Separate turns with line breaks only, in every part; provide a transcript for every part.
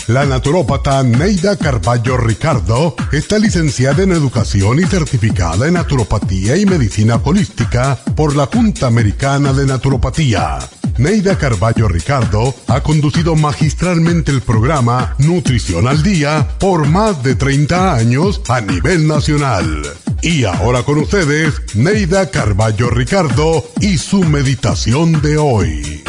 La naturópata Neida Carballo Ricardo está licenciada en Educación y certificada en Naturopatía y Medicina Holística por la Junta Americana de Naturopatía. Neida Carballo Ricardo ha conducido magistralmente el programa Nutrición al Día por más de 30 años a nivel nacional. Y ahora con ustedes, Neida Carballo Ricardo y su meditación de hoy.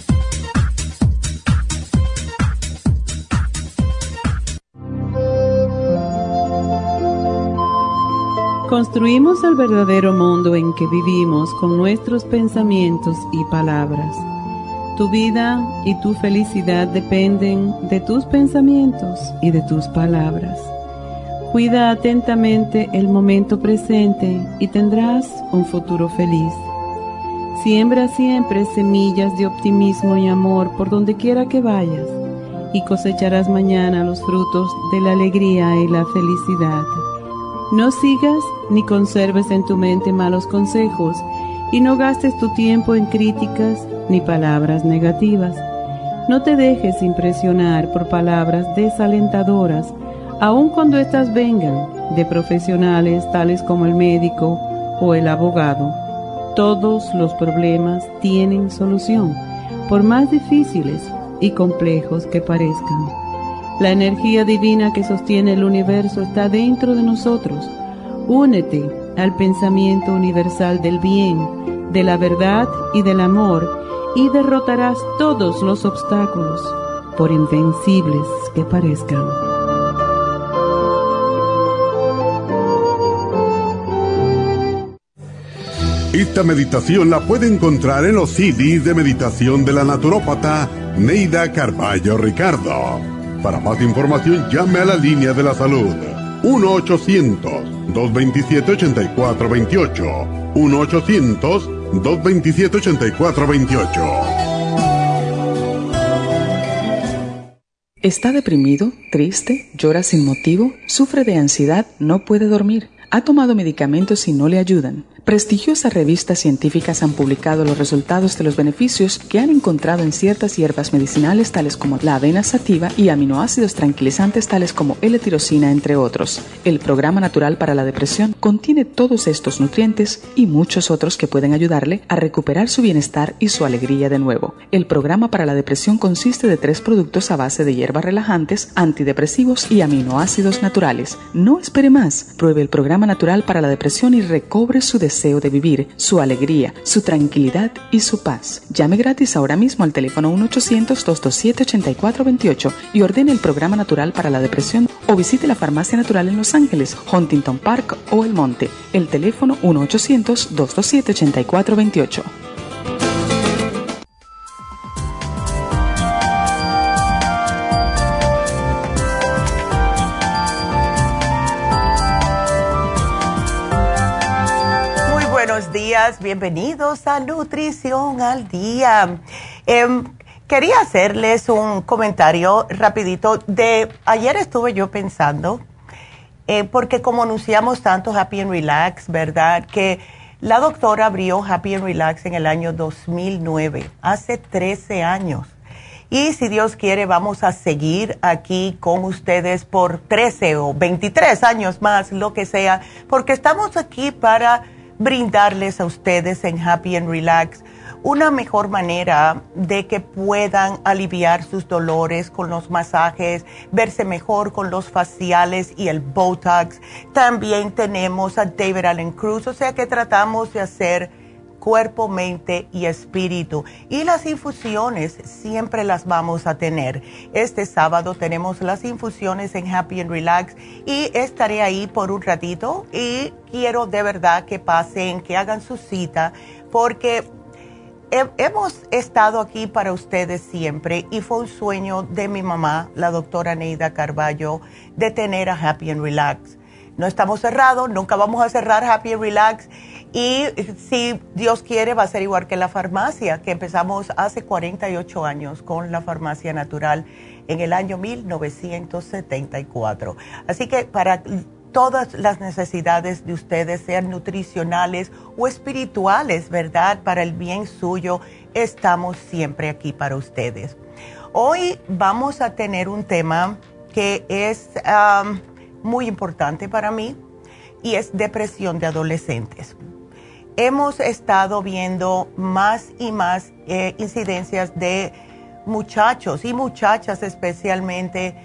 Construimos el verdadero mundo en que vivimos con nuestros pensamientos y palabras. Tu vida y tu felicidad dependen de tus pensamientos y de tus palabras. Cuida atentamente el momento presente y tendrás un futuro feliz. Siembra siempre semillas de optimismo y amor por donde quiera que vayas y cosecharás mañana los frutos de la alegría y la felicidad. No sigas ni conserves en tu mente malos consejos y no gastes tu tiempo en críticas ni palabras negativas. No te dejes impresionar por palabras desalentadoras, aun cuando éstas vengan de profesionales tales como el médico o el abogado. Todos los problemas tienen solución, por más difíciles y complejos que parezcan. La energía divina que sostiene el universo está dentro de nosotros. Únete al pensamiento universal del bien, de la verdad y del amor y derrotarás todos los obstáculos, por invencibles que parezcan.
Esta meditación la puede encontrar en los CDs de meditación de la naturópata Neida Carballo Ricardo. Para más información, llame a la línea de la salud 1-800-227-8428. 1-800-227-8428.
¿Está deprimido, triste, llora sin motivo, sufre de ansiedad, no puede dormir? ¿Ha tomado medicamentos y no le ayudan? Prestigiosas revistas científicas han publicado los resultados de los beneficios que han encontrado en ciertas hierbas medicinales tales como la avena sativa y aminoácidos tranquilizantes tales como L-tirosina, entre otros. El Programa Natural para la Depresión contiene todos estos nutrientes y muchos otros que pueden ayudarle a recuperar su bienestar y su alegría de nuevo. El Programa para la Depresión consiste de 3 productos a base de hierbas relajantes, antidepresivos y aminoácidos naturales. No espere más. Pruebe el Programa Natural para la Depresión y recobre su deseo de vivir, su alegría, su tranquilidad y su paz. Llame gratis ahora mismo al teléfono 1-800-227-8428 y ordene el Programa Natural para la Depresión o visite la Farmacia Natural en Los Ángeles, Huntington Park o El Monte. El teléfono 1-800-227-8428.
Buenos días, bienvenidos a Nutrición al Día. Quería hacerles un comentario rapidito de ayer. Estuve yo pensando, porque como anunciamos tanto Happy and Relax, ¿verdad? Que la doctora abrió Happy and Relax en el año 2009, hace 13 años. Y si Dios quiere, vamos a seguir aquí con ustedes por 13 o 23 años más, lo que sea, porque estamos aquí para brindarles a ustedes en Happy and Relax una mejor manera de que puedan aliviar sus dolores con los masajes, verse mejor con los faciales y el Botox. También tenemos a David Allen Cruz, o sea que tratamos de hacer cuerpo, mente y espíritu. Y las infusiones siempre las vamos a tener. Este sábado tenemos las infusiones en Happy and Relax y estaré ahí por un ratito y quiero de verdad que pasen, que hagan su cita, porque hemos estado aquí para ustedes siempre y fue un sueño de mi mamá, la doctora Neida Carballo, de tener a Happy and Relax. No estamos cerrados, nunca vamos a cerrar Happy and Relax. Y si Dios quiere, va a ser igual que la farmacia, que empezamos hace 48 años con la Farmacia Natural en el año 1974. Así que para todas las necesidades de ustedes, sean nutricionales o espirituales, ¿verdad? Para el bien suyo, estamos siempre aquí para ustedes. Hoy vamos a tener un tema que es muy importante para mí y es depresión de adolescentes. Hemos estado viendo más y más incidencias de muchachos y muchachas especialmente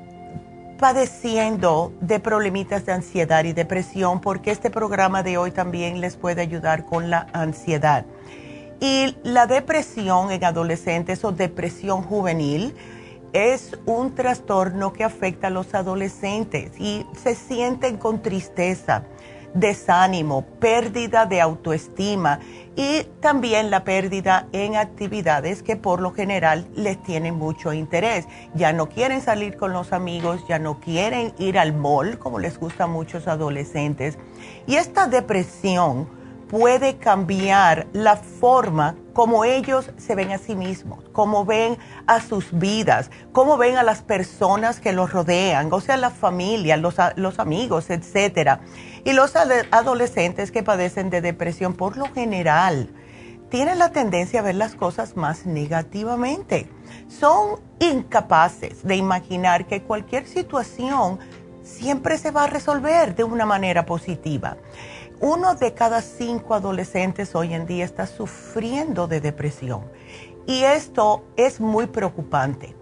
padeciendo de problemitas de ansiedad y depresión, porque este programa de hoy también les puede ayudar con la ansiedad. Y la depresión en adolescentes o depresión juvenil es un trastorno que afecta a los adolescentes y se sienten con tristeza, desánimo, pérdida de autoestima y también la pérdida en actividades que por lo general les tienen mucho interés. Ya no quieren salir con los amigos, ya no quieren ir al mall como les gusta a muchos adolescentes. Y esta depresión puede cambiar la forma como ellos se ven a sí mismos, cómo ven a sus vidas, cómo ven a las personas que los rodean, o sea, la familia, los amigos, etcétera. Y los adolescentes que padecen de depresión, por lo general, tienen la tendencia a ver las cosas más negativamente. Son incapaces de imaginar que cualquier situación siempre se va a resolver de una manera positiva. 1 de cada 5 adolescentes hoy en día está sufriendo de depresión. Y esto es muy preocupante.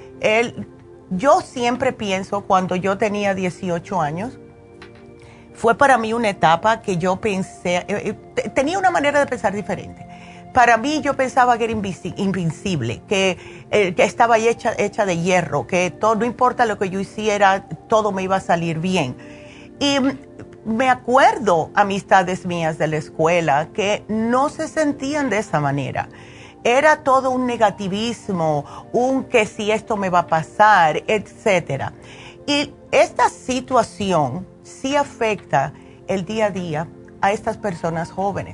Yo siempre pienso, cuando yo tenía 18 años, fue para mí una etapa que yo pensé, tenía una manera de pensar diferente. Para mí yo pensaba que era invencible, que estaba hecha de hierro, que todo, no importa lo que yo hiciera, todo me iba a salir bien. Y me acuerdo amistades mías de la escuela que no se sentían de esa manera. Era todo un negativismo, un que si esto me va a pasar, etcétera. Y esta situación sí afecta el día a día a estas personas jóvenes.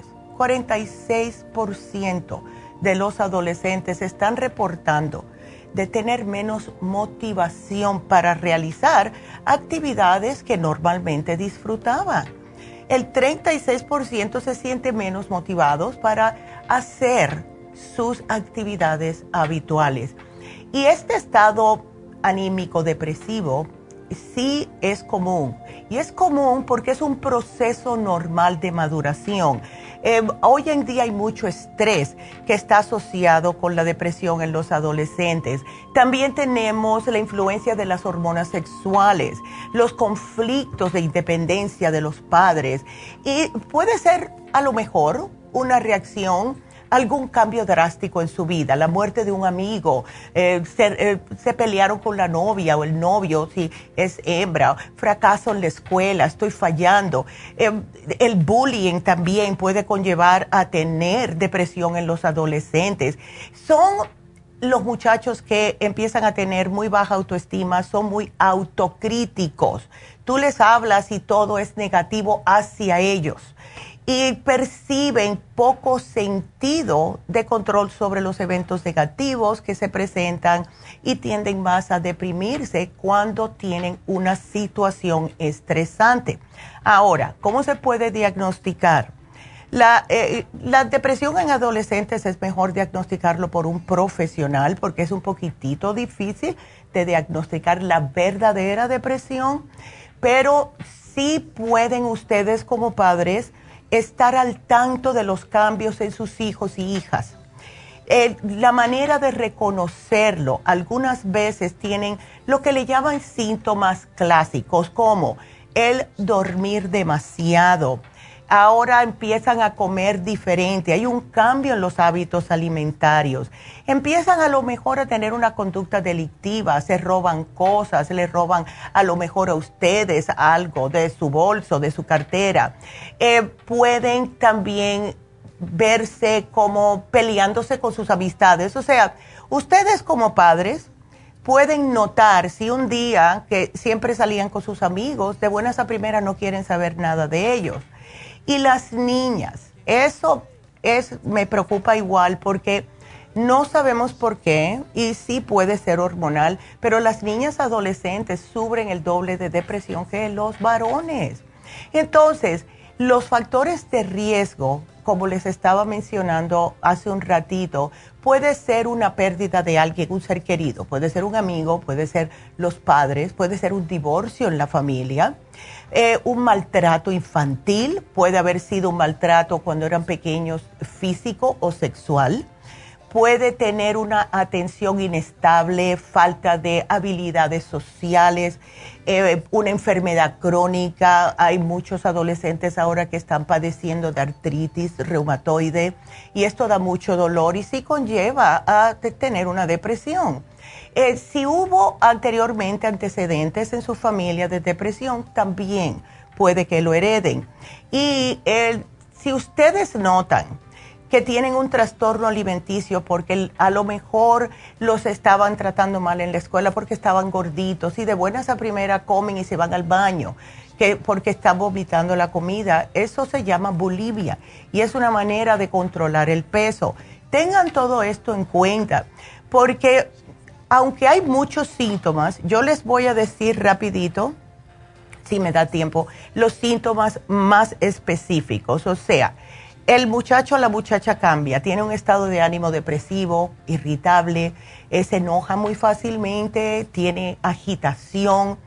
46% de los adolescentes están reportando de tener menos motivación para realizar actividades que normalmente disfrutaban. El 36% se siente menos motivados para hacer sus actividades habituales. Y este estado anímico depresivo sí es común. Y es común porque es un proceso normal de maduración. Hoy en día hay mucho estrés que está asociado con la depresión en los adolescentes. También tenemos la influencia de las hormonas sexuales, los conflictos de independencia de los padres. Y puede ser a lo mejor una reacción, algún cambio drástico en su vida, la muerte de un amigo, se pelearon con la novia o el novio si es hembra, fracaso en la escuela, estoy fallando. El bullying también puede conllevar a tener depresión en los adolescentes. Son los muchachos que empiezan a tener muy baja autoestima, son muy autocríticos. Tú les hablas y todo es negativo hacia ellos. Y perciben poco sentido de control sobre los eventos negativos que se presentan y tienden más a deprimirse cuando tienen una situación estresante. Ahora, ¿cómo se puede diagnosticar? La depresión en adolescentes es mejor diagnosticarlo por un profesional porque es un poquitito difícil de diagnosticar la verdadera depresión, pero sí pueden ustedes como padres estar al tanto de los cambios en sus hijos y hijas. La manera de reconocerlo, algunas veces tienen lo que le llaman síntomas clásicos, como el dormir demasiado. Ahora empiezan a comer diferente, hay un cambio en los hábitos alimentarios. Empiezan a lo mejor a tener una conducta delictiva, se roban cosas, le roban a lo mejor a ustedes algo de su bolso, de su cartera. Pueden también verse como peleándose con sus amistades. O sea, ustedes como padres pueden notar si un día que siempre salían con sus amigos, de buenas a primeras no quieren saber nada de ellos. Y las niñas, eso me preocupa igual porque no sabemos por qué y sí puede ser hormonal, pero las niñas adolescentes sufren el doble de depresión que los varones. Entonces, los factores de riesgo como les estaba mencionando hace un ratito, puede ser una pérdida de alguien, un ser querido, puede ser un amigo, puede ser los padres, puede ser un divorcio en la familia, un maltrato infantil, puede haber sido un maltrato cuando eran pequeños físico o sexual. Puede tener una atención inestable, falta de habilidades sociales, una enfermedad crónica. Hay muchos adolescentes ahora que están padeciendo de artritis reumatoide y esto da mucho dolor y sí conlleva a tener una depresión. Si hubo anteriormente antecedentes en su familia de depresión, también puede que lo hereden. Y si ustedes notan que tienen un trastorno alimenticio porque a lo mejor los estaban tratando mal en la escuela porque estaban gorditos y de buenas a primera comen y se van al baño porque están vomitando la comida. Eso se llama bulimia y es una manera de controlar el peso. Tengan todo esto en cuenta porque aunque hay muchos síntomas, yo les voy a decir rapidito, si me da tiempo, los síntomas más específicos. O sea, el muchacho o la muchacha cambia, tiene un estado de ánimo depresivo, irritable, se enoja muy fácilmente, tiene agitación,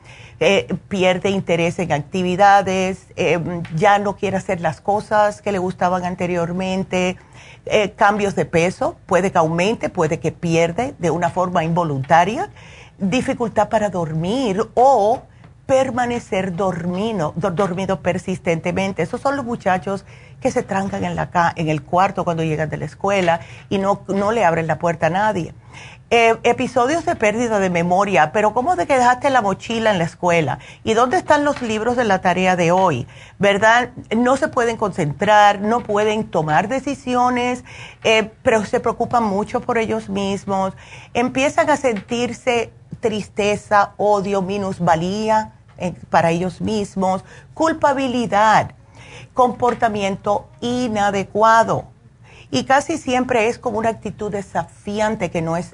pierde interés en actividades, ya no quiere hacer las cosas que le gustaban anteriormente, cambios de peso, puede que aumente, puede que pierde de una forma involuntaria, dificultad para dormir o permanecer dormido persistentemente. Esos son los muchachos que se trancan en el cuarto cuando llegan de la escuela y no le abren la puerta a nadie. Episodios de pérdida de memoria, pero ¿cómo te dejaste la mochila en la escuela? ¿Y dónde están los libros de la tarea de hoy? ¿Verdad? No se pueden concentrar, no pueden tomar decisiones, pero se preocupan mucho por ellos mismos. Empiezan a sentirse tristeza, odio, minusvalía para ellos mismos, culpabilidad, comportamiento inadecuado. Y casi siempre es como una actitud desafiante que no es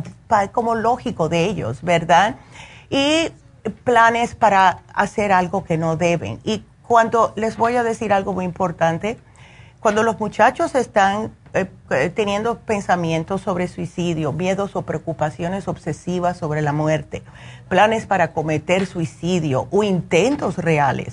como lógico de ellos, ¿verdad? Y planes para hacer algo que no deben. Y cuando les voy a decir algo muy importante, cuando los muchachos están teniendo pensamientos sobre suicidio, miedos o preocupaciones obsesivas sobre la muerte, planes para cometer suicidio o intentos reales,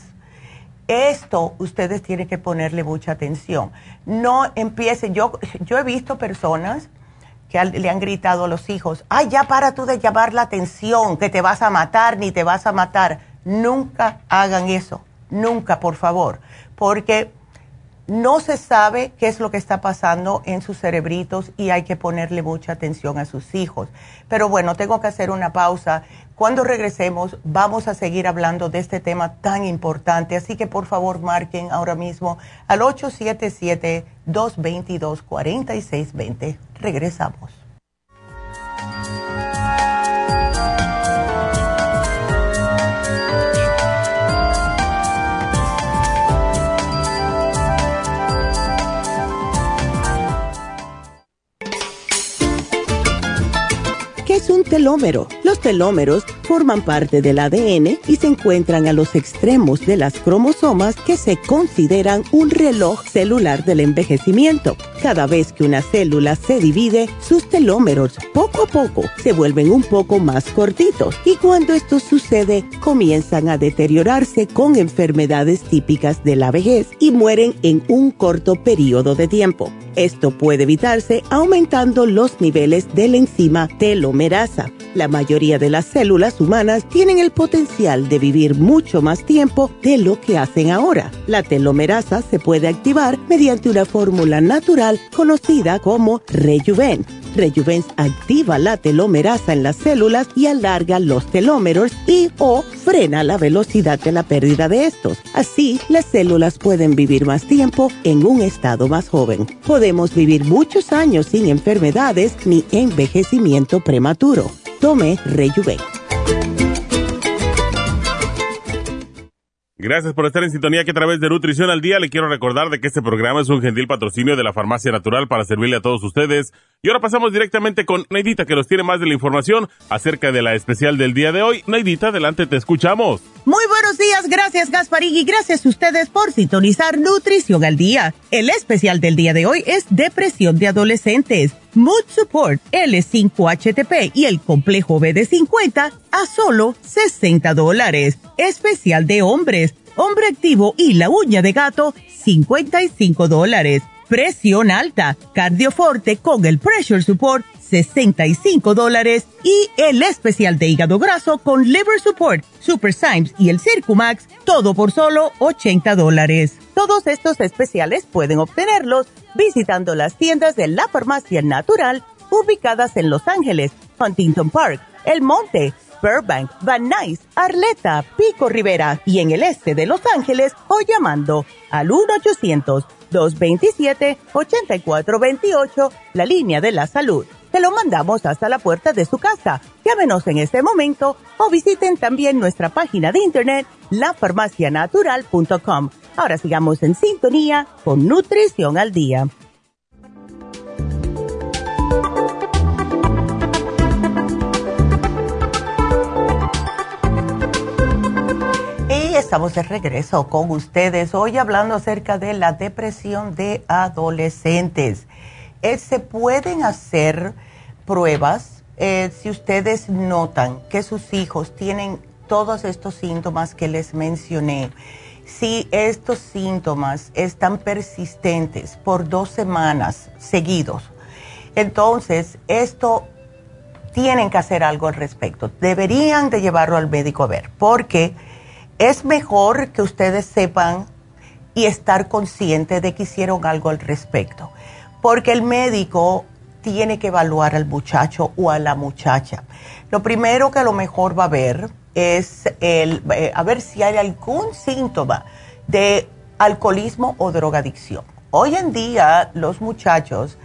esto ustedes tienen que ponerle mucha atención. No empiecen, yo he visto personas que le han gritado a los hijos, ay, ya para tú de llamar la atención, que te vas a matar, ni te vas a matar. Nunca hagan eso, nunca, por favor, porque no se sabe qué es lo que está pasando en sus cerebritos y hay que ponerle mucha atención a sus hijos. Pero bueno, tengo que hacer una pausa. Cuando regresemos vamos a seguir hablando de este tema tan importante. Así que por favor marquen ahora mismo al 877-222-4620. Regresamos.
¿Qué es un telómero? Los telómeros forman parte del ADN y se encuentran a los extremos de las cromosomas que se consideran un reloj celular del envejecimiento. Cada vez que una célula se divide, sus telómeros poco a poco se vuelven un poco más cortitos y cuando esto sucede comienzan a deteriorarse con enfermedades típicas de la vejez y mueren en un corto periodo de tiempo. Esto puede evitarse aumentando los niveles de la enzima telomerasa. La mayoría de las células humanas tienen el potencial de vivir mucho más tiempo de lo que hacen ahora. La telomerasa se puede activar mediante una fórmula natural conocida como Rejuven. Rejuven activa la telomerasa en las células y alarga los telómeros o frena la velocidad de la pérdida de estos. Así, las células pueden vivir más tiempo en un estado más joven. Podemos vivir muchos años sin enfermedades ni envejecimiento prematuro. Tome Rejuven.
Gracias por estar en sintonía que a través de Nutrición al Día le quiero recordar de que este programa es un gentil patrocinio de la Farmacia Natural para servirle a todos ustedes. Y ahora pasamos directamente con Neidita, que nos tiene más de la información acerca de la especial del día de hoy. Neidita, adelante, te escuchamos.
Muy buenos días, gracias Gasparín y gracias a ustedes por sintonizar Nutrición al Día. El especial del día de hoy es Depresión de Adolescentes, Mood Support, L5-HTP y el Complejo B de 50 a solo $60. Especial de hombres, Hombre Activo y la Uña de Gato, $55. Presión alta, Cardioforte con el Pressure Support, $65. Y el especial de hígado graso con Liver Support, Super Symes y el Circumax, todo por solo $80. Todos estos especiales pueden obtenerlos visitando las tiendas de la Farmacia Natural ubicadas en Los Ángeles, Huntington Park, El Monte, Burbank, Van Nuys, Arleta, Pico Rivera y en el este de Los Ángeles o llamando al 1-800-227-8428, la línea de la salud. Te lo mandamos hasta la puerta de su casa. Llámenos en este momento o visiten también nuestra página de internet, lafarmacianatural.com. Ahora sigamos en sintonía con Nutrición al Día.
Y estamos de regreso con ustedes hoy hablando acerca de la depresión de adolescentes. Se pueden hacer pruebas si ustedes notan que sus hijos tienen todos estos síntomas que les mencioné. Si estos síntomas están persistentes por 2 semanas seguidos, entonces esto tienen que hacer algo al respecto. Deberían de llevarlo al médico a ver, porque es mejor que ustedes sepan y estar conscientes de que hicieron algo al respecto. Porque el médico tiene que evaluar al muchacho o a la muchacha. Lo primero que a lo mejor va a ver es a ver si hay algún síntoma de alcoholismo o drogadicción. Hoy en día los muchachos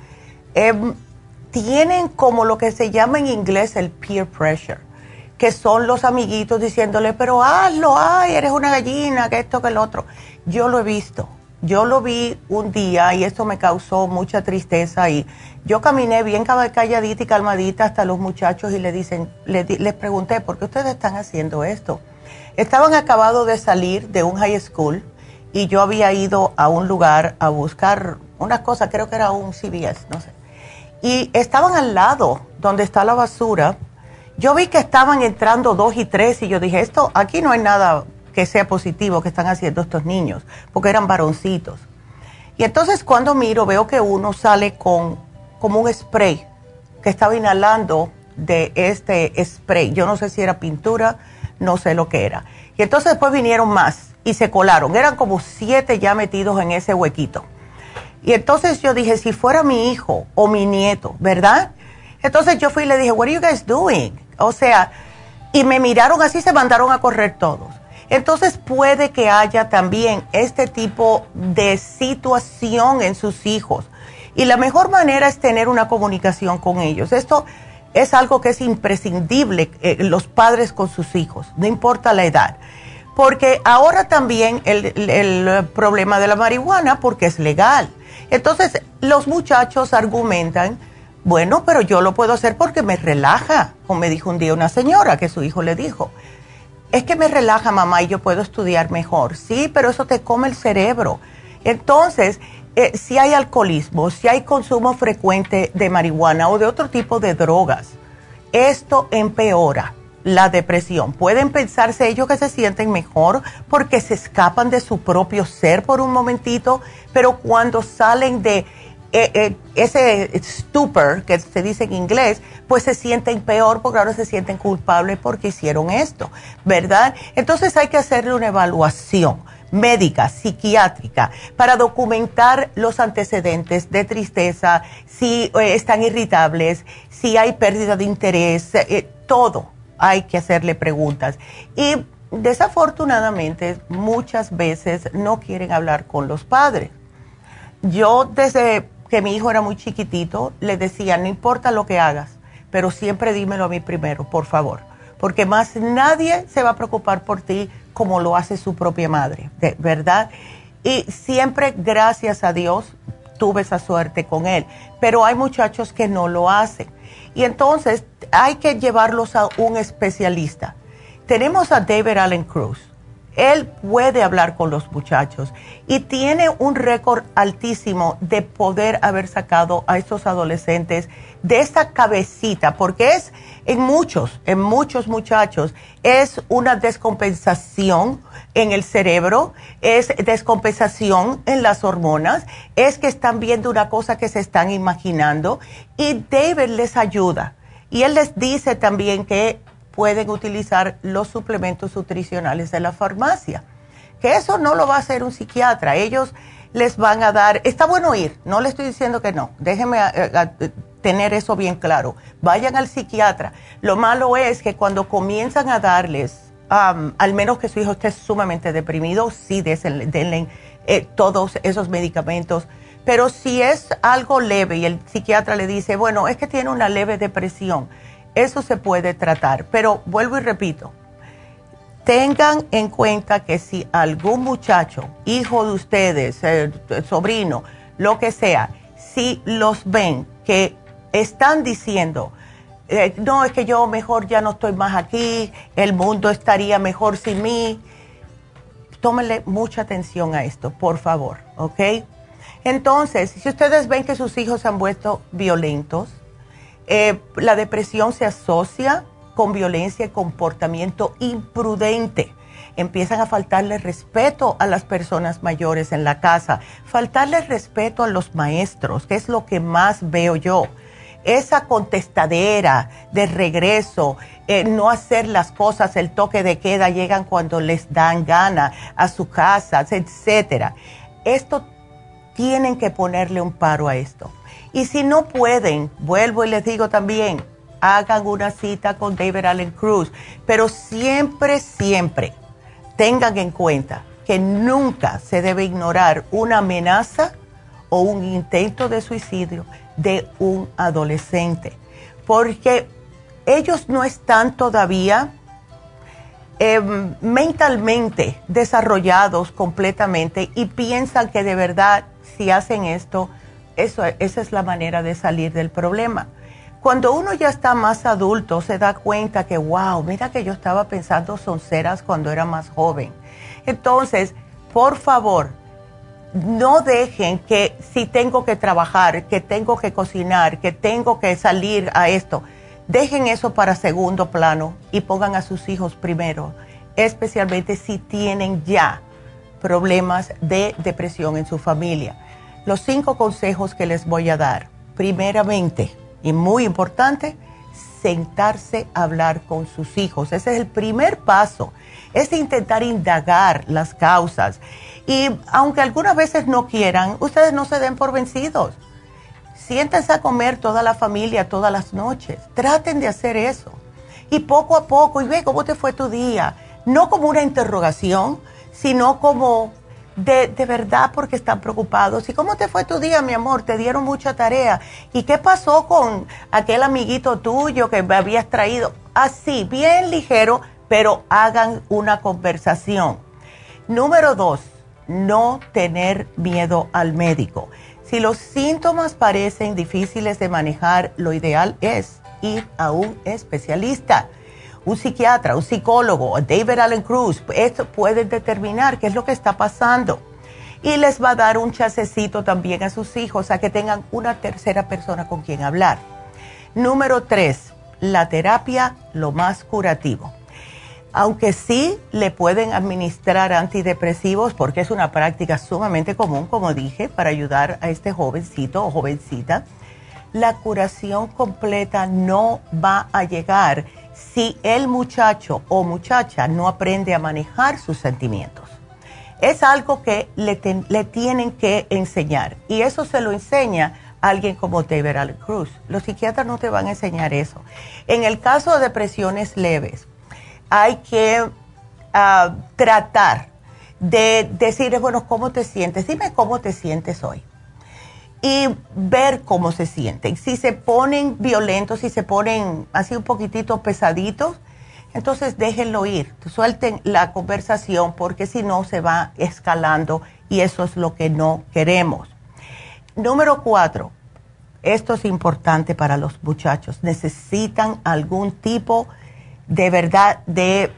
tienen como lo que se llama en inglés el peer pressure, que son los amiguitos diciéndole, pero hazlo, ay, eres una gallina, que esto, que el otro. Yo lo he visto. Yo lo vi un día y esto me causó mucha tristeza y yo caminé bien calladita y calmadita hasta los muchachos y les pregunté, ¿por qué ustedes están haciendo esto? Estaban acabados de salir de un high school y yo había ido a un lugar a buscar unas cosas, creo que era un CVS, no sé. Y estaban al lado donde está la basura. Yo vi que estaban entrando 2 y 3 y yo dije, aquí no hay nada que sea positivo que están haciendo estos niños, porque eran varoncitos. Y entonces cuando miro, veo que uno sale como un spray, que estaba inhalando de este spray. Yo no sé si era pintura, no sé lo que era. Y entonces después vinieron más y se colaron. Eran como 7 ya metidos en ese huequito. Y entonces yo dije, si fuera mi hijo o mi nieto, ¿verdad? Entonces yo fui y le dije, what are you guys doing? O sea, y me miraron así, se mandaron a correr todos. Entonces puede que haya también este tipo de situación en sus hijos. Y la mejor manera es tener una comunicación con ellos. Esto es algo que es imprescindible, los padres con sus hijos, no importa la edad. Porque ahora también el problema de la marihuana, porque es legal. Entonces los muchachos argumentan, bueno, pero yo lo puedo hacer porque me relaja. Como me dijo un día una señora que su hijo le dijo, es que me relaja, mamá, y yo puedo estudiar mejor. Sí, pero eso te come el cerebro. Entonces, si hay alcoholismo, si hay consumo frecuente de marihuana o de otro tipo de drogas, esto empeora la depresión. Pueden pensarse ellos que se sienten mejor porque se escapan de su propio ser por un momentito, pero cuando salen de ese stupor que se dice en inglés, pues se sienten peor porque ahora se sienten culpables porque hicieron esto, ¿verdad? Entonces hay que hacerle una evaluación médica, psiquiátrica, para documentar los antecedentes de tristeza, si están irritables, si hay pérdida de interés, todo hay que hacerle preguntas. Y desafortunadamente muchas veces no quieren hablar con los padres. Yo desde que mi hijo era muy chiquitito, le decía, no importa lo que hagas, pero siempre dímelo a mí primero, por favor, porque más nadie se va a preocupar por ti como lo hace su propia madre, ¿verdad? Y siempre, gracias a Dios, tuve esa suerte con él, pero hay muchachos que no lo hacen. Y entonces hay que llevarlos a un especialista. Tenemos a David Allen Cruz. Él puede hablar con los muchachos y tiene un récord altísimo de poder haber sacado a estos adolescentes de esa cabecita, porque es en muchos muchachos, es una descompensación en el cerebro, es descompensación en las hormonas, es que están viendo una cosa que se están imaginando y David les ayuda. Y él les dice también que pueden utilizar los suplementos nutricionales de la farmacia, que eso no lo va a hacer un psiquiatra, ellos les van a dar, está bueno ir, no le estoy diciendo que no, déjenme tener eso bien claro, vayan al psiquiatra. Lo malo es que cuando comienzan a darles, al menos que su hijo esté sumamente deprimido, sí denle todos esos medicamentos, pero si es algo leve y el psiquiatra le dice, bueno, es que tiene una leve depresión, eso se puede tratar, pero vuelvo y repito, tengan en cuenta que si algún muchacho, hijo de ustedes, sobrino, lo que sea, si los ven que están diciendo, no, es que yo mejor ya no estoy más aquí, el mundo estaría mejor sin mí, tómenle mucha atención a esto, por favor, ¿ok? Entonces, si ustedes ven que sus hijos se han vuelto violentos, la depresión se asocia con violencia y comportamiento imprudente. Empiezan a faltarle respeto a las personas mayores en la casa, faltarle respeto a los maestros, que es lo que más veo yo. Esa contestadera de regreso, no hacer las cosas, el toque de queda, llegan cuando les dan gana a su casa, etcétera. Esto tienen que ponerle un paro a esto. Y si no pueden, vuelvo y les digo también, hagan una cita con David Allen Cruz, pero siempre tengan en cuenta que nunca se debe ignorar una amenaza o un intento de suicidio de un adolescente, porque ellos no están todavía mentalmente desarrollados completamente y piensan que de verdad si hacen esto, esa es la manera de salir del problema. Cuando uno ya está más adulto, se da cuenta que, wow, mira que yo estaba pensando sonceras cuando era más joven. Entonces, por favor, no dejen que si tengo que trabajar, que tengo que cocinar, que tengo que salir a esto, dejen eso para segundo plano y pongan a sus hijos primero, especialmente si tienen ya problemas de depresión en su familia. Los 5 consejos que les voy a dar. Primeramente, y muy importante, sentarse a hablar con sus hijos. Ese es el primer paso, es intentar indagar las causas. Y aunque algunas veces no quieran, ustedes no se den por vencidos. Siéntense a comer toda la familia todas las noches. Traten de hacer eso. Y poco a poco, y ve cómo te fue tu día. No como una interrogación, sino como de verdad porque están preocupados. ¿Y cómo te fue tu día, mi amor? Te dieron mucha tarea. ¿Y qué pasó con aquel amiguito tuyo que me habías traído? Así, bien ligero, pero hagan una conversación. Número 2, no tener miedo al médico. Si los síntomas parecen difíciles de manejar, lo ideal es ir a un especialista. Un psiquiatra, un psicólogo, David Allen Cruz, esto pueden determinar qué es lo que está pasando. Y les va a dar un chancecito también a sus hijos a que tengan una tercera persona con quien hablar. Número 3, la terapia, lo más curativo. Aunque sí le pueden administrar antidepresivos, porque es una práctica sumamente común, como dije, para ayudar a este jovencito o jovencita, la curación completa no va a llegar si el muchacho o muchacha no aprende a manejar sus sentimientos. Es algo que le tienen que enseñar, y eso se lo enseña alguien como David Allen Cruz. Los psiquiatras no te van a enseñar eso. En el caso de depresiones leves, hay que tratar de decirles, bueno, ¿cómo te sientes? Dime cómo te sientes hoy. Y ver cómo se sienten. Si se ponen violentos, si se ponen así un poquitito pesaditos, entonces déjenlo ir. Suelten la conversación porque si no se va escalando y eso es lo que no queremos. Número 4, esto es importante para los muchachos, necesitan algún tipo de verdad de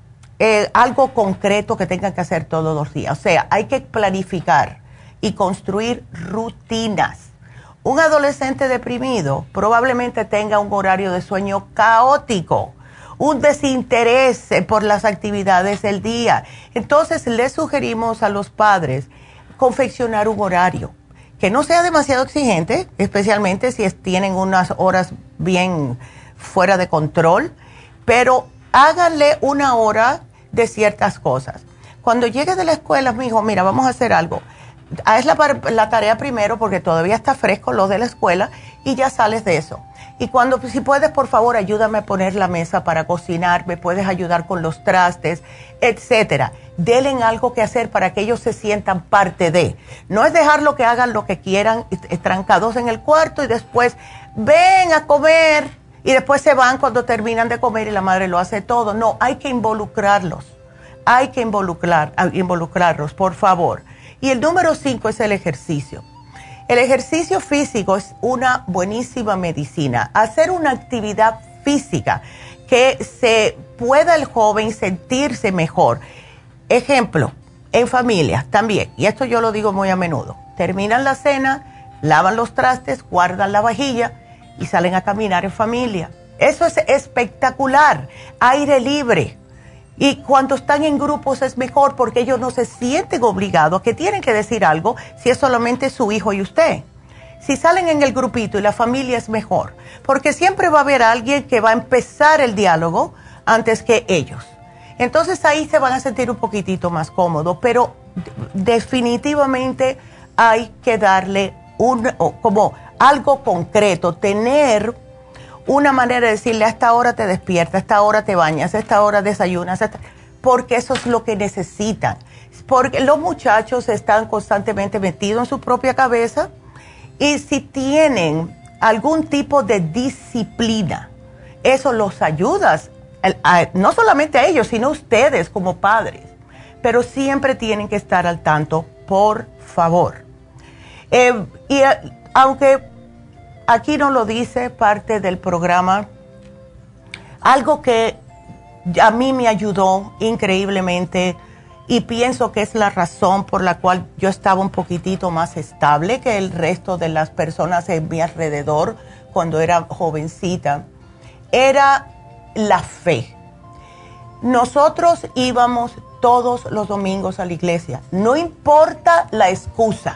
algo concreto que tengan que hacer todos los días. O sea, hay que planificar y construir rutinas. Un adolescente deprimido probablemente tenga un horario de sueño caótico, un desinterés por las actividades del día. Entonces, les sugerimos a los padres confeccionar un horario que no sea demasiado exigente, especialmente si tienen unas horas bien fuera de control, pero háganle una hora de ciertas cosas. Cuando llegue de la escuela, mi hijo, mira, vamos a hacer algo. Haz la tarea primero porque todavía está fresco lo de la escuela y ya sales de eso. Y cuando, si puedes, por favor, ayúdame a poner la mesa para cocinar, me puedes ayudar con los trastes, etcétera. Denle algo que hacer para que ellos se sientan parte de. No es dejarlo que hagan lo que quieran, trancados en el cuarto y después ven a comer y después se van cuando terminan de comer y la madre lo hace todo. No, hay que involucrarlos. Hay que involucrarlos, por favor. Y el número 5 es el ejercicio. El ejercicio físico es una buenísima medicina. Hacer una actividad física que se pueda el joven sentirse mejor. Ejemplo, en familia también, y esto yo lo digo muy a menudo. Terminan la cena, lavan los trastes, guardan la vajilla y salen a caminar en familia. Eso es espectacular. Aire libre. Y cuando están en grupos es mejor porque ellos no se sienten obligados, que tienen que decir algo si es solamente su hijo y usted. Si salen en el grupito y la familia es mejor, porque siempre va a haber alguien que va a empezar el diálogo antes que ellos. Entonces ahí se van a sentir un poquitito más cómodos, pero definitivamente hay que darle como algo concreto, tener una manera de decirle a esta hora te despiertas, a esta hora te bañas, a esta hora desayunas, porque eso es lo que necesitan. Porque los muchachos están constantemente metidos en su propia cabeza y si tienen algún tipo de disciplina, eso los ayuda, no solamente a ellos, sino a ustedes como padres. Pero siempre tienen que estar al tanto, por favor. Y aunque aquí no lo dice parte del programa, algo que a mí me ayudó increíblemente y pienso que es la razón por la cual yo estaba un poquitito más estable que el resto de las personas en mi alrededor cuando era jovencita, era la fe. Nosotros íbamos todos los domingos a la iglesia, no importa la excusa.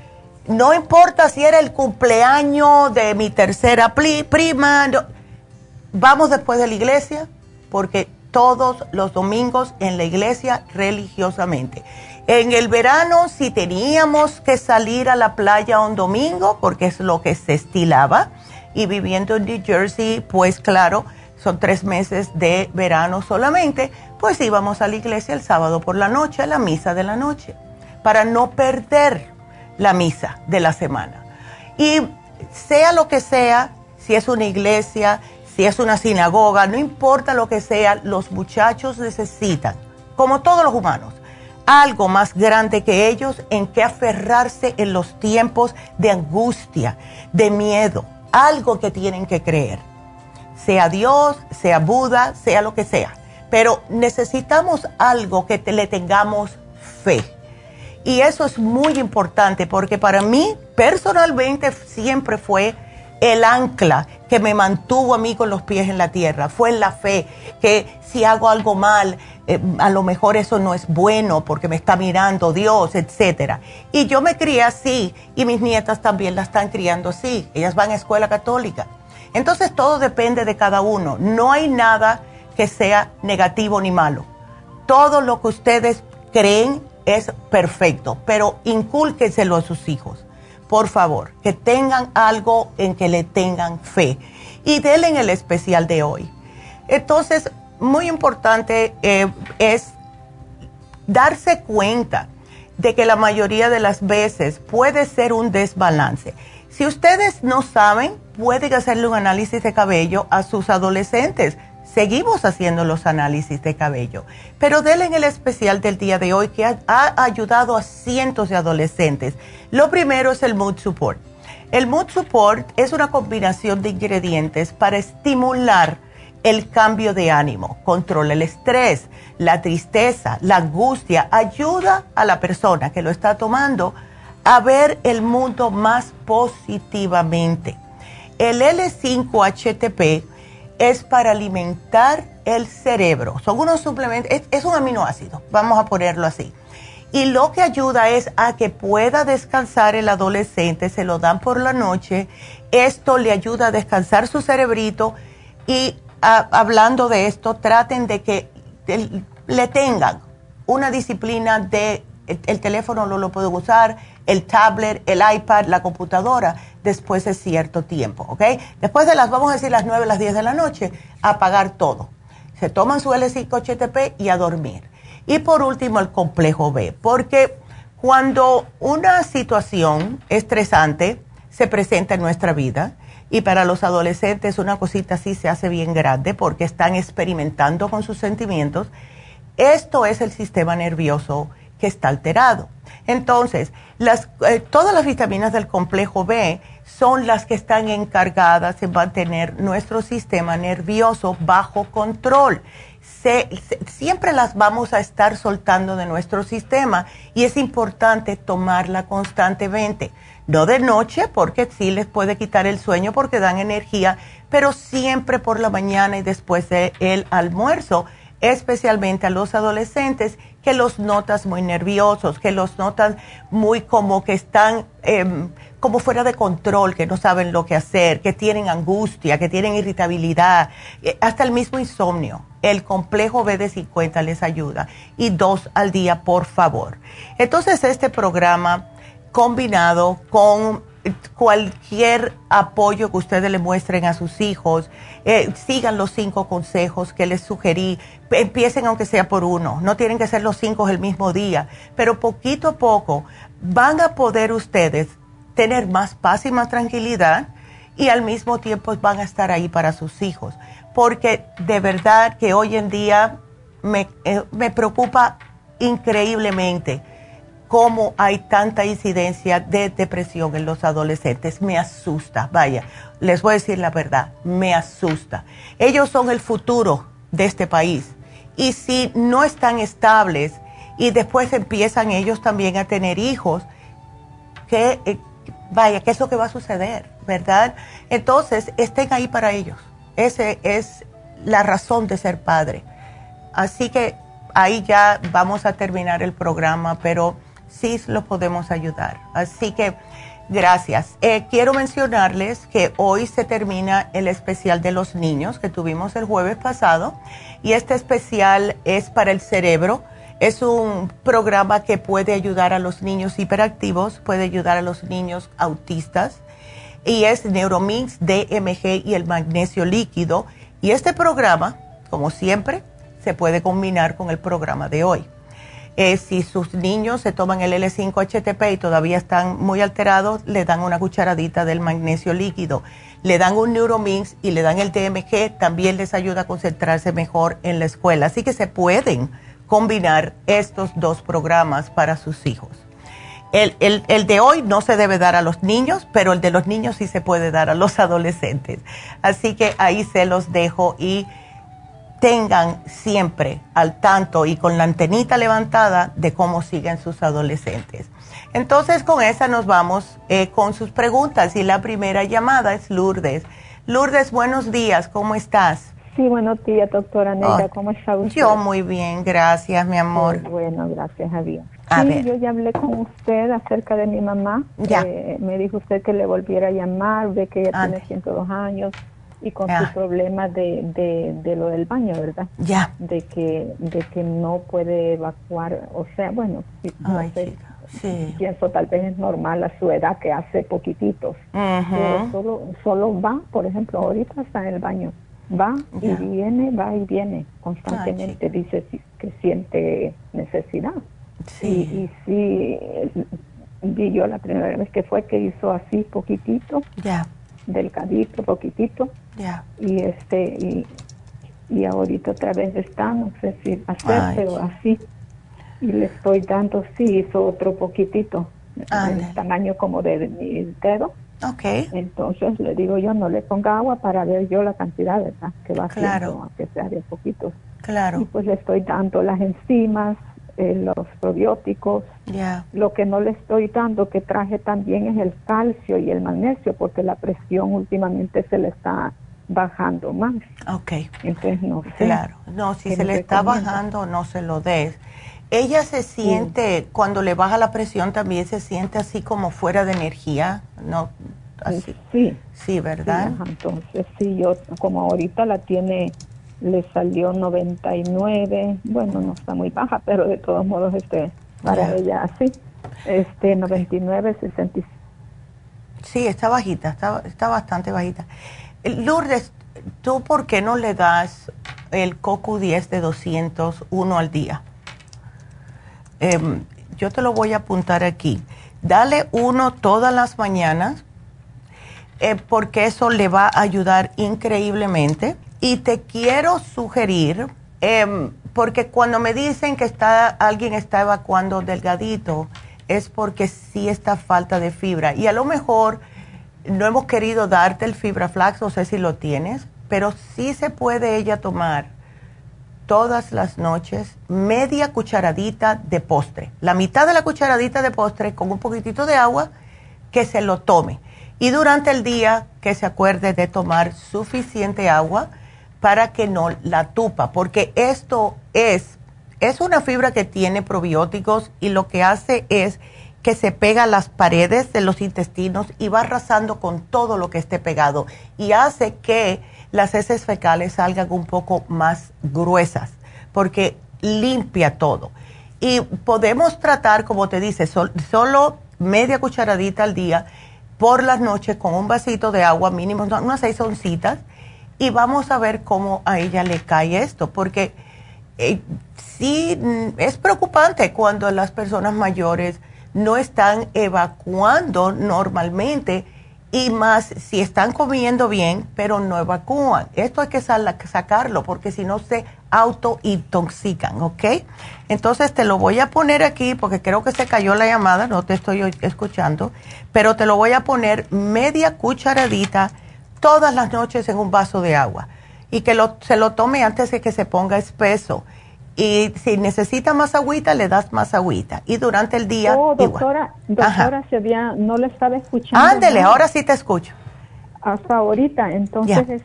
No importa si era el cumpleaños de mi tercera prima, no. Vamos después de la iglesia, porque todos los domingos en la iglesia religiosamente. En el verano, si teníamos que salir a la playa un domingo, porque es lo que se estilaba, y viviendo en New Jersey, pues claro, son 3 meses de verano solamente, pues íbamos a la iglesia el sábado por la noche, a la misa de la noche, para no perder la misa de la semana. Y sea lo que sea, si es una iglesia, si es una sinagoga, no importa lo que sea, los muchachos necesitan, como todos los humanos, algo más grande que ellos en que aferrarse en los tiempos de angustia, de miedo, algo que tienen que creer. Sea Dios, sea Buda, sea lo que sea. Pero necesitamos algo que le tengamos fe. Y eso es muy importante porque para mí personalmente siempre fue el ancla que me mantuvo a mí con los pies en la tierra. Fue la fe que si hago algo mal, a lo mejor eso no es bueno porque me está mirando Dios, etcétera. Y yo me crié así y mis nietas también la están criando así. Ellas van a escuela católica. Entonces todo depende de cada uno. No hay nada que sea negativo ni malo. Todo lo que ustedes creen es perfecto, pero incúlquenselo a sus hijos. Por favor, que tengan algo en que le tengan fe. Y denle en el especial de hoy. Entonces, muy importante es darse cuenta de que la mayoría de las veces puede ser un desbalance. Si ustedes no saben, pueden hacerle un análisis de cabello a sus adolescentes. seguimos haciendo los análisis de cabello. Pero denle en el especial del día de hoy que ha ayudado a cientos de adolescentes. Lo primero es el Mood Support. El Mood Support es una combinación de ingredientes para estimular el cambio de ánimo, controla el estrés, la tristeza, la angustia, ayuda a la persona que lo está tomando a ver el mundo más positivamente. El L5-HTP es para alimentar el cerebro. Son unos suplementos, es un aminoácido, vamos a ponerlo así. Y lo que ayuda es a que pueda descansar el adolescente, se lo dan por la noche. Esto le ayuda a descansar su cerebrito y hablando de esto, traten de que le tengan una disciplina de el teléfono no lo pueden usar, el tablet, el iPad, la computadora, después de cierto tiempo, ¿ok? Después de vamos a decir las 9, las 10 de la noche, apagar todo. Se toman su L5-HTP y a dormir. Y por último, el complejo B, porque cuando una situación estresante se presenta en nuestra vida, y para los adolescentes una cosita así se hace bien grande porque están experimentando con sus sentimientos, esto es el sistema nervioso que está alterado. Entonces, todas las vitaminas del complejo B son las que están encargadas de mantener nuestro sistema nervioso bajo control. Siempre las vamos a estar soltando de nuestro sistema y es importante tomarla constantemente. No de noche, porque sí les puede quitar el sueño porque dan energía, pero siempre por la mañana y después del almuerzo, especialmente a los adolescentes que los notas muy nerviosos, que los notas muy como que están como fuera de control, que no saben lo que hacer, que tienen angustia, que tienen irritabilidad, hasta el mismo insomnio. El complejo B de 50 les ayuda y 2 al día, por favor. Entonces, este programa combinado con cualquier apoyo que ustedes le muestren a sus hijos, sigan los 5 consejos que les sugerí, empiecen aunque sea por uno, no tienen que ser los 5 el mismo día, pero poquito a poco van a poder ustedes tener más paz y más tranquilidad y al mismo tiempo van a estar ahí para sus hijos, porque de verdad que hoy en día me preocupa increíblemente cómo hay tanta incidencia de depresión en los adolescentes. Me asusta, vaya, les voy a decir la verdad, me asusta. Ellos son el futuro de este país y si no están estables y después empiezan ellos también a tener hijos, ¿qué es lo que va a suceder, verdad? Entonces, estén ahí para ellos. Esa es la razón de ser padre. Así que ahí ya vamos a terminar el programa, pero sí los podemos ayudar. Así que gracias. Quiero mencionarles que hoy se termina el especial de los niños que tuvimos el jueves pasado y este especial es para el cerebro. Es un programa que puede ayudar a los niños hiperactivos, puede ayudar a los niños autistas y es Neuromix, DMG y el magnesio líquido. Y este programa, como siempre, se puede combinar con el programa de hoy. Si sus niños se toman el L5-HTP y todavía están muy alterados, le dan una cucharadita del magnesio líquido. Le dan un Neuromix y le dan el DMG, también les ayuda a concentrarse mejor en la escuela. Así que se pueden combinar estos 2 programas para sus hijos. El de hoy no se debe dar a los niños, pero el de los niños sí se puede dar a los adolescentes. Así que ahí se los dejo y tengan siempre al tanto y con la antenita levantada de cómo siguen sus adolescentes. Entonces, con esa nos vamos con sus preguntas. Y la primera llamada es Lourdes. Lourdes, buenos días, ¿cómo estás?
Sí, buenos días, doctora Neida, ¿cómo está usted?
Yo muy bien, gracias, mi amor.
Bueno, gracias a Dios.
A ver.
Yo ya hablé con usted acerca de mi mamá.
Ya.
Me dijo usted que le volviera a llamar, ve que ella tiene 102 años. Y con su problema de lo del baño, ¿verdad?
Ya.
De que no puede evacuar, o sea, bueno, no sé,
sí.
Pienso tal vez es normal a su edad que hace poquititos. Pero solo va, por ejemplo, ahorita está en el baño, va y viene constantemente, dice que siente necesidad.
Sí.
Y sí, vi yo la primera vez que fue que hizo así poquitito.
Ya.
Delgadito, poquitito, y y ahorita otra vez está, no sé si hacérselo así. Y le estoy dando, sí, hizo otro poquitito, el tamaño como de mi dedo.
Okay.
Entonces le digo yo, no le ponga agua para ver yo la cantidad, ¿verdad? Que va haciendo, aunque sea de poquito.
Claro.
Y pues le estoy dando las enzimas, los probióticos. Lo que no le estoy dando, que traje también, es el calcio y el magnesio, porque la presión últimamente se le está bajando más.
Okay.
Entonces no sé.
Claro. No, si se le está bajando, no se lo des. Ella se siente, cuando le baja la presión, también se siente así como fuera de energía, ¿no? Así. Sí, ¿verdad?
Sí, entonces, sí, yo, como ahorita la tiene, le salió 99, bueno, no está muy baja, pero de todos modos, para ella así, 99, 60.
Sí, está bajita, está bastante bajita. Lourdes, ¿tú por qué no le das el CoQ10 de 200 uno al día? Yo te lo voy a apuntar aquí. Dale uno todas las mañanas, porque eso le va a ayudar increíblemente. Y te quiero sugerir, porque cuando me dicen que alguien está evacuando delgadito, es porque sí está falta de fibra. Y a lo mejor no hemos querido darte el Fibra Flax, no sé si lo tienes, pero sí se puede ella tomar todas las noches media cucharadita de postre, la mitad de la cucharadita de postre con un poquitito de agua, que se lo tome. Y durante el día que se acuerde de tomar suficiente agua para que no la tupa, porque esto es una fibra que tiene probióticos y lo que hace es que se pega a las paredes de los intestinos y va arrasando con todo lo que esté pegado y hace que las heces fecales salgan un poco más gruesas, porque limpia todo. Y podemos tratar, como te dice, solo media cucharadita al día por las noches con un vasito de agua, mínimo unas 6 oncitas, y vamos a ver cómo a ella le cae esto, porque sí es preocupante cuando las personas mayores no están evacuando normalmente, y más si están comiendo bien, pero no evacúan. Esto hay que sacarlo, porque si no se autointoxican, ¿ok? Entonces te lo voy a poner aquí, porque creo que se cayó la llamada, no te estoy escuchando, pero te lo voy a poner media cucharadita todas las noches en un vaso de agua, y que se lo tome antes de que se ponga espeso. Y si necesita más agüita, le das más agüita. Y durante el día,
doctora, no le estaba escuchando.
Ándele, ahora sí te escucho.
Hasta ahorita, entonces,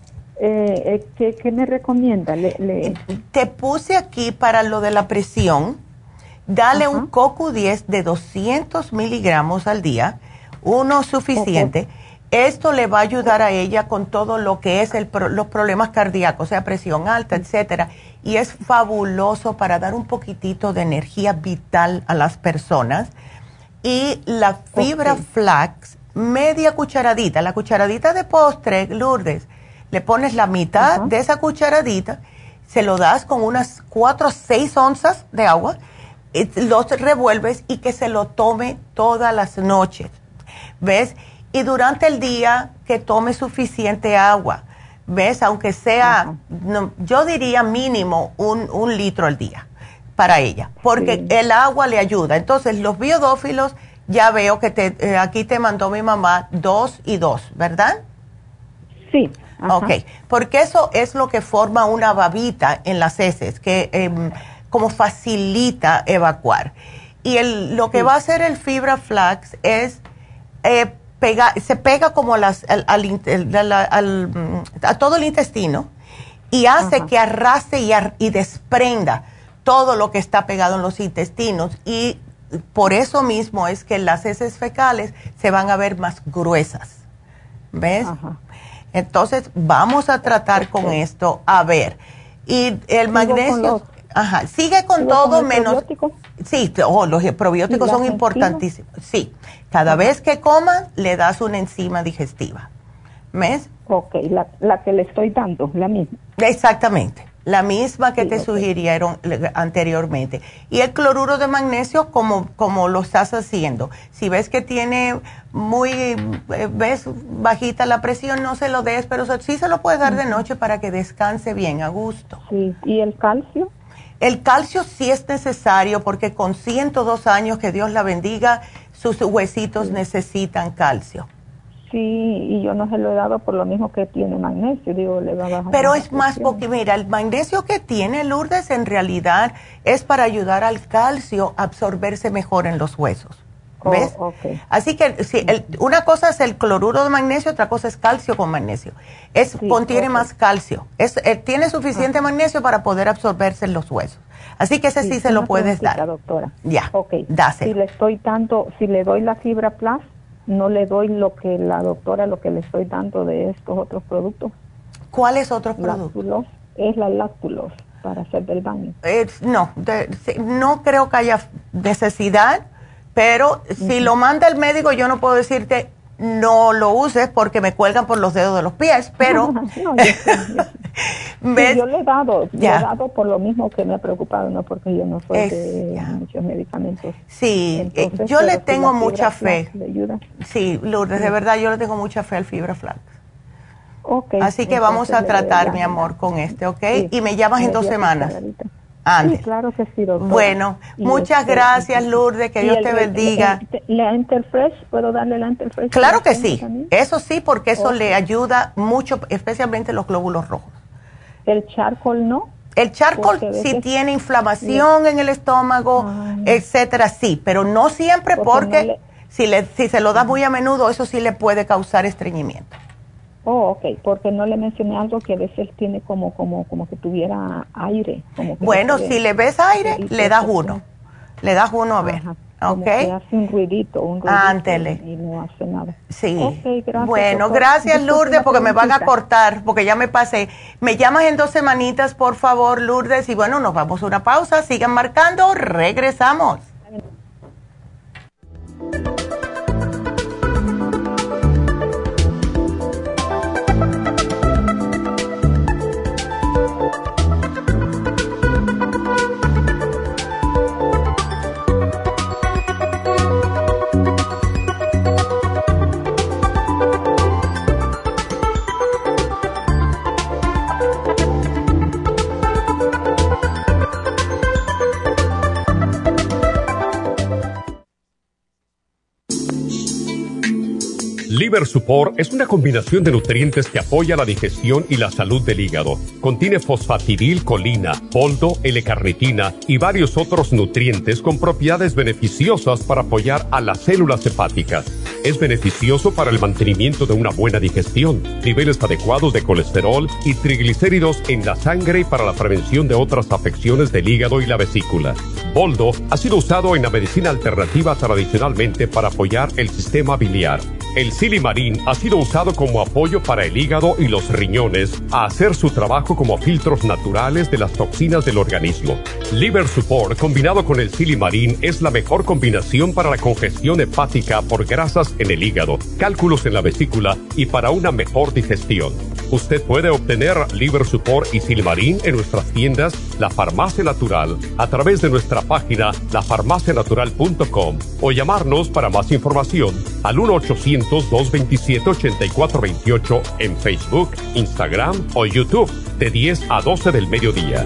¿qué me recomienda?
Te puse aquí para lo de la presión. Dale un CoQ10 de 200 miligramos al día, uno suficiente. Esto le va a ayudar a ella con todo lo que es los problemas cardíacos, o sea, presión alta, etcétera. Y es fabuloso para dar un poquitito de energía vital a las personas. Y la fibra flax, media cucharadita, la cucharadita de postre, Lourdes, le pones la mitad de esa cucharadita, se lo das con unas 4 o 6 onzas de agua, los revuelves y que se lo tome todas las noches, ¿ves? Y durante el día que tome suficiente agua, ¿ves? Aunque sea, no, yo diría mínimo un litro al día para ella, porque el agua le ayuda. Entonces, los biodófilos, ya veo que aquí te mandó mi mamá 2 y 2, ¿verdad?
Sí.
Ok, porque eso es lo que forma una babita en las heces, que como facilita evacuar. Y lo que va a hacer el Fibra Flax es... se pega como a todo el intestino y hace que arrase y desprenda todo lo que está pegado en los intestinos, y por eso mismo es que las heces fecales se van a ver más gruesas, ¿ves? Entonces vamos a tratar con esto, a ver. Y el magnesio, sigue con todo menos... Sí, los probióticos son importantísimos. Sí, cada vez que coman, le das una enzima digestiva. ¿Ves?
Ok, la que le estoy dando, la misma.
Exactamente. la misma que te sugirieron anteriormente. Y el cloruro de magnesio, como lo estás haciendo. Si ves que tiene ves bajita la presión, no se lo des, pero sí se lo puedes dar de noche para que descanse bien, a gusto.
Sí, ¿y el calcio?
El calcio sí es necesario porque con 102 años, que Dios la bendiga, sus huesitos necesitan calcio.
Sí, y yo no se lo he dado por lo mismo que tiene magnesio, digo, le va a bajar.
Pero es más porque, mira, el magnesio que tiene Lourdes en realidad es para ayudar al calcio a absorberse mejor en los huesos. ¿Ves?
Okay.
Así que sí, una cosa es el cloruro de magnesio, otra cosa es calcio con magnesio. Contiene más calcio. Tiene suficiente magnesio para poder absorberse en los huesos. Así que ese sí se lo puedes dar.
Doctora.
Ya,
Si
dáselo.
le doy la Fibra Plus, no le doy lo que le estoy dando de estos otros productos.
¿Cuáles otros productos?
Es la láctulos para hacer del baño.
No creo que haya necesidad, pero si lo manda el médico, yo no puedo decirte no lo uses porque me cuelgan por los dedos de los pies, pero
yo le he dado por lo mismo que me ha preocupado, no porque yo no soy de muchos medicamentos.
Sí, entonces, yo le tengo mucha fe. Sí, Lourdes, de verdad yo le tengo mucha fe al Fibra Flax.
Okay,
así que vamos a tratar, mi amor, con ¿ok? Sí, y me llamas en 2 semanas.
Sí, claro que sí, doctora.
Bueno, muchas gracias, Lourdes, que Dios te bendiga.
¿La Enterfresh? ¿Puedo darle la Enterfresh?
Claro que sí, también? Eso sí, porque eso le ayuda mucho, especialmente los glóbulos rojos.
¿El charcoal no?
El charcoal sí tiene inflamación en el estómago, etcétera, sí, pero no siempre porque si se lo da muy a menudo, eso sí le puede causar estreñimiento.
Ok, porque no le mencioné algo que a veces tiene como que tuviera aire.
Bueno, si le ves aire, le das uno. Le das uno a ver.
Como que hace un ruidito
Ándele.
Y no hace nada.
Sí.
Okay, gracias,
bueno,
doctor.
gracias, Lourdes, porque me van a cortar, porque ya me pasé. Me llamas en 2 semanitas, por favor, Lourdes, y bueno, nos vamos a una pausa. Sigan marcando, regresamos.
Liver Support es una combinación de nutrientes que apoya la digestión y la salud del hígado. Contiene fosfatidilcolina, boldo, L-carnitina y varios otros nutrientes con propiedades beneficiosas para apoyar a las células hepáticas. Es beneficioso para el mantenimiento de una buena digestión, niveles adecuados de colesterol y triglicéridos en la sangre y para la prevención de otras afecciones del hígado y la vesícula. Boldo ha sido usado en la medicina alternativa tradicionalmente para apoyar el sistema biliar. El Silimarín ha sido usado como apoyo para el hígado y los riñones a hacer su trabajo como filtros naturales de las toxinas del organismo. Liver Support combinado con el Silimarín es la mejor combinación para la congestión hepática por grasas en el hígado, cálculos en la vesícula y para una mejor digestión. Usted puede obtener Liver Support y Silimarín en nuestras tiendas La Farmacia Natural a través de nuestra página lafarmacianatural.com o llamarnos para más información al 1-800-227-8428 en Facebook, Instagram o YouTube de 10 a 12 del mediodía.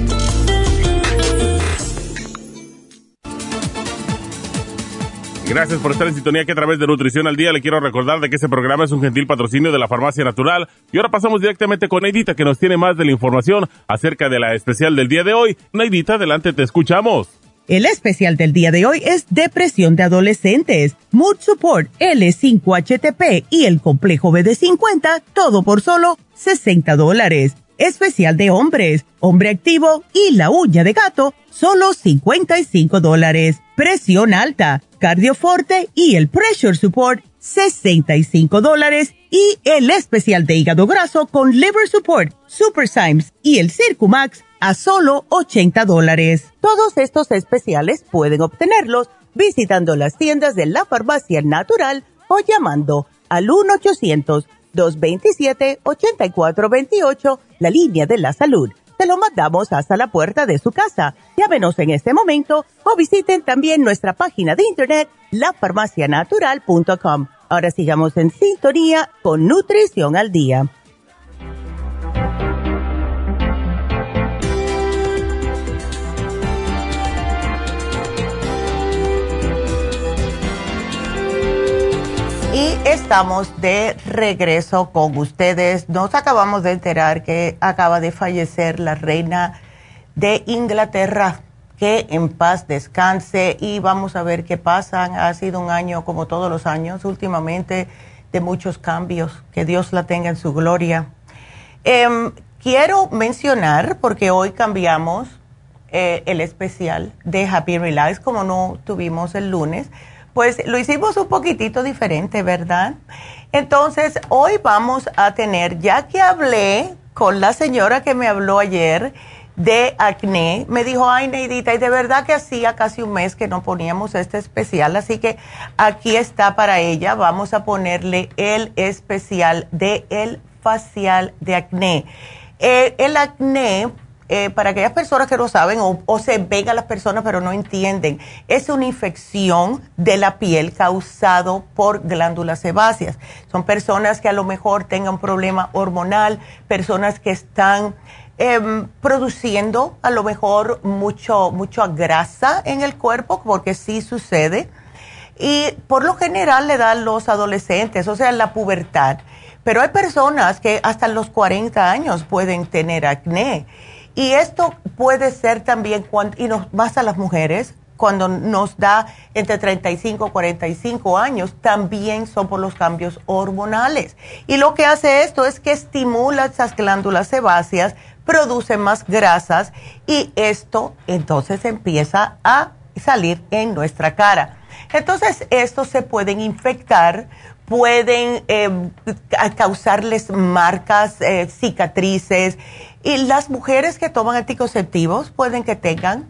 Gracias por estar en sintonía que a través de Nutrición al Día le quiero recordar de que este programa es un gentil patrocinio de la Farmacia Natural. Y ahora pasamos directamente con Neidita, que nos tiene más de la información acerca de la especial del día de hoy. Neidita, adelante, te escuchamos.
El especial del día de hoy es depresión de adolescentes, Mood Support, L5-HTP y el complejo BD50, todo por solo $60. Especial de hombres, hombre activo y la uña de gato, solo $55. Presión alta, cardioforte y el pressure support, $65. Y el especial de hígado graso con liver support, Super Symes y el Circumax a solo $80. Todos estos especiales pueden obtenerlos visitando las tiendas de la Farmacia Natural o llamando al 1-800-227-8428, la línea de la salud. te lo mandamos hasta la puerta de su casa. Llámenos en este momento o visiten también nuestra página de internet, lafarmacianatural.com. Ahora sigamos en sintonía con Nutrición al Día.
Y estamos de regreso con ustedes. Nos acabamos de enterar que acaba de fallecer la reina de Inglaterra. Que en paz descanse y vamos a ver qué pasa. Ha sido un año, como todos los años, últimamente, de muchos cambios. Que Dios la tenga en su gloria. Quiero mencionar, porque hoy cambiamos el especial de Happy Relax, como no tuvimos el lunes, pues lo hicimos un poquitito diferente, ¿verdad? Entonces, hoy vamos a tener, ya que hablé con la señora que me habló ayer de acné, me dijo, ay, Neidita, y de verdad que hacía casi un mes que no poníamos este especial, así que aquí está para ella. Vamos a ponerle el especial de el facial de acné. El acné, para aquellas personas que no saben o se ven a las personas pero no entienden, es una infección de la piel causado por glándulas sebáceas. Son personas que a lo mejor tengan un problema hormonal, personas que están produciendo a lo mejor mucha grasa en el cuerpo, porque sí sucede, y por lo general le dan los adolescentes, o sea, en la pubertad. Pero hay personas que hasta los 40 años pueden tener acné. Y esto puede ser también, y más a las mujeres, cuando nos da entre 35 y 45 años, también son por los cambios hormonales. Y lo que hace esto es que estimula esas glándulas sebáceas, produce más grasas y esto entonces empieza a salir en nuestra cara. Entonces, estos se pueden infectar, pueden causarles marcas, cicatrices. Y las mujeres que toman anticonceptivos pueden que tengan.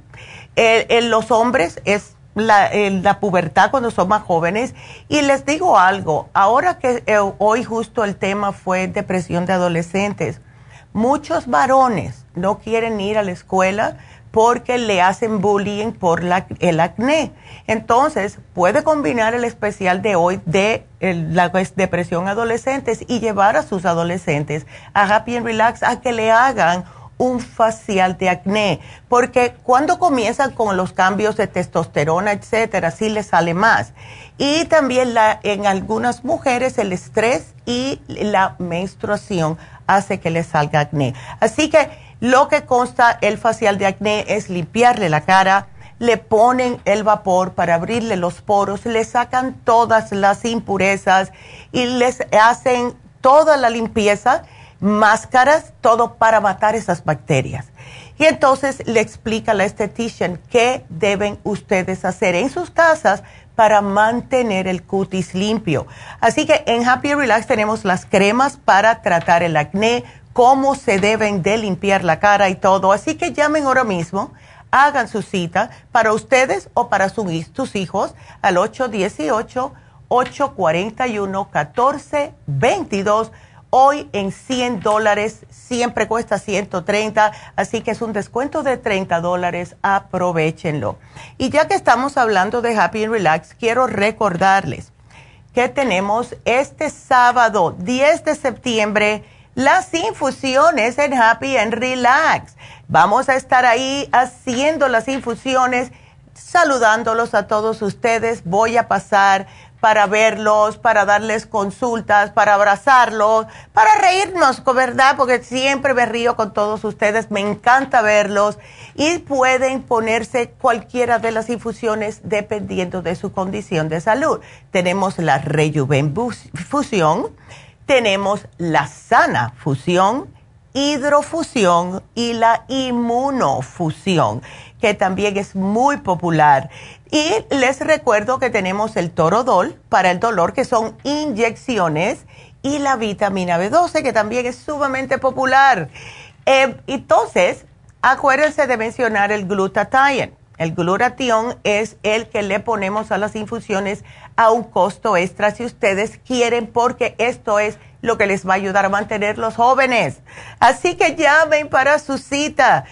Los hombres es la pubertad cuando son más jóvenes. Y les digo algo, ahora que hoy justo el tema fue depresión de adolescentes, muchos varones no quieren ir a la escuela porque le hacen bullying por el acné. Entonces, puede combinar el especial de hoy de la depresión adolescentes y llevar a sus adolescentes a Happy and Relax a que le hagan un facial de acné. Porque cuando comienzan con los cambios de testosterona, etcétera, sí les sale más. Y también en algunas mujeres el estrés y la menstruación hace que les salga acné. Así que lo que consta el facial de acné es limpiarle la cara, le ponen el vapor para abrirle los poros, le sacan todas las impurezas y les hacen toda la limpieza, máscaras, todo para matar esas bacterias. Y entonces le explica a la esthetician qué deben ustedes hacer en sus casas para mantener el cutis limpio. Así que en Happy Relax tenemos las cremas para tratar el acné, cómo se deben de limpiar la cara y todo. Así que llamen ahora mismo, hagan su cita para ustedes o para tus hijos al 818-841-1422. Hoy en $100, siempre cuesta $130, así que es un descuento de $30, aprovechenlo. Y ya que estamos hablando de Happy and Relax, quiero recordarles que tenemos este sábado, 10 de septiembre, las infusiones en Happy and Relax. Vamos a estar ahí haciendo las infusiones, saludándolos a todos ustedes. Voy a pasar para verlos, para darles consultas, para abrazarlos, para reírnos, ¿verdad? Porque siempre me río con todos ustedes, me encanta verlos. Y pueden ponerse cualquiera de las infusiones dependiendo de su condición de salud. Tenemos la Rejuven Fusión, tenemos la Sana Fusión, Hidrofusión y la Inmunofusión, que también es muy popular. Y les recuerdo que tenemos el Torodol para el dolor, que son inyecciones, y la vitamina B12, que también es sumamente popular. Entonces, acuérdense de mencionar el Glutathione, El Glutatión es el que le ponemos a las infusiones a un costo extra si ustedes quieren, porque esto es lo que les va a ayudar a mantenerlos jóvenes. Así que llamen para su cita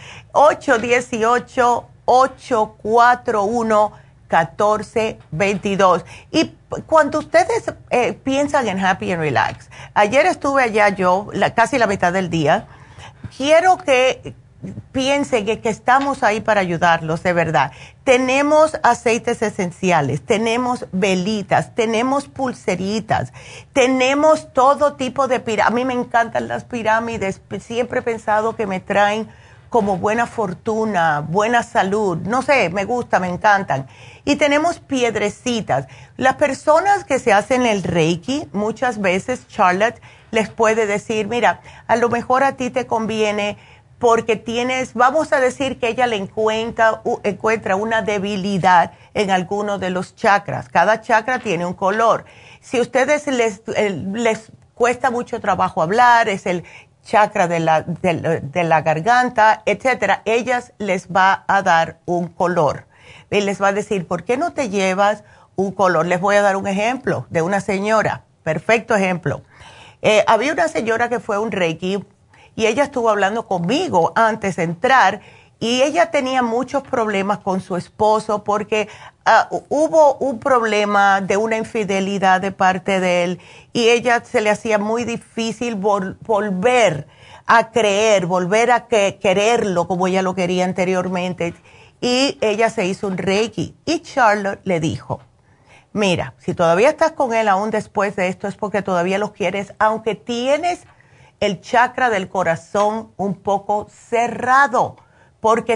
818-841-1422. Y cuando ustedes piensan en Happy and Relax, ayer estuve allá yo casi la mitad del día, quiero que piensen que estamos ahí para ayudarlos, de verdad. Tenemos aceites esenciales, tenemos velitas, tenemos pulseritas, tenemos todo tipo de pirámides. A mí me encantan las pirámides, siempre he pensado que me traen como buena fortuna, buena salud, no sé, me gusta, me encantan. Y tenemos piedrecitas. Las personas que se hacen el Reiki, muchas veces Charlotte les puede decir, mira, a lo mejor a ti te conviene porque tienes, vamos a decir que ella le encuentra una debilidad en alguno de los chakras. Cada chakra tiene un color. Si a ustedes les cuesta mucho trabajo hablar, es el chakra de la garganta, etcétera, ellas les va a dar un color. Y les va a decir, ¿por qué no te llevas un color? Les voy a dar un ejemplo de una señora, perfecto ejemplo. Había una señora que fue un Reiki, y ella estuvo hablando conmigo antes de entrar y ella tenía muchos problemas con su esposo porque hubo un problema de una infidelidad de parte de él y ella se le hacía muy difícil volver a creer, volver a quererlo como ella lo quería anteriormente. Y ella se hizo un Reiki y Charlotte le dijo, mira, si todavía estás con él aún después de esto es porque todavía lo quieres, aunque tienes el chakra del corazón un poco cerrado, porque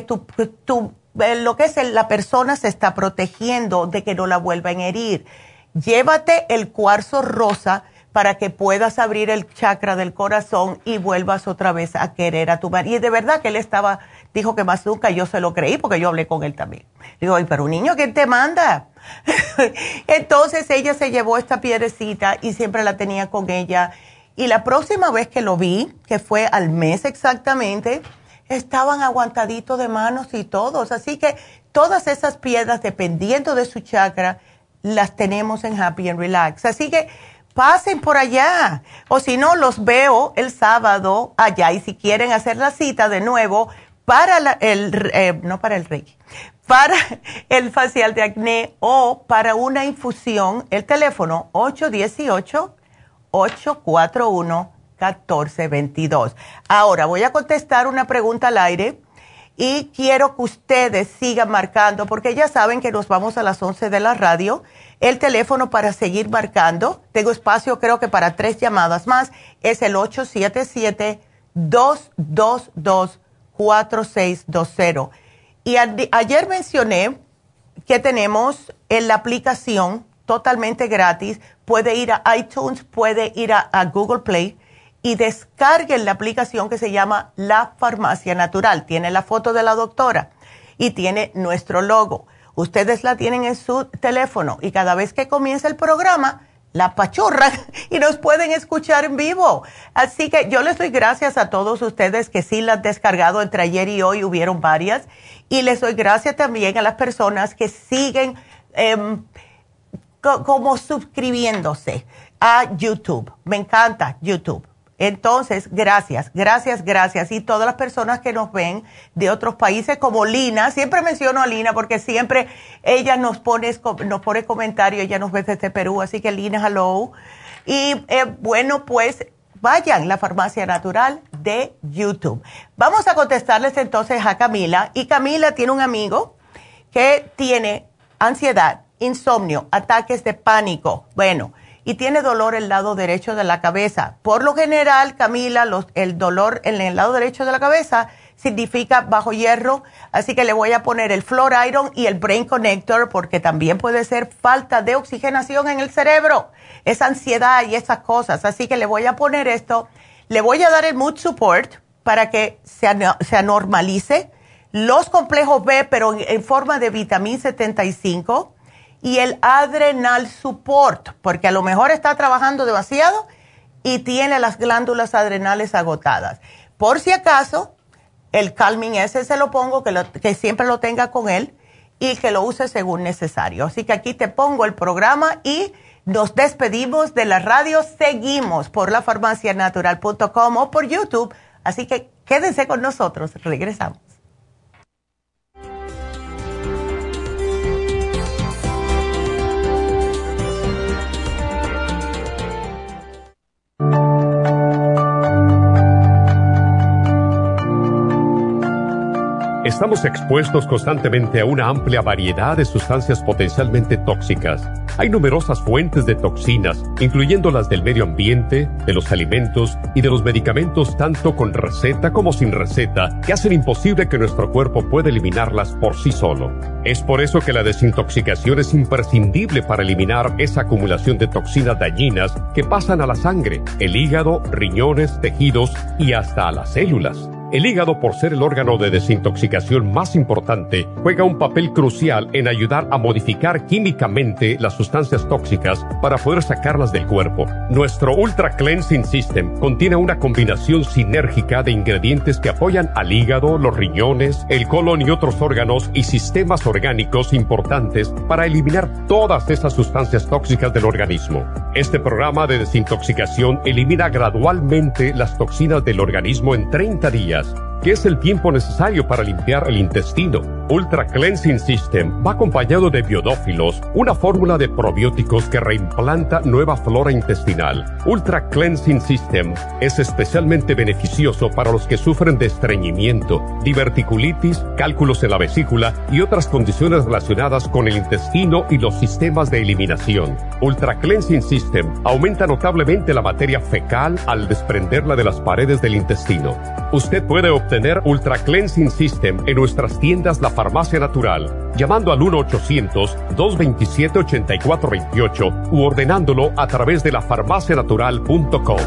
lo que es la persona se está protegiendo de que no la vuelvan a herir. Llévate el cuarzo rosa para que puedas abrir el chakra del corazón y vuelvas otra vez a querer a tu marido. Y de verdad que él dijo que más nunca, yo se lo creí porque yo hablé con él también. Digo, ay, pero un niño, ¿quién te manda? Entonces ella se llevó esta piedrecita y siempre la tenía con ella. Y la próxima vez que lo vi, que fue al mes exactamente, estaban aguantaditos de manos y todos. Así que todas esas piedras, dependiendo de su chakra, las tenemos en Happy and Relax. Así que pasen por allá. O si no, los veo el sábado allá. Y si quieren hacer la cita de nuevo para no para el Reiki, para el facial de acné o para una infusión, el teléfono 818-841-1422. Ahora voy a contestar una pregunta al aire y quiero que ustedes sigan marcando porque ya saben que nos vamos a las 11 de la radio. El teléfono para seguir marcando, tengo espacio creo que para 3 llamadas más, es el 877-222-4620. Y ayer mencioné que tenemos en la aplicación totalmente gratis. Puede ir a iTunes, puede ir a Google Play y descarguen la aplicación que se llama La Farmacia Natural. Tiene la foto de la doctora y tiene nuestro logo. Ustedes la tienen en su teléfono y cada vez que comienza el programa, la apachurran y nos pueden escuchar en vivo. Así que yo les doy gracias a todos ustedes que sí la han descargado. Entre ayer y hoy hubieron varias. Y les doy gracias también a las personas que siguen como suscribiéndose a YouTube. Me encanta YouTube. Entonces, gracias. Y todas las personas que nos ven de otros países como Lina, siempre menciono a Lina porque siempre ella nos pone comentarios, ella nos ve desde Perú, así que Lina, hello. Y bueno, pues vayan, La Farmacia Natural de YouTube. Vamos a contestarles entonces a Camila. Y Camila tiene un amigo que tiene ansiedad, insomnio, ataques de pánico. Bueno, y tiene dolor en el lado derecho de la cabeza. Por lo general, Camila, el dolor en el lado derecho de la cabeza significa bajo hierro, así que le voy a poner el Flor Iron y el Brain Connector porque también puede ser falta de oxigenación en el cerebro, esa ansiedad y esas cosas. Así que le voy a poner esto, le voy a dar el Mood Support para que se normalice, los complejos B, pero en forma de vitamina 75, y el Adrenal Support, porque a lo mejor está trabajando demasiado y tiene las glándulas adrenales agotadas. Por si acaso, el Calming ese se lo pongo, que siempre lo tenga con él, y que lo uses según necesario. Así que aquí te pongo el programa y nos despedimos de la radio. Seguimos por lafarmacianatural.com o por YouTube. Así que quédense con nosotros. Regresamos.
Estamos expuestos constantemente a una amplia variedad de sustancias potencialmente tóxicas. Hay numerosas fuentes de toxinas, incluyendo las del medio ambiente, de los alimentos y de los medicamentos, tanto con receta como sin receta, que hacen imposible que nuestro cuerpo pueda eliminarlas por sí solo. Es por eso que la desintoxicación es imprescindible para eliminar esa acumulación de toxinas dañinas que pasan a la sangre, el hígado, riñones, tejidos y hasta a las células. El hígado, por ser el órgano de desintoxicación más importante, juega un papel crucial en ayudar a modificar químicamente las sustancias tóxicas para poder sacarlas del cuerpo. Nuestro Ultra Cleansing System contiene una combinación sinérgica de ingredientes que apoyan al hígado, los riñones, el colon y otros órganos y sistemas orgánicos importantes para eliminar todas esas sustancias tóxicas del organismo. Este programa de desintoxicación elimina gradualmente las toxinas del organismo en 30 días, que es el tiempo necesario para limpiar el intestino. Ultra Cleansing System va acompañado de biodófilos, una fórmula de probióticos que reimplanta nueva flora intestinal. Ultra Cleansing System es especialmente beneficioso para los que sufren de estreñimiento, diverticulitis, cálculos en la vesícula y otras condiciones relacionadas con el intestino y los sistemas de eliminación. Ultra Cleansing System aumenta notablemente la materia fecal al desprenderla de las paredes del intestino. Usted puede obtener Ultra Cleansing System en nuestras tiendas La Farmacia Natural, llamando al 1-800-227-8428 u ordenándolo a través de lafarmacianatural.com.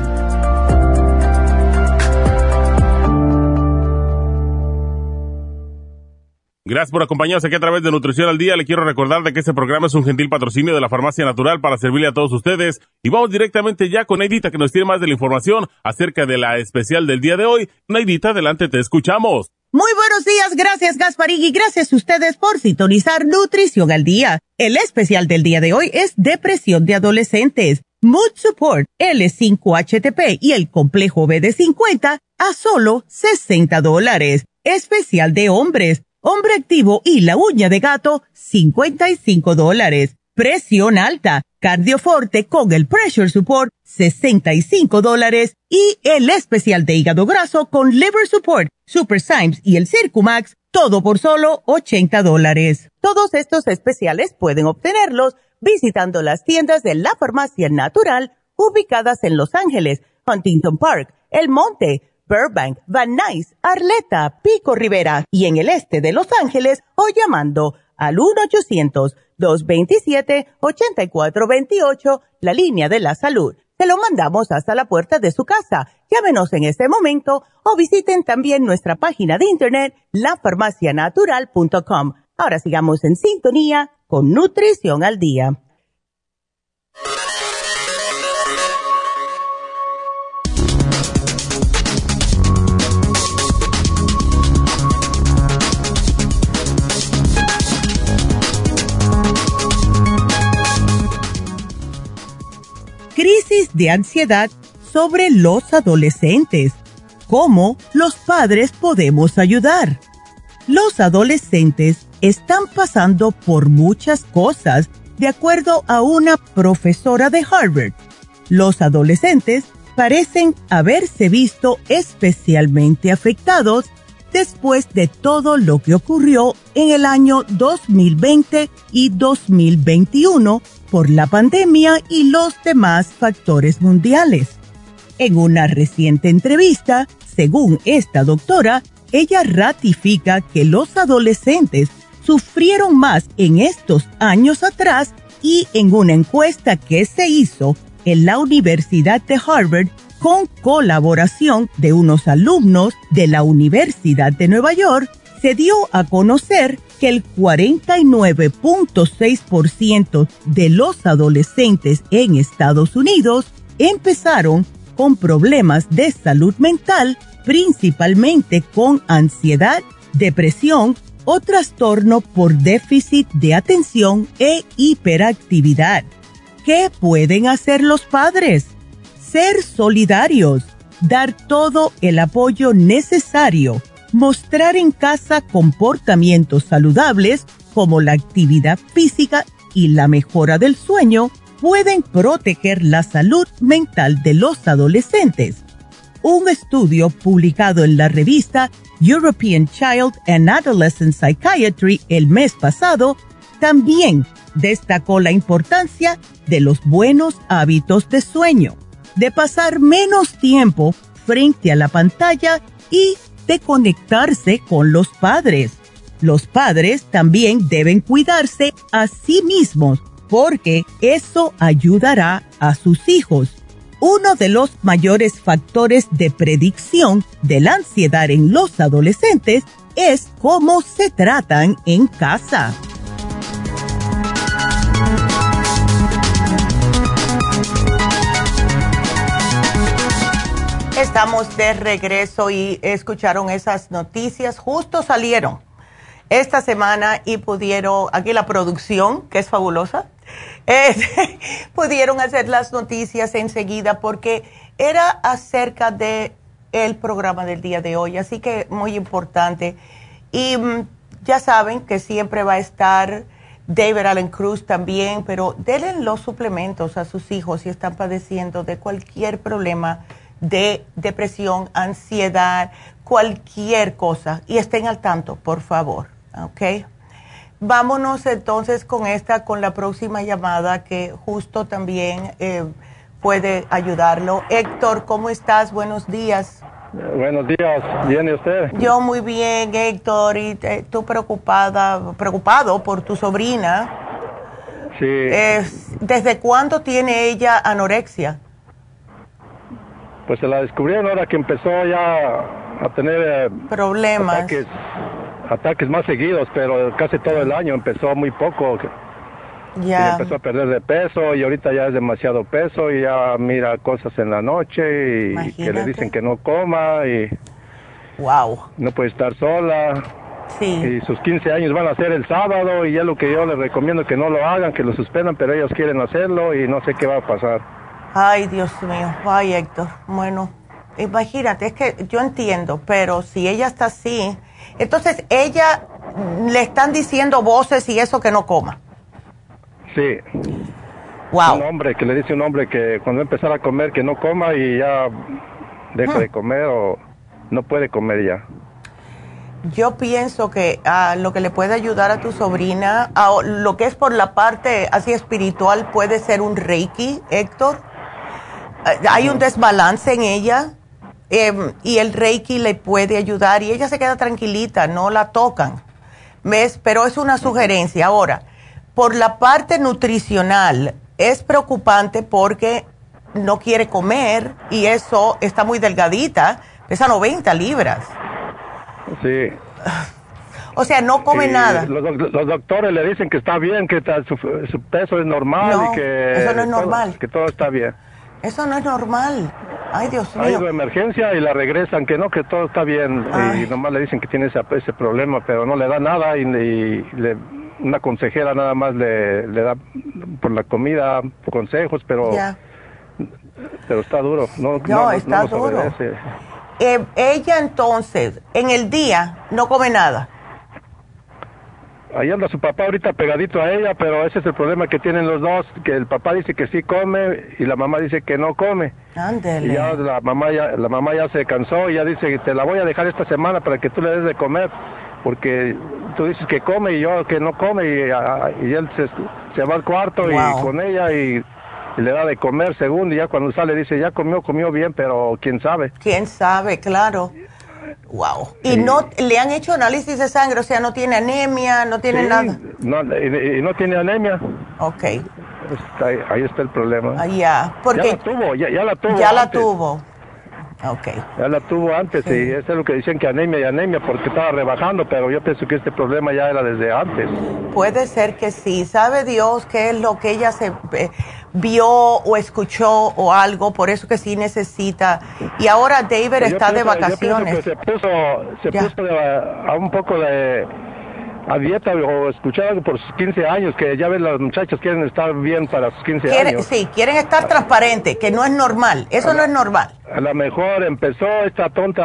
Gracias por acompañarnos aquí a través de Nutrición al Día. Le quiero recordar de que este programa es un gentil patrocinio de la Farmacia Natural para servirle a todos ustedes. Y vamos directamente ya con Neidita, que nos tiene más de la información acerca de la especial del día de hoy. Neidita, adelante, te escuchamos.
Muy buenos días, gracias Gasparín y gracias a ustedes por sintonizar Nutrición al Día. El especial del día de hoy es Depresión de Adolescentes, Mood Support, L5-HTP y el Complejo B de 50 a solo $60. Especial de hombres, Hombre Activo y la uña de gato, $55. Presión alta, Cardioforte con el Pressure Support, $65. Y el especial de hígado graso con Liver Support, Super Symes y el Circumax, todo por solo $80. Todos estos especiales pueden obtenerlos visitando las tiendas de la Farmacia Natural ubicadas en Los Ángeles, Huntington Park, El Monte, Burbank, Van Nuys, Arleta, Pico Rivera y en el este de Los Ángeles o llamando al 1-800-227-8428, la línea de la salud. Se lo mandamos hasta la puerta de su casa. Llámenos en este momento o visiten también nuestra página de internet, lafarmacianatural.com. Ahora sigamos en sintonía con Nutrición al Día. Crisis de ansiedad sobre los adolescentes. ¿Cómo los padres podemos ayudar? Los adolescentes están pasando por muchas cosas, de acuerdo a una profesora de Harvard. Los adolescentes parecen haberse visto especialmente afectados después de todo lo que ocurrió en el año 2020 y 2021 por la pandemia y los demás factores mundiales. En una reciente entrevista, según esta doctora, ella ratifica que los adolescentes sufrieron más en estos años atrás y en una encuesta que se hizo en la Universidad de Harvard con colaboración de unos alumnos de la Universidad de Nueva York, se dio a conocer que el 49.6% de los adolescentes en Estados Unidos empezaron con problemas de salud mental, principalmente con ansiedad, depresión o trastorno por déficit de atención e hiperactividad. ¿Qué pueden hacer los padres? Ser solidarios, dar todo el apoyo necesario, mostrar en casa comportamientos saludables como la actividad física y la mejora del sueño pueden proteger la salud mental de los adolescentes. Un estudio publicado en la revista European Child and Adolescent Psychiatry el mes pasado también destacó la importancia de los buenos hábitos de sueño, de pasar menos tiempo frente a la pantalla y de conectarse con los padres. Los padres también deben cuidarse a sí mismos porque eso ayudará a sus hijos. Uno de los mayores factores de predicción de la ansiedad en los adolescentes es cómo se tratan en casa.
Estamos de regreso y escucharon esas noticias, justo salieron esta semana y pudieron, aquí la producción, que es fabulosa, pudieron hacer las noticias enseguida porque era acerca de el programa del día de hoy, así que muy importante. Y ya saben que siempre va a estar David Allen Cruz también, pero denle los suplementos a sus hijos si están padeciendo de cualquier problema de depresión, ansiedad, cualquier cosa, y estén al tanto, por favor, ¿ok? Vámonos entonces con la próxima llamada que justo también puede ayudarlo. Héctor, ¿cómo estás? Buenos días.
Buenos días, ¿bien y usted?
Yo muy bien, Héctor, y tú preocupado por tu sobrina.
Sí.
¿Desde cuándo tiene ella anorexia?
Pues se la descubrieron ahora que empezó ya a tener
problemas.
Ataques más seguidos, pero casi todo el año empezó muy poco.
Ya.
Y empezó a perder de peso y ahorita ya es demasiado peso y ya mira cosas en la noche y que le dicen que no coma y no puede estar sola.
Sí.
Y sus 15 años van a ser el sábado y ya lo que yo les recomiendo que no lo hagan, que lo suspendan, pero ellos quieren hacerlo y no sé qué va a pasar.
Ay, Dios mío. Ay, Héctor. Bueno, imagínate, es que yo entiendo, pero si ella está así, entonces ella le están diciendo voces y eso que no coma.
Sí.
Wow.
Un hombre que le dice un hombre que cuando va a empezar a comer que no coma y ya deja de comer o no puede comer ya.
Yo pienso que lo que le puede ayudar a tu sobrina, lo que es por la parte así espiritual, puede ser un Reiki, Héctor. Hay un desbalance en ella y el Reiki le puede ayudar y ella se queda tranquilita, no la tocan. ¿Ves? Pero es una sugerencia. Ahora, por la parte nutricional, es preocupante porque no quiere comer y eso está muy delgadita, pesa 90 libras.
Sí.
O sea, no come nada.
Los doctores le dicen que está bien, que su peso es normal
no,
y que
eso no es normal.
Que todo está bien.
Eso no es normal. Ay, Dios mío.
Ha ido a emergencia y la regresan, que no, que todo está bien.
Ay.
Y nomás le dicen que tiene ese problema, pero no le da nada y una consejera nada más le da por la comida consejos, pero está duro. No
está duro. Ella entonces, en el día, no come nada.
Ahí anda su papá ahorita pegadito a ella, pero ese es el problema que tienen los dos, que el papá dice que sí come y la mamá dice que no come.
Ándele.
Y ya la mamá ya se cansó y ya dice, te la voy a dejar esta semana para que tú le des de comer, porque tú dices que come y yo que no come y él se va al cuarto y con ella y le da de comer según y ya cuando sale dice, ya comió bien, pero quién sabe.
Quién sabe, claro. Wow. ¿Y no le han hecho análisis de sangre? O sea, no tiene anemia, no tiene nada.
No, y no tiene anemia.
Ok.
Ahí está el problema.
Ya, porque
ya la tuvo.
Ya la tuvo. Ok.
Ya la tuvo antes y eso es lo que dicen que anemia porque estaba rebajando, pero yo pienso que este problema ya era desde antes.
Puede ser que sí. ¿Sabe Dios qué es lo que ella se vio o escuchó o algo? Por eso que sí necesita. Y ahora David está de vacaciones.
Yo pienso que se puso a un poco de a dieta o escuchar algo por sus 15 años, que ya ves, las muchachas quieren estar bien para sus 15 años.
Sí, quieren estar transparentes, que no es normal, eso no es normal.
A lo mejor empezó esta tonta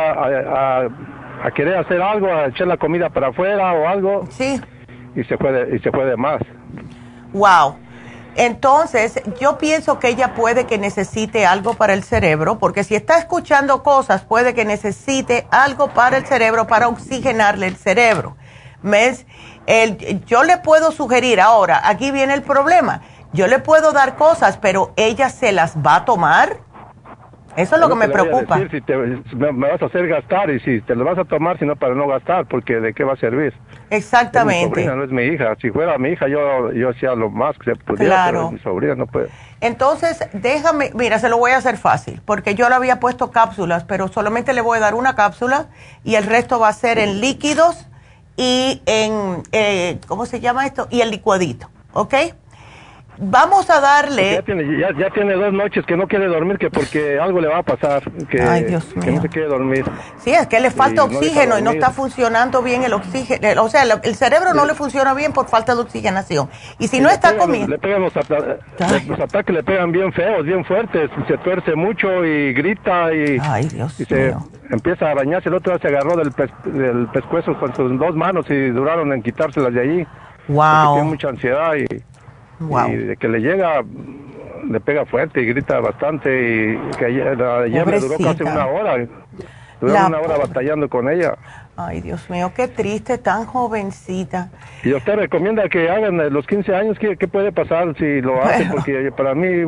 a querer hacer algo, a echar la comida para afuera o algo.
Sí.
Y se fue de más.
Wow. Entonces, yo pienso que ella puede que necesite algo para el cerebro, porque si está escuchando cosas, puede que necesite algo para el cerebro, para oxigenarle el cerebro. ¿Ves? Yo le puedo sugerir ahora, aquí viene el problema, yo le puedo dar cosas, pero ella se las va a tomar. Eso es lo que me preocupa.
Decir, me vas a hacer gastar, y si te lo vas a tomar, sino para no gastar, porque ¿de qué va a servir?
Exactamente.
Es mi sobrina, no es mi hija. Si fuera mi hija, yo hacía lo más que se pudiera,
claro.
Pero mi sobrina no puede.
Entonces, déjame, mira, se lo voy a hacer fácil, porque yo le había puesto cápsulas, pero solamente le voy a dar una cápsula y el resto va a ser en líquidos y en, ¿cómo se llama esto? Y el licuadito, ¿ok? Vamos a darle...
Ya tiene 2 noches que no quiere dormir, que porque algo le va a pasar,
Ay, Dios mío.
Que no se quiere dormir.
Sí, es que le falta oxígeno
no
y no está funcionando bien el oxígeno. O sea, el cerebro no le funciona bien por falta de oxigenación. Y si no está comiendo...
Le pegan los ataques, le pegan bien feos, bien fuertes. Se tuerce mucho y grita y...
Ay, Dios
y se empieza a arañarse. El otro día se agarró del pescuezo con sus 2 manos y duraron en quitárselas de allí.
Wow.
Tiene mucha ansiedad y de que le llega, le pega fuerte y grita bastante, y que ayer me duró casi 1 hora. Duró 1 hora batallando con ella.
Ay, Dios mío, qué triste, tan jovencita.
¿Y usted recomienda que hagan los 15 años? ¿Qué puede pasar si lo hacen? Porque para mí...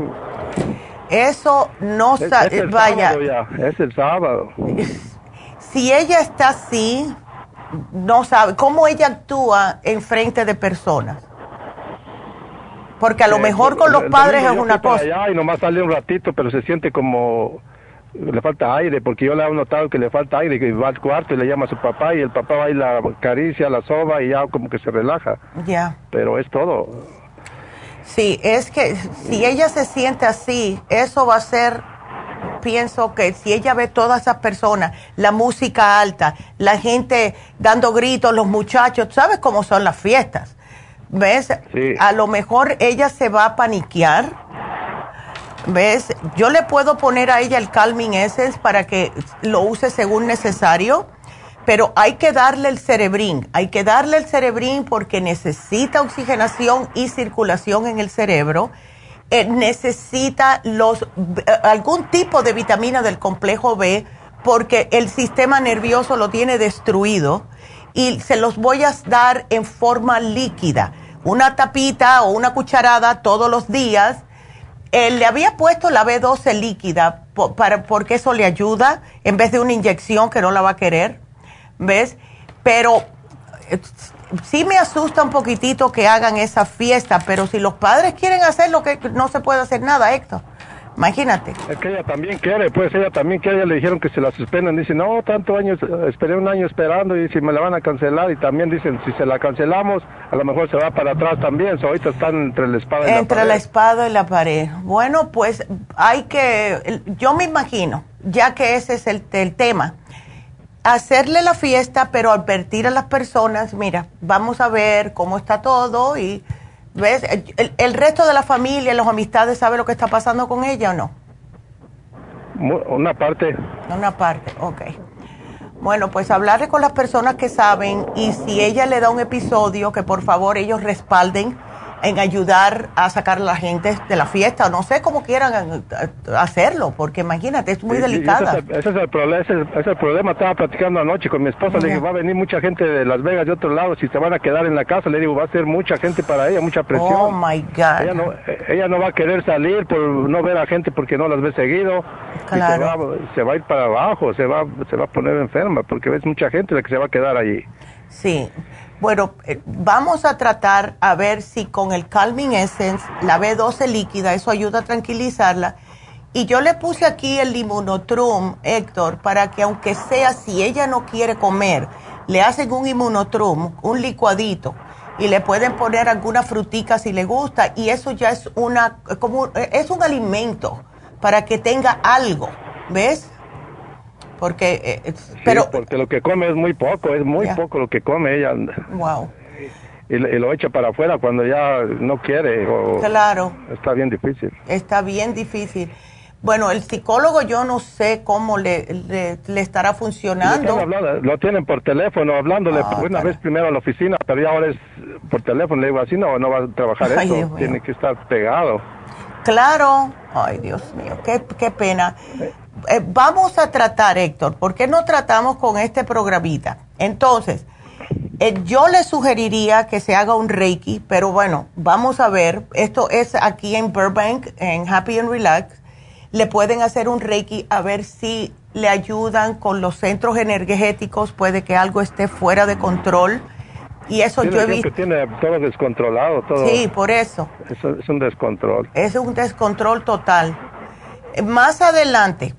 Eso no vaya.
Es el sábado.
Si ella está así, no sabe cómo ella actúa en frente de personas. Porque a lo mejor con los padres es una cosa.
Allá y nomás sale un ratito, pero se siente como le falta aire, porque yo le he notado que le falta aire, que va al cuarto y le llama a su papá y el papá va y la acaricia, la soba y ya como que se relaja.
Ya.
Pero es todo.
Sí, es que si ella se siente así, eso va a ser, pienso que si ella ve todas esas personas, la música alta, la gente dando gritos, los muchachos, ¿sabes cómo son las fiestas? ¿Ves?
Sí.
A lo mejor ella se va a paniquear. ¿Ves? Yo le puedo poner a ella el Calming Essence para que lo use según necesario, pero hay que darle el Cerebrin. Hay que darle el Cerebrin porque necesita oxigenación y circulación en el cerebro. Necesita algún tipo de vitamina del complejo B porque el sistema nervioso lo tiene destruido. Y se los voy a dar en forma líquida, una tapita o una cucharada todos los días. Le había puesto la B12 líquida porque eso le ayuda en vez de una inyección que no la va a querer, ¿ves? Pero sí me asusta un poquitito que hagan esa fiesta, pero si los padres quieren hacerlo, que no se puede hacer nada, Héctor. Imagínate.
Es que ella también quiere, ella le dijeron que se la suspendan, dice, no, tantos años, esperé 1 año esperando y si me la van a cancelar, y también dicen, si se la cancelamos, a lo mejor se va para atrás también, ahorita están entre la espada y la pared.
Entre la espada y la pared. Bueno, pues yo me imagino, ya que ese es el tema, hacerle la fiesta, pero advertir a las personas, mira, vamos a ver cómo está todo y... ¿Ves? ¿El resto de la familia, las amistades, sabe lo que está pasando con ella o no?
Una parte.
Una parte, ok. Bueno, pues hablarle con las personas que saben y si ella le da un episodio, que por favor ellos respalden en ayudar a sacar a la gente de la fiesta. No sé cómo quieran hacerlo, porque imagínate, es muy delicada.
Ese es el problema. Estaba platicando anoche con mi esposa, le dije, va a venir mucha gente de Las Vegas de otro lado, si se van a quedar en la casa, le digo, va a ser mucha gente para ella, mucha presión.
Oh, my God.
Ella no va a querer salir por no ver a gente porque no las ve seguido.
Claro.
Y se va a ir para abajo, se va a poner enferma, porque ves mucha gente la que se va a quedar allí.
Sí. Bueno, vamos a tratar a ver si con el Calming Essence, la B12 líquida, eso ayuda a tranquilizarla. Y yo le puse aquí el Immunotrum, Héctor, para que aunque sea, si ella no quiere comer, le hacen un Immunotrum, un licuadito, y le pueden poner alguna frutica si le gusta, y eso ya es es un alimento para que tenga algo, ¿ves? Porque,
porque lo que come es muy poco lo que come ella.
Wow.
y lo echa para afuera cuando ya no quiere.
Claro.
Está bien difícil.
Está bien difícil. Bueno, el psicólogo yo no sé cómo le estará funcionando.
Lo tienen por teléfono, hablándole una vez primero a la oficina, pero ya ahora es por teléfono. Le digo, así no va a trabajar esto, tiene que estar pegado.
Claro. Ay, Dios mío, qué pena. Vamos a tratar, Héctor, ¿por qué no tratamos con este programita? Entonces, yo le sugeriría que se haga un Reiki, pero bueno, vamos a ver. Esto es aquí en Burbank, en Happy and Relax. Le pueden hacer un Reiki a ver si le ayudan con los centros energéticos. Puede que algo esté fuera de control. Y eso yo he visto.
Que tiene todo descontrolado, todo.
Sí, por eso.
Es un descontrol.
Es un descontrol total. Más adelante,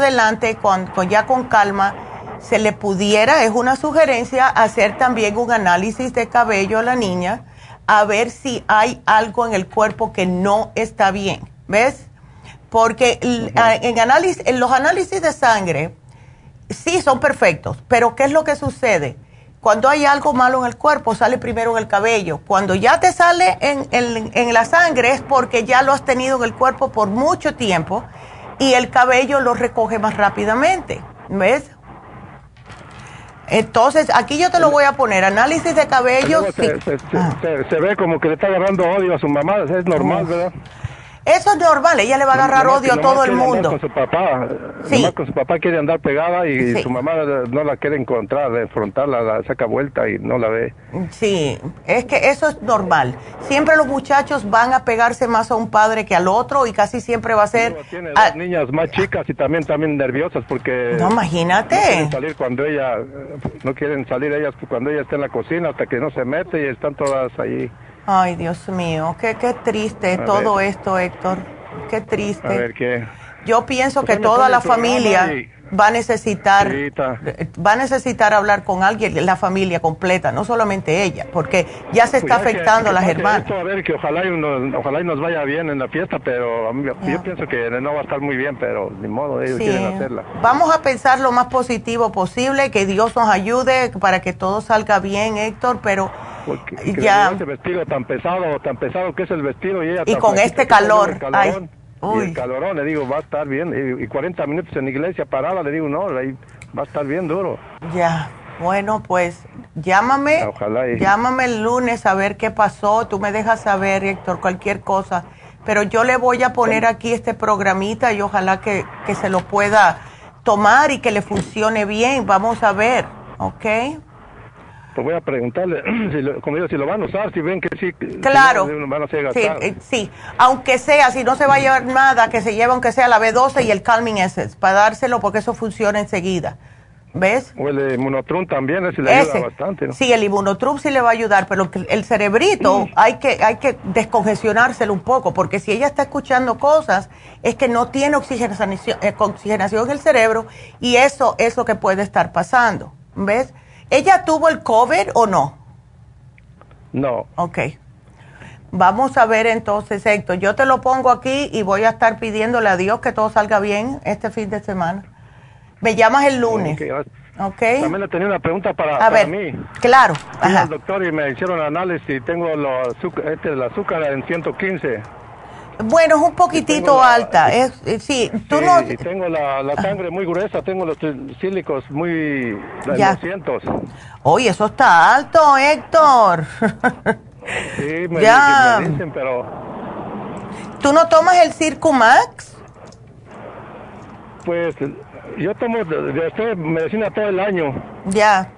ya con calma, se le pudiera, es una sugerencia, hacer también un análisis de cabello a la niña, a ver si hay algo en el cuerpo que no está bien. ¿Ves? Porque en los análisis de sangre, sí son perfectos, pero ¿qué es lo que sucede? Cuando hay algo malo en el cuerpo, sale primero en el cabello. Cuando ya te sale en la sangre es porque ya lo has tenido en el cuerpo por mucho tiempo y el cabello lo recoge más rápidamente. ¿Ves? Entonces, aquí yo te lo voy a poner. Análisis de cabello.
Se ve como que le está agarrando odio a su mamá. Es normal, ¿verdad?
Eso es normal, ella le va a agarrar odio a todo el mundo.
Con su papá, con su papá quiere andar pegada y su mamá no la quiere encontrar, enfrentarla, la saca vuelta y no la ve.
Sí, es que eso es normal. Siempre los muchachos van a pegarse más a un padre que al otro y casi siempre va a ser...
Tiene dos niñas más chicas y también nerviosas porque...
No, imagínate.
No quieren salir no quieren salir ellas cuando ella está en la cocina hasta que no se mete y están todas ahí.
Ay, Dios mío, qué triste todo esto, Héctor. Qué triste.
A ver, ¿qué?
Yo pienso que toda la familia va a necesitar hablar con alguien, la familia completa, no solamente ella, porque ya se está afectando a las hermanas.
A ver, que ojalá y nos vaya bien en la fiesta, pero yo pienso que no va a estar muy bien, pero ni modo, ellos quieren hacerla.
Vamos a pensar lo más positivo posible, que Dios nos ayude para que todo salga bien, Héctor, pero...
Porque ya ese vestido tan pesado que es el vestido y ella
y con este calor,
y el calorón, le digo, va a estar bien, y 40 minutos en la iglesia parada, le digo, no, ahí va a estar bien duro.
Ya, bueno, pues llámame el lunes a ver qué pasó, tú me dejas saber, Héctor, cualquier cosa, pero yo le voy a poner aquí este programita y ojalá que se lo pueda tomar y que le funcione bien, vamos a ver, ¿ok?
Voy a preguntarle, si lo van a usar, si ven que sí.
Claro,
si no, van a hacer gastar.
sí, aunque sea, si no se va a llevar nada, que se lleve aunque sea la B12 y el Calming Essence, para dárselo porque eso funciona enseguida, ¿ves?
O el Immunotrum también, ese le ayuda bastante, ¿no?
Sí, el Immunotrum sí le va a ayudar, pero el cerebrito hay que descongestionárselo un poco, porque si ella está escuchando cosas, es que no tiene oxigenación en el cerebro y eso es lo que puede estar pasando, ¿ves? ¿Ella tuvo el COVID o no?
No.
Ok. Vamos a ver entonces, Héctor. Yo te lo pongo aquí y voy a estar pidiéndole a Dios que todo salga bien este fin de semana. Me llamas el lunes. Ok.
También le tenía una pregunta para mí.
Claro.
Fui al doctor y me hicieron análisis y tengo el azúcar en 115.
Bueno, es un poquitito alta. No...
Y tengo la sangre muy gruesa, tengo los triglicéridos muy... 200.
Oye, eso está alto, Héctor.
Sí, me dicen, pero...
¿Tú no tomas el Circumax?
Pues yo tomo de medicina todo el año.
Ya.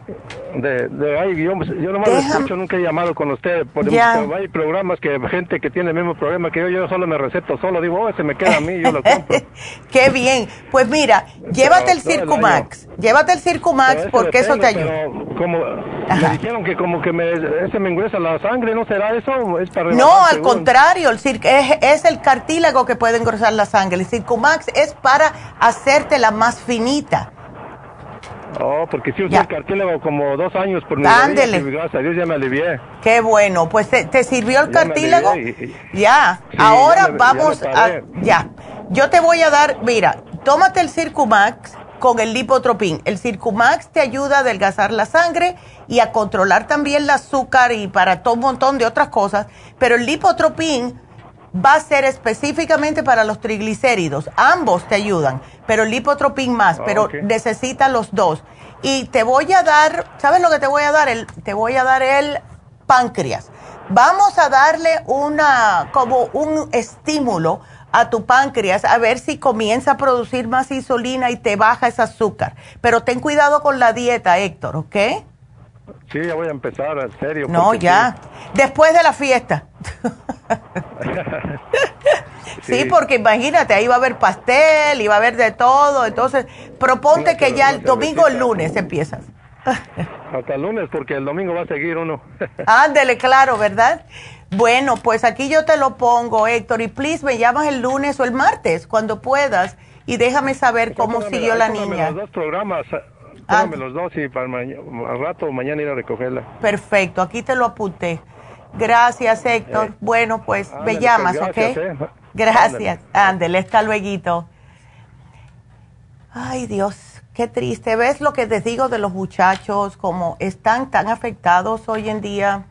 Yo nomás escucho, nunca he llamado con ustedes. Hay programas gente que tiene el mismo problema que yo solo me receto solo. Digo, ese me queda a mí, yo lo compro.
Qué bien. Pues mira, llévate el Circumax. Llévate el Circumax porque eso te ayuda.
Pero como me dijeron que como que ese me engresa la sangre, ¿no será eso? ¿Es para
no, al contrario, es el cartílago que puede engrosar la sangre. El Circumax es para hacértela más finita.
Oh, porque sí usé el cartílago como 2 años por mi
Ándele.
Y gracias a Dios ya me alivié.
Qué bueno, pues ¿te sirvió el cartílago? Ya,
sí,
ahora vamos a... Ya, yo te voy a dar, mira, tómate el Circumax con el Lipotropin. El Circumax te ayuda a adelgazar la sangre y a controlar también el azúcar y para todo un montón de otras cosas, pero el Lipotropin va a ser específicamente para los triglicéridos. Ambos te ayudan, pero el Lipotropin más, pero necesitas los dos. Y te voy a dar, ¿sabes lo que te voy a dar? Te voy a dar el páncreas. Vamos a darle como un estímulo a tu páncreas a ver si comienza a producir más insulina y te baja ese azúcar. Pero ten cuidado con la dieta, Héctor, ¿ok?
Sí, ya voy a empezar, en serio.
No, ya. Sí. Después de la fiesta. Sí, porque imagínate, ahí va a haber pastel y va a haber de todo. Entonces, proponte que ya el domingo o el lunes empiezas.
Hasta el lunes, porque el domingo va a seguir uno.
Ándele, claro, ¿verdad? Bueno, pues aquí yo te lo pongo, Héctor, y please me llamas el lunes o el martes, cuando puedas, y déjame saber cómo siguió la niña.
Los dos programas, póngame los dos y para al rato mañana ir a recogerla.
Perfecto, aquí te lo apunté. Gracias, Héctor. Bueno, pues ándale, me llamas, pues gracias, ¿ok? Gracias. Ándele, hasta luego. Ay, Dios, qué triste. ¿Ves lo que te digo de los muchachos, cómo están tan afectados hoy en día?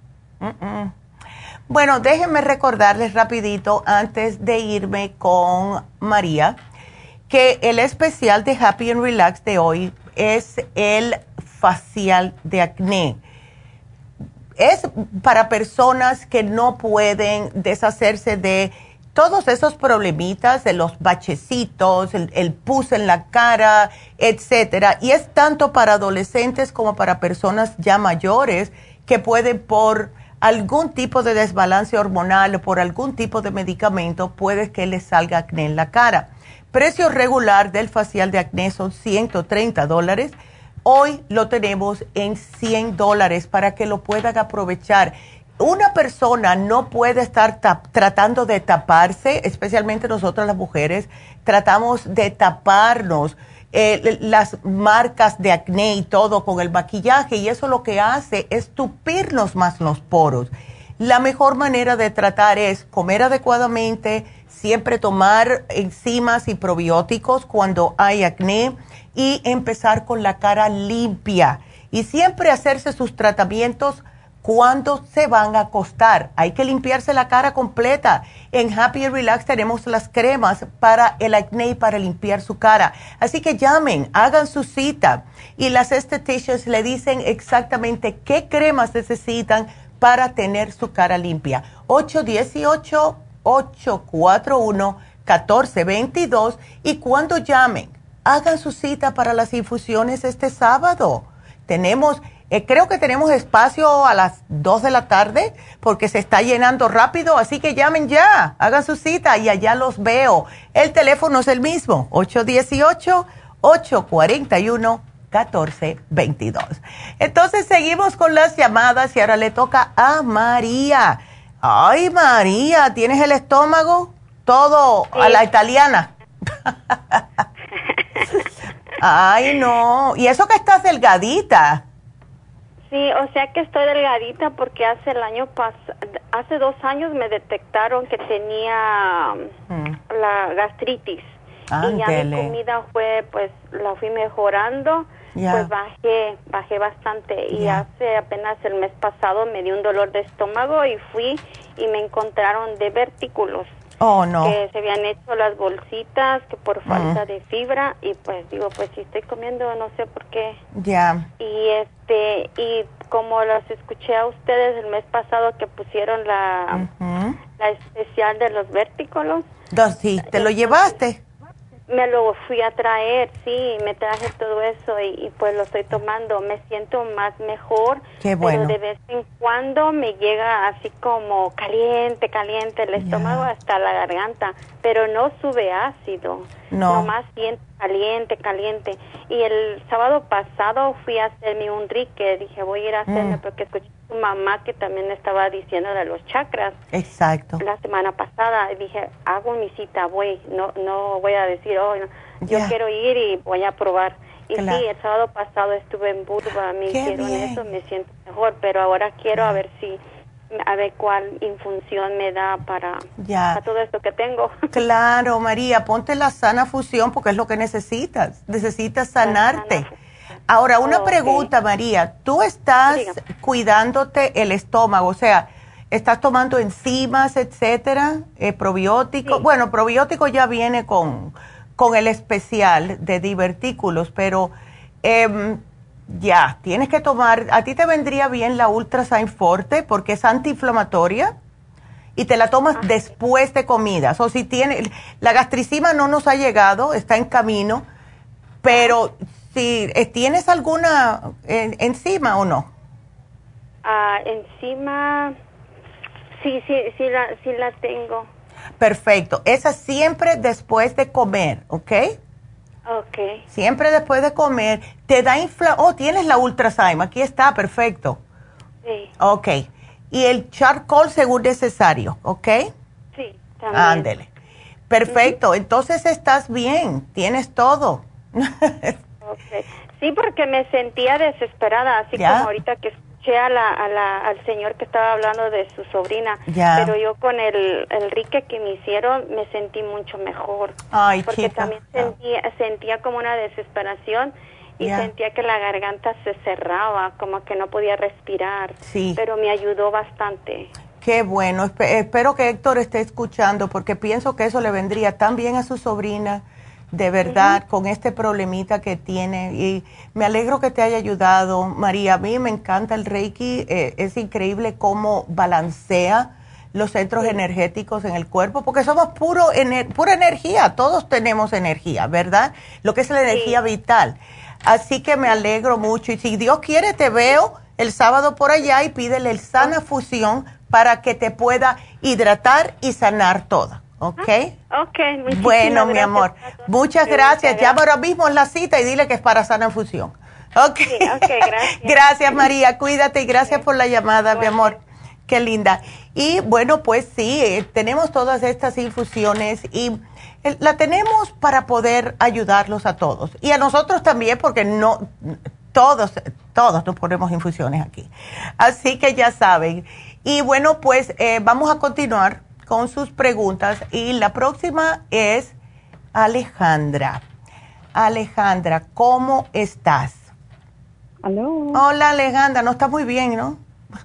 Bueno, déjenme recordarles rapidito antes de irme con María que el especial de Happy and Relax de hoy es el facial de acné. Es para personas que no pueden deshacerse de todos esos problemitas, de los bachecitos, el pus en la cara, etcétera. Y es tanto para adolescentes como para personas ya mayores que pueden por algún tipo de desbalance hormonal o por algún tipo de medicamento, puede que les salga acné en la cara. Precio regular del facial de acné son $130. Hoy lo tenemos en $100 para que lo puedan aprovechar. Una persona no puede estar tratando de taparse, especialmente nosotras las mujeres, tratamos de taparnos las marcas de acné y todo con el maquillaje, y eso lo que hace es tupirnos más los poros. La mejor manera de tratar es comer adecuadamente, siempre tomar enzimas y probióticos cuando hay acné y empezar con la cara limpia y siempre hacerse sus tratamientos cuando se van a acostar. Hay que limpiarse la cara completa. En Happy and Relax tenemos las cremas para el acné y para limpiar su cara. Así que llamen, hagan su cita y las estheticians le dicen exactamente qué cremas necesitan para tener su cara limpia. 818-841-1422 y cuando llamen, hagan su cita para las infusiones este sábado. Creo que tenemos espacio a las 2 de la tarde porque se está llenando rápido, así que llamen ya, hagan su cita y allá los veo. El teléfono es el mismo, 818-841-1422. Entonces seguimos con las llamadas y ahora le toca a María. Ay, María, ¿tienes el estómago todo a la italiana? Ay, no. ¿Y eso que estás delgadita?
Sí, o sea que estoy delgadita porque hace 2 años me detectaron que tenía la gastritis. Y ya mi comida la fui mejorando, pues bajé bastante. Y hace apenas el mes pasado me dio un dolor de estómago y fui y me encontraron divertículos.
Oh, no.
Que se habían hecho las bolsitas, que por falta de fibra, y pues digo, pues si estoy comiendo, no sé por qué.
Ya.
Y como las escuché a ustedes el mes pasado que pusieron la especial de los vertículos.
Sí, ¿te lo llevaste?
Me lo fui a traer, sí, me traje todo eso y pues lo estoy tomando. Me siento más mejor.
Qué bueno.
Pero de vez en cuando me llega así como caliente el estómago hasta la garganta, pero no sube ácido.
No.
Nomás siento caliente. Y el sábado pasado fui a hacerme un rique, dije voy a ir a hacerme porque escuché a tu mamá que también estaba diciendo de los chakras.
Exacto.
La semana pasada y dije, hago mi cita, no voy a decir, yo quiero ir y voy a probar. Y sí, el sábado pasado estuve en Burba, me hicieron eso, me siento mejor, pero ahora quiero a ver si a ver cuál infusión me da para todo esto que tengo.
Claro, María, ponte la Sana Fusión porque es lo que necesitas. Necesitas sanarte. Ahora, una pregunta, María. ¿Tú estás cuidándote el estómago? O sea, ¿estás tomando enzimas, etcétera? Probióticos. Bueno, probiótico ya viene con el especial de divertículos, pero tienes que tomar. A ti te vendría bien la Ultrasign Forte porque es antiinflamatoria y te la tomas después de comidas. O si tiene, la gastricima no nos ha llegado, está en camino, pero si tienes alguna enzima o no.
Enzima, sí la tengo.
Perfecto. Esa siempre después de comer, ¿ok?
Ok.
Siempre después de comer. Te da tienes la Ultrasign. Aquí está, perfecto.
Sí.
Ok. Y el charcoal según necesario, ¿ok?
Sí, también.
Ándele. Perfecto. Entonces estás bien. Tienes todo.
Okay. Sí, porque me sentía desesperada, así como ahorita que escuché al señor que estaba hablando de su sobrina, pero yo con el rique que me hicieron me sentí mucho mejor.
Ay,
porque
chica.
también sentía como una desesperación y sentía que la garganta se cerraba, como que no podía respirar, pero me ayudó bastante.
Qué bueno. Espero que Héctor esté escuchando porque pienso que eso le vendría tan bien a su sobrina. De verdad, con este problemita que tiene. Y me alegro que te haya ayudado, María. A mí me encanta el Reiki. Es increíble cómo balancea los centros energéticos en el cuerpo, porque somos pura energía. Todos tenemos energía, ¿verdad? Lo que es la energía vital. Así que me alegro mucho. Y si Dios quiere, te veo el sábado por allá y pídele el Sana Fusión para que te pueda hidratar y sanar toda. ¿Ok?
Ok, muchísimas
bueno, mi amor. Muchas gracias. Llama ahora mismo en la cita y dile que es para Sana Infusión. Ok.
Sí, okay, gracias.
Gracias, María. Cuídate y gracias por la llamada, mi amor. Qué linda. Y bueno, pues sí, tenemos todas estas infusiones y la tenemos para poder ayudarlos a todos. Y a nosotros también, porque no todos nos ponemos infusiones aquí. Así que ya saben. Y bueno, pues vamos a continuar con sus preguntas y la próxima es Alejandra. Alejandra, ¿cómo estás?
¿Aló?
Hola, Alejandra, no estás muy bien, ¿no?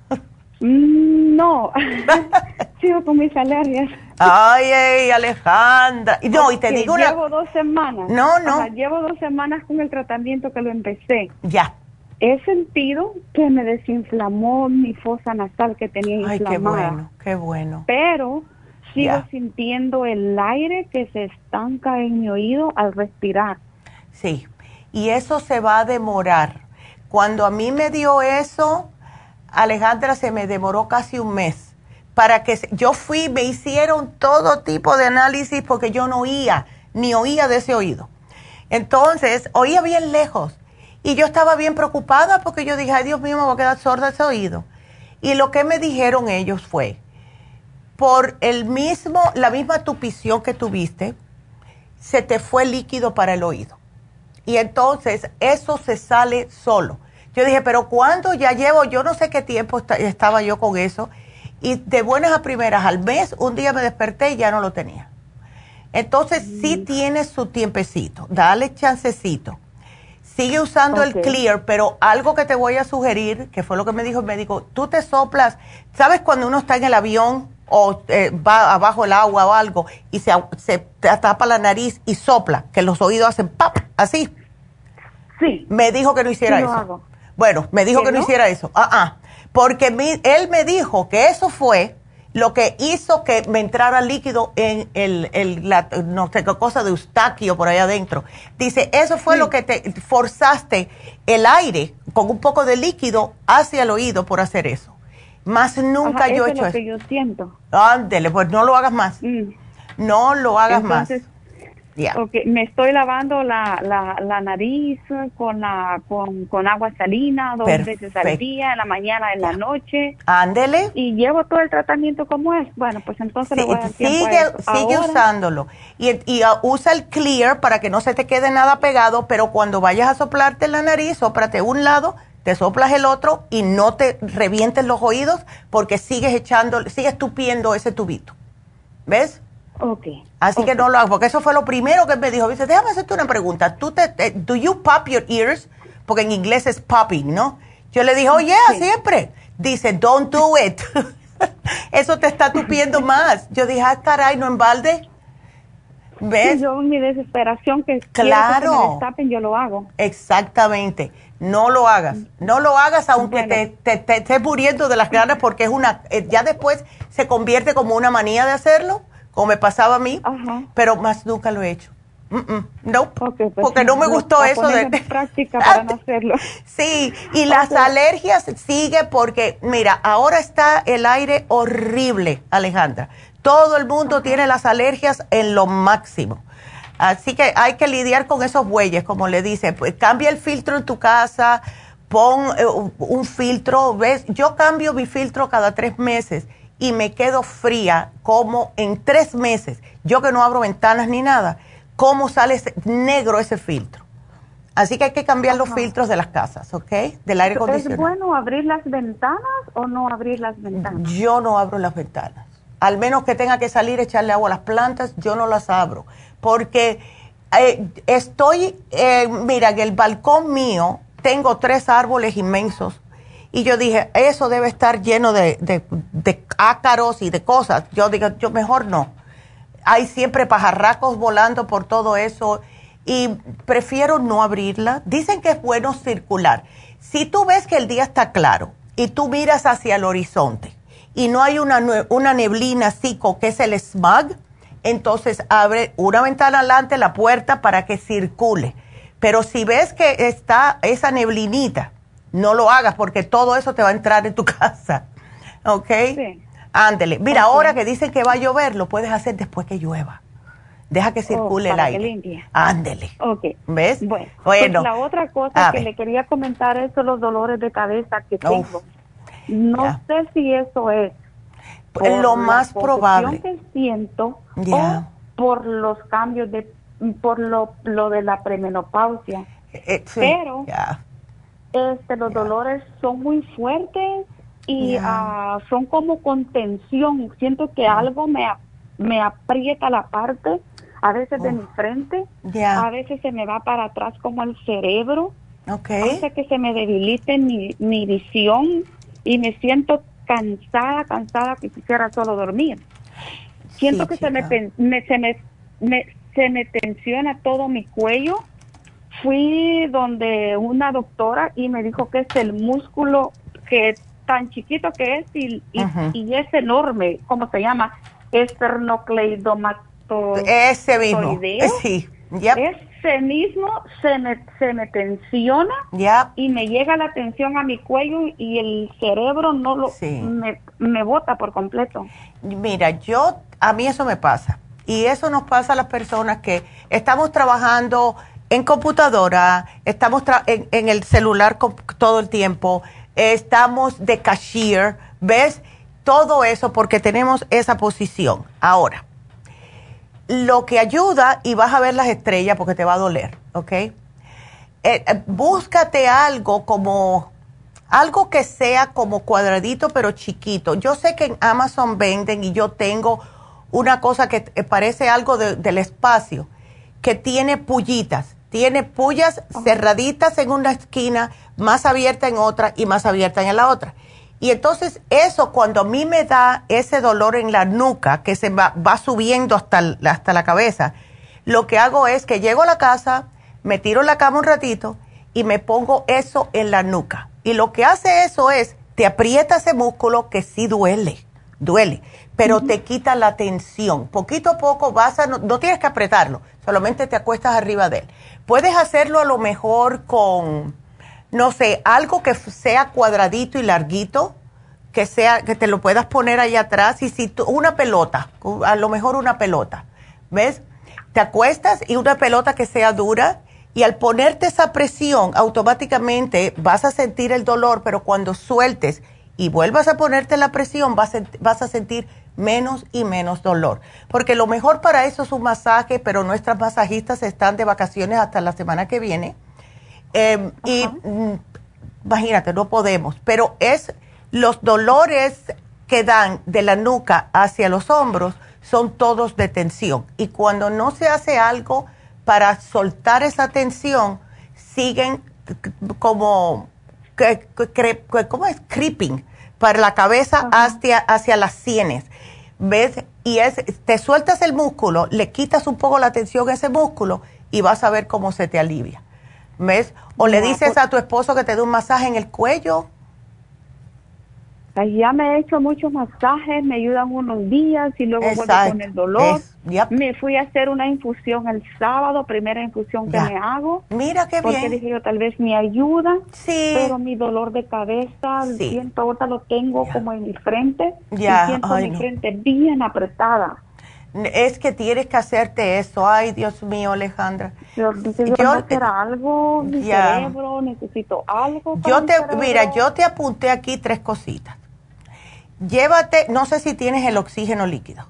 No, sigo con mis alergias.
Ay, Alejandra. No, y te digo
llevo 2 semanas.
No.
Ajá, llevo 2 semanas con el tratamiento que lo empecé.
Ya.
He sentido que me desinflamó mi fosa nasal que tenía inflamada.
Ay, qué bueno.
Pero sigo sintiendo el aire que se estanca en mi oído al respirar.
Sí, y eso se va a demorar. Cuando a mí me dio eso, Alejandra, se me demoró casi un mes. Para que yo fui, me hicieron todo tipo de análisis porque yo no oía, ni oía de ese oído. Entonces, oía bien lejos. Y yo estaba bien preocupada porque yo dije, ay, Dios mío, me voy a quedar sorda ese oído. Y lo que me dijeron ellos fue, por la misma tupición que tuviste, se te fue líquido para el oído. Y entonces eso se sale solo. Yo dije, pero ¿cuándo? Ya llevo, yo no sé qué tiempo estaba yo con eso. Y de buenas a primeras, al mes, un día me desperté y ya no lo tenía. Entonces sí tienes su tiempecito, dale chancecito. Sigue usando el Clear, pero algo que te voy a sugerir, que fue lo que me dijo el médico, tú te soplas, ¿sabes cuando uno está en el avión o va abajo el agua o algo y se tapa la nariz y sopla, que los oídos hacen ¡pap! Así?
Sí.
Me dijo que no hiciera eso.
Hago.
Bueno, me dijo que no hiciera eso. Porque él me dijo que eso fue lo que hizo que me entrara líquido en no sé qué cosa de Eustaquio por allá adentro. Dice, eso fue lo que te forzaste el aire con un poco de líquido hacia el oído por hacer eso. Más nunca yo he hecho eso.
Es lo que yo siento.
Ándele, pues no lo hagas más. No lo hagas más.
Okay, me estoy lavando la nariz con agua salina 2 veces al día, en la mañana, en la noche.
Ándele.
Y llevo todo el tratamiento como es. Bueno, pues entonces le voy a dar tiempo
sigue usándolo. Y usa el Clear para que no se te quede nada pegado, pero cuando vayas a soplarte la nariz, sóprate un lado, te soplas el otro y no te revientes los oídos porque sigues tupiendo ese tubito. ¿Ves?
Ok.
Así que no lo hago, porque eso fue lo primero que me dijo. Dice, déjame hacerte una pregunta. ¿Do you pop your ears? Porque en inglés es popping, ¿no? Yo le dije, oh, yeah, siempre. Dice, don't do it. Eso te está tupiendo más. Yo dije, caray, no en balde. ¿Ves?
Sí, yo en mi desesperación que
claro.
Que me destapen, yo lo hago.
Exactamente. No lo hagas. No lo hagas aunque te estés muriendo de las ganas porque es ya después se convierte como una manía de hacerlo, como me pasaba a mí, pero más nunca lo he hecho. No, okay, pues porque no me gustó eso de
práctica para no hacerlo.
Sí, y las alergias sigue porque, mira, ahora está el aire horrible, Alejandra. Todo el mundo tiene las alergias en lo máximo. Así que hay que lidiar con esos bueyes, como le dice. Pues cambia el filtro en tu casa, pon un filtro. ¿Ves? Yo cambio mi filtro cada 3 meses y me quedo fría como en 3 meses. Yo que no abro ventanas ni nada, cómo sale negro ese filtro. Así que hay que cambiar los filtros de las casas, ¿ok? Del aire acondicionado.
¿Es bueno abrir las ventanas o no abrir las ventanas?
Yo no abro las ventanas. Al menos que tenga que salir a echarle agua a las plantas, yo no las abro. Porque mira, en el balcón mío tengo 3 árboles inmensos. Y yo dije, eso debe estar lleno de ácaros y de cosas. Yo digo, yo mejor no. Hay siempre pajarracos volando por todo eso. Y prefiero no abrirla. Dicen que es bueno circular. Si tú ves que el día está claro y tú miras hacia el horizonte, y no hay una neblina así, que es el smog, entonces abre una ventana adelante, la puerta, para que circule. Pero si ves que está esa neblinita, no lo hagas porque todo eso te va a entrar en tu casa. ¿Ok? Sí. Ándele. Mira, ahora que dicen que va a llover, lo puedes hacer después que llueva. Deja que circule el aire.
Que limpie.
Ándele.
Ok.
¿Ves?
Bueno. Pues la otra cosa que le quería comentar es los dolores de cabeza que tengo. No sé si eso es
lo más probable
que siento o por los cambios por lo de la premenopausia. Pero los dolores son muy fuertes y son como con tensión. Siento que algo me aprieta la parte, a veces de mi frente, a veces se me va para atrás como el cerebro, hace que se me debilite mi visión. Y me siento cansada que quisiera solo dormir. Siento que se me tensiona todo mi cuello. Fui donde una doctora y me dijo que es el músculo que tan chiquito que es y es enorme. ¿Cómo se llama? Esternocleidomastoideo.
Ese mismo. Sí.
Ese mismo se me tensiona y me llega la tensión a mi cuello y el cerebro me bota por completo.
Mira, a mí eso me pasa y eso nos pasa a las personas que estamos trabajando en computadora, estamos en el celular todo el tiempo, estamos de cashier, ¿ves? Todo eso porque tenemos esa posición. Ahora, lo que ayuda, y vas a ver las estrellas porque te va a doler, ¿ok? Búscate algo que sea como cuadradito pero chiquito. Yo sé que en Amazon venden y yo tengo una cosa que parece algo del espacio, que tiene pullitas. Tiene pullas cerraditas en una esquina, más abierta en otra y más abierta en la otra. Y entonces eso, cuando a mí me da ese dolor en la nuca, que se va subiendo hasta la cabeza, lo que hago es que llego a la casa, me tiro en la cama un ratito y me pongo eso en la nuca. Y lo que hace eso es, te aprieta ese músculo que sí duele, pero te quita la tensión. Poquito a poco no tienes que apretarlo, solamente te acuestas arriba de él. Puedes hacerlo a lo mejor con, no sé, algo que sea cuadradito y larguito, que te lo puedas poner ahí atrás, y una pelota, a lo mejor una pelota, ¿ves? Te acuestas y una pelota que sea dura, y al ponerte esa presión, automáticamente vas a sentir el dolor, pero cuando sueltes y vuelvas a ponerte la presión, vas a sentir menos y menos dolor. Porque lo mejor para eso es un masaje, pero nuestras masajistas están de vacaciones hasta la semana que viene. Y imagínate, no podemos, pero es los dolores que dan de la nuca hacia los hombros son todos de tensión. Y cuando no se hace algo para soltar esa tensión, siguen como ¿cómo es? Creeping para la cabeza hacia las sienes. ¿Ves? Y te sueltas el músculo, le quitas un poco la tensión a ese músculo y vas a ver cómo se te alivia. ¿Ves? O le dices a tu esposo que te dé un masaje en el cuello.
Ya me he hecho muchos masajes, me ayudan unos días y luego vuelvo con el dolor. Me fui a hacer una infusión el sábado, primera infusión que me hago.
Mira qué bien.
Porque dije yo, tal vez me ayuda.
Sí.
Pero mi dolor de cabeza, siento, ahorita lo tengo como en mi frente. Y siento mi frente bien apretada.
Es que tienes que hacerte eso. Ay, Dios mío, Alejandra.
Yo hacer algo, mi cerebro, necesito algo.
Mira, yo te apunté aquí 3 cositas. Llévate, no sé si tienes el oxígeno líquido.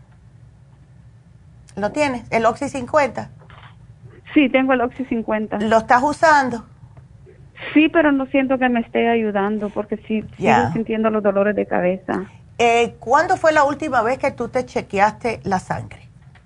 ¿Lo tienes? ¿El Oxy 50?
Sí, tengo el Oxy 50.
¿Lo estás usando?
Sí, pero no siento que me esté ayudando porque sigo sintiendo los dolores de cabeza.
¿Cuándo fue la última vez que tú te chequeaste la sangre?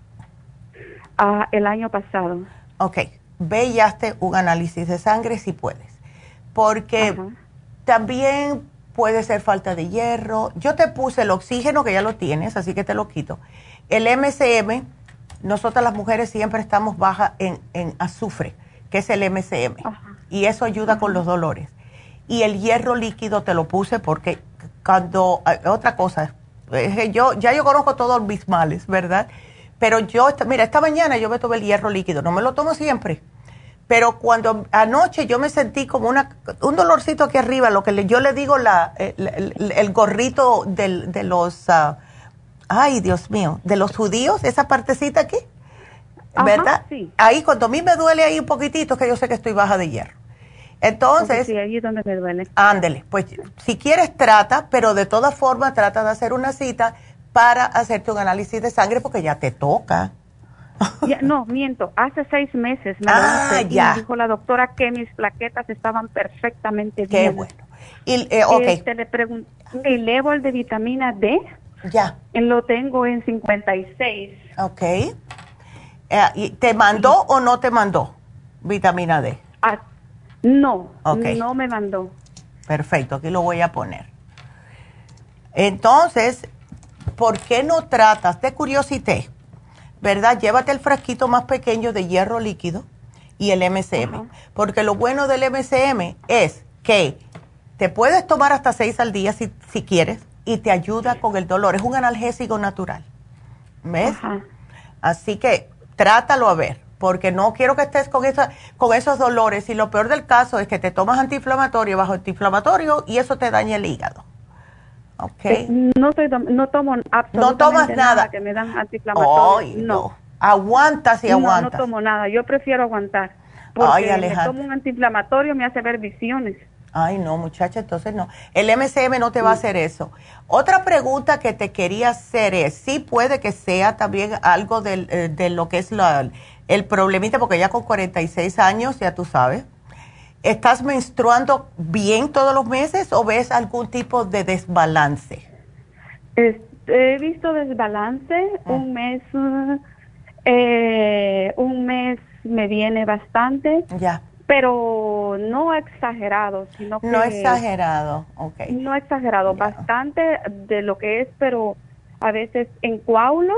El año pasado.
Ok, ve y hazte un análisis de sangre si puedes. Porque también puede ser falta de hierro. Yo te puse el oxígeno, que ya lo tienes, así que te lo quito. El MCM, nosotras las mujeres siempre estamos bajas en azufre, que es el MCM. Y eso ayuda con los dolores. Y el hierro líquido te lo puse porque cuando... Otra cosa, yo conozco todos mis males, ¿verdad? Pero mira, esta mañana yo me tomé el hierro líquido. No me lo tomo siempre. Pero cuando anoche yo me sentí como un dolorcito aquí arriba, lo que yo le digo el gorrito de los, ay Dios mío, de los judíos, esa partecita aquí, ¿verdad? Sí. Ahí cuando a mí me duele ahí un poquitito, que yo sé que estoy baja de hierro. Entonces,
sí, ahí es donde me duele.
Ándele, pues si quieres trata, pero de todas formas trata de hacer una cita para hacerte un análisis de sangre porque ya te toca.
No, miento, hace 6 meses me dijo la doctora que mis plaquetas estaban perfectamente bien.
Qué bueno. Y, okay.
Le pregunté, mi level de vitamina D, lo tengo en 56.
Ok. ¿Y te mandó o no te mandó vitamina D?
No, no me mandó.
Perfecto, aquí lo voy a poner. Entonces, ¿por qué no tratas de curiosidad? ¿Verdad? Llévate el frasquito más pequeño de hierro líquido y el MCM. Porque lo bueno del MCM es que te puedes tomar hasta 6 al día si quieres y te ayuda con el dolor. Es un analgésico natural. ¿Ves? Así que trátalo a ver, porque no quiero que estés con esos dolores. Y lo peor del caso es que te tomas antiinflamatorio bajo antiinflamatorio y eso te daña el hígado. Okay.
No tomo absolutamente nada que me dan antiinflamatorios.
No. Aguantas y aguantas.
No tomo nada. Yo prefiero aguantar. Porque me tomo un antiinflamatorio, me hace ver visiones.
Ay, no, muchacha, entonces no. El MCM no te va a hacer eso. Otra pregunta que te quería hacer es, sí puede que sea también algo de lo que es el problemita, porque ya con 46 años, ya tú sabes. ¿Estás menstruando bien todos los meses o ves algún tipo de desbalance?
He visto desbalance. Un mes me viene bastante.
Ya.
Pero no exagerado, sino que...
No exagerado, ok.
No exagerado, bastante de lo que es, pero a veces en coágulos.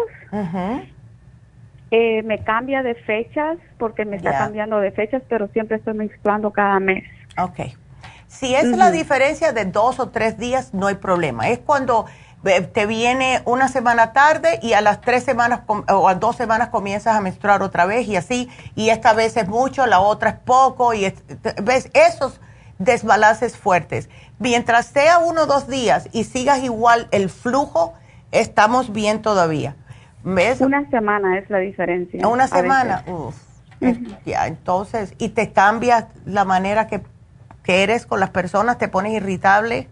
Me cambia de fechas porque me está cambiando de fechas, pero siempre estoy menstruando cada mes.
Ok. Si es la diferencia de 2 o 3 días, no hay problema. Es cuando te viene una semana tarde y a las 3 semanas o a 2 semanas comienzas a menstruar otra vez y así, y esta vez es mucho, la otra es poco, y ves esos desbalances fuertes. Mientras sea 1 o 2 días y sigas igual el flujo, estamos bien todavía. ¿Ves?
Una semana es la diferencia.
Una semana, ya, entonces, ¿y te cambia la manera que eres con las personas? ¿Te pones irritable?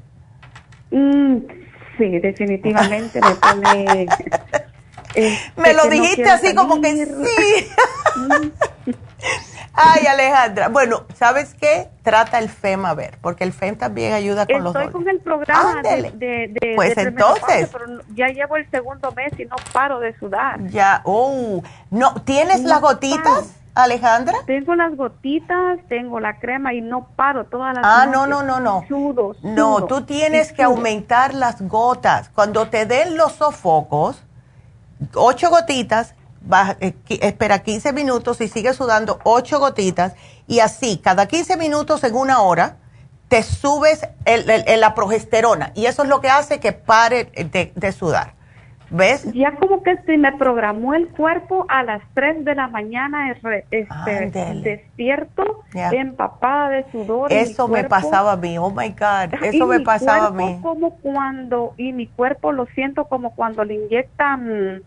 Sí, definitivamente me pone...
me lo dijiste así como que sí. Ay, Alejandra. Bueno, ¿sabes qué? Trata el FEM a ver, porque el FEM también ayuda con los dolores.
Estoy con el programa de
pues entonces.
Pero ya llevo el segundo mes y no paro de sudar.
Ya, no, ¿tienes las gotitas, Alejandra?
Tengo las gotitas, tengo la crema y no paro todas las noches.
No.
Sudo.
No, tú tienes que aumentar las gotas. Cuando te den los sofocos, 8 gotitas, espera 15 minutos y sigue sudando 8 gotitas y así, cada 15 minutos en una hora, te subes la progesterona y eso es lo que hace que pare de sudar. ¿Ves?
Ya como que se me programó el cuerpo a las 3 de la mañana, despierto, empapada de sudor.
Eso me pasaba a mí, oh my God, eso me pasaba a mí.
Y mi cuerpo lo siento como cuando le inyectan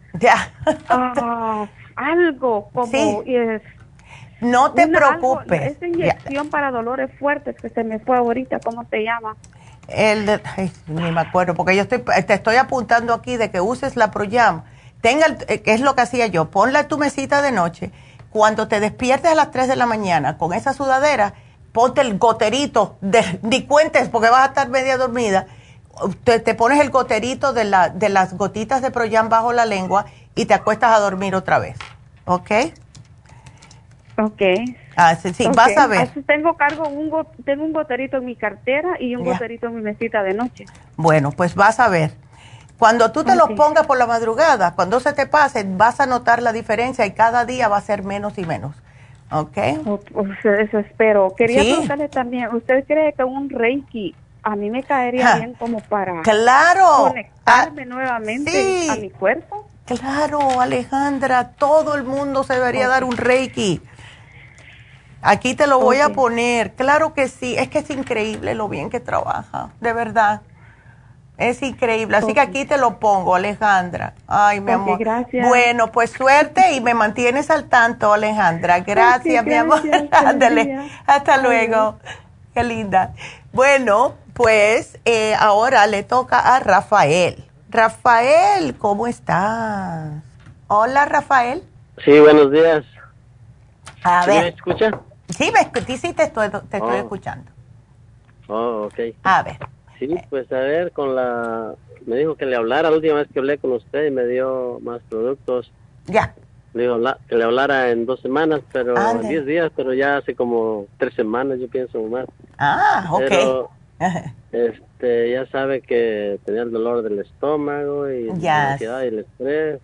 algo, como... Sí.
No te preocupes.
Esa inyección para dolores fuertes que se me fue ahorita, ¿cómo se llama?
Ni me acuerdo, porque yo te estoy apuntando aquí de que uses la Proyam. Es lo que hacía yo, ponla en tu mesita de noche. Cuando te despiertes a las 3 de la mañana con esa sudadera, ponte el goterito, ni cuentes porque vas a estar media dormida. Te pones el goterito de las gotitas de Proyam bajo la lengua y te acuestas a dormir otra vez. ¿Ok?
Ok.
Sí, vas a ver.
Tengo un goterito en mi cartera y un goterito en mi mesita de noche.
Bueno, pues vas a ver. Cuando tú te los pongas por la madrugada, cuando se te pase, vas a notar la diferencia y cada día va a ser menos y menos. ¿Ok?
Eso espero. Quería preguntarle también, ¿usted cree que un Reiki a mí me caería bien como para conectarme nuevamente a mi cuerpo?
Claro, Alejandra, todo el mundo se debería dar un Reiki. Aquí te lo voy a poner. Claro que sí. Es que es increíble lo bien que trabaja. De verdad. Es increíble. Así que aquí te lo pongo, Alejandra. Ay, mi amor.
Gracias.
Bueno, pues suerte y me mantienes al tanto, Alejandra. Gracias, mi amor. Ándale. Hasta luego. Qué linda. Bueno, pues ahora le toca a Rafael. Rafael, ¿cómo estás? Hola, Rafael.
Sí, buenos días.
A ver.
¿Me escucha?
Sí, te estoy escuchando.
Oh, ok.
A ver.
Sí, pues a ver, me dijo que le hablara, la última vez que hablé con usted y me dio más productos.
Ya.
Le dijo que le hablara en 2 semanas, pero 10 días, pero ya hace como 3 semanas, yo pienso más.
Ok.
Pero, ya sabe que tenía el dolor del estómago y la ansiedad y el estrés.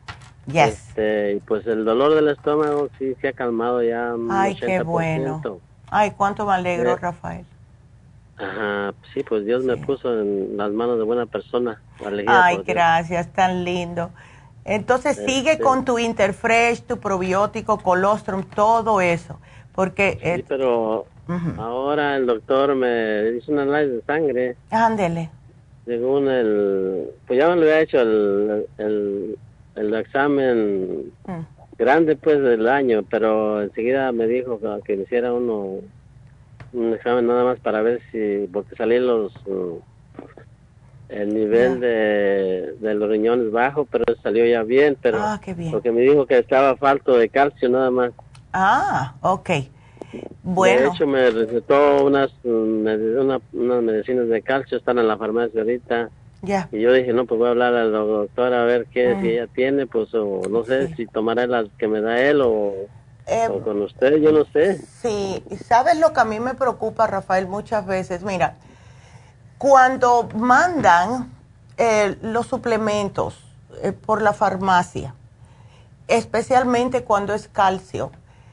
Y pues el dolor del estómago sí se ha calmado ya.
Ay, 80%. Qué bueno. Ay, cuánto me alegro, Rafael.
Ajá, sí, pues Dios me puso en las manos de buena persona.
Ay, gracias, tan lindo. Entonces sigue con tu Interfresh, tu probiótico, colostrum, todo eso, porque...
Sí, pero ahora el doctor me hizo un análisis de sangre.
Ándele.
Según pues ya me lo había hecho el examen grande pues del año, pero enseguida me dijo que me hiciera un examen nada más para ver si, porque salí el nivel de los riñones bajo, pero salió ya bien, pero
qué bien.
Porque me dijo que estaba falto de calcio nada más.
Ok. Bueno.
De hecho me recetó unas medicinas de calcio, están en la farmacia ahorita.
Ya.
Y yo dije, no, pues voy a hablar a la doctora a ver qué si ella tiene, pues, o no sé si tomará las que me da él o con usted, yo no sé.
Sí, ¿sabes lo que a mí me preocupa, Rafael, muchas veces? Mira, cuando mandan los suplementos por la farmacia, especialmente cuando es calcio,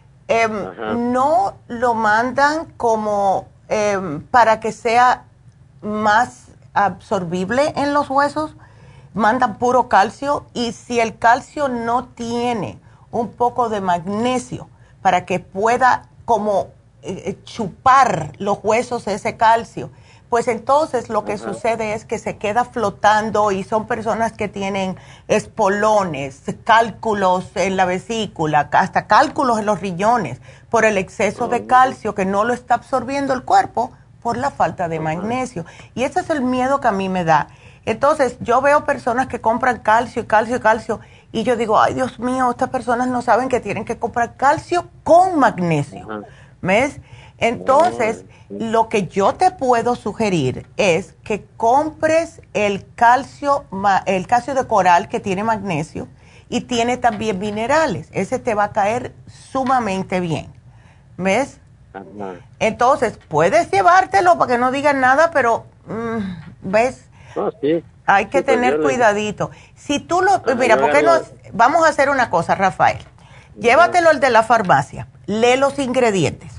no lo mandan como para que sea más absorbible en los huesos, mandan puro calcio, y si el calcio no tiene un poco de magnesio para que pueda como chupar los huesos ese calcio, pues entonces lo que sucede es que se queda flotando y son personas que tienen espolones, cálculos en la vesícula, hasta cálculos en los riñones por el exceso de calcio que no lo está absorbiendo el cuerpo por la falta de magnesio. Y ese es el miedo que a mí me da. Entonces, yo veo personas que compran calcio, Y yo digo, ay, Dios mío, estas personas no saben que tienen que comprar calcio con magnesio. ¿Ves? Entonces, lo que yo te puedo sugerir es que compres el calcio de coral que tiene magnesio y tiene también minerales. Ese te va a caer sumamente bien. ¿Ves? Entonces, puedes llevártelo para que no digan nada, pero, ¿ves?
Sí.
Hay que tener cuidadito. Si tú mira, ¿por qué no? Vamos a hacer una cosa, Rafael. Llévatelo al de la farmacia. Lee los ingredientes.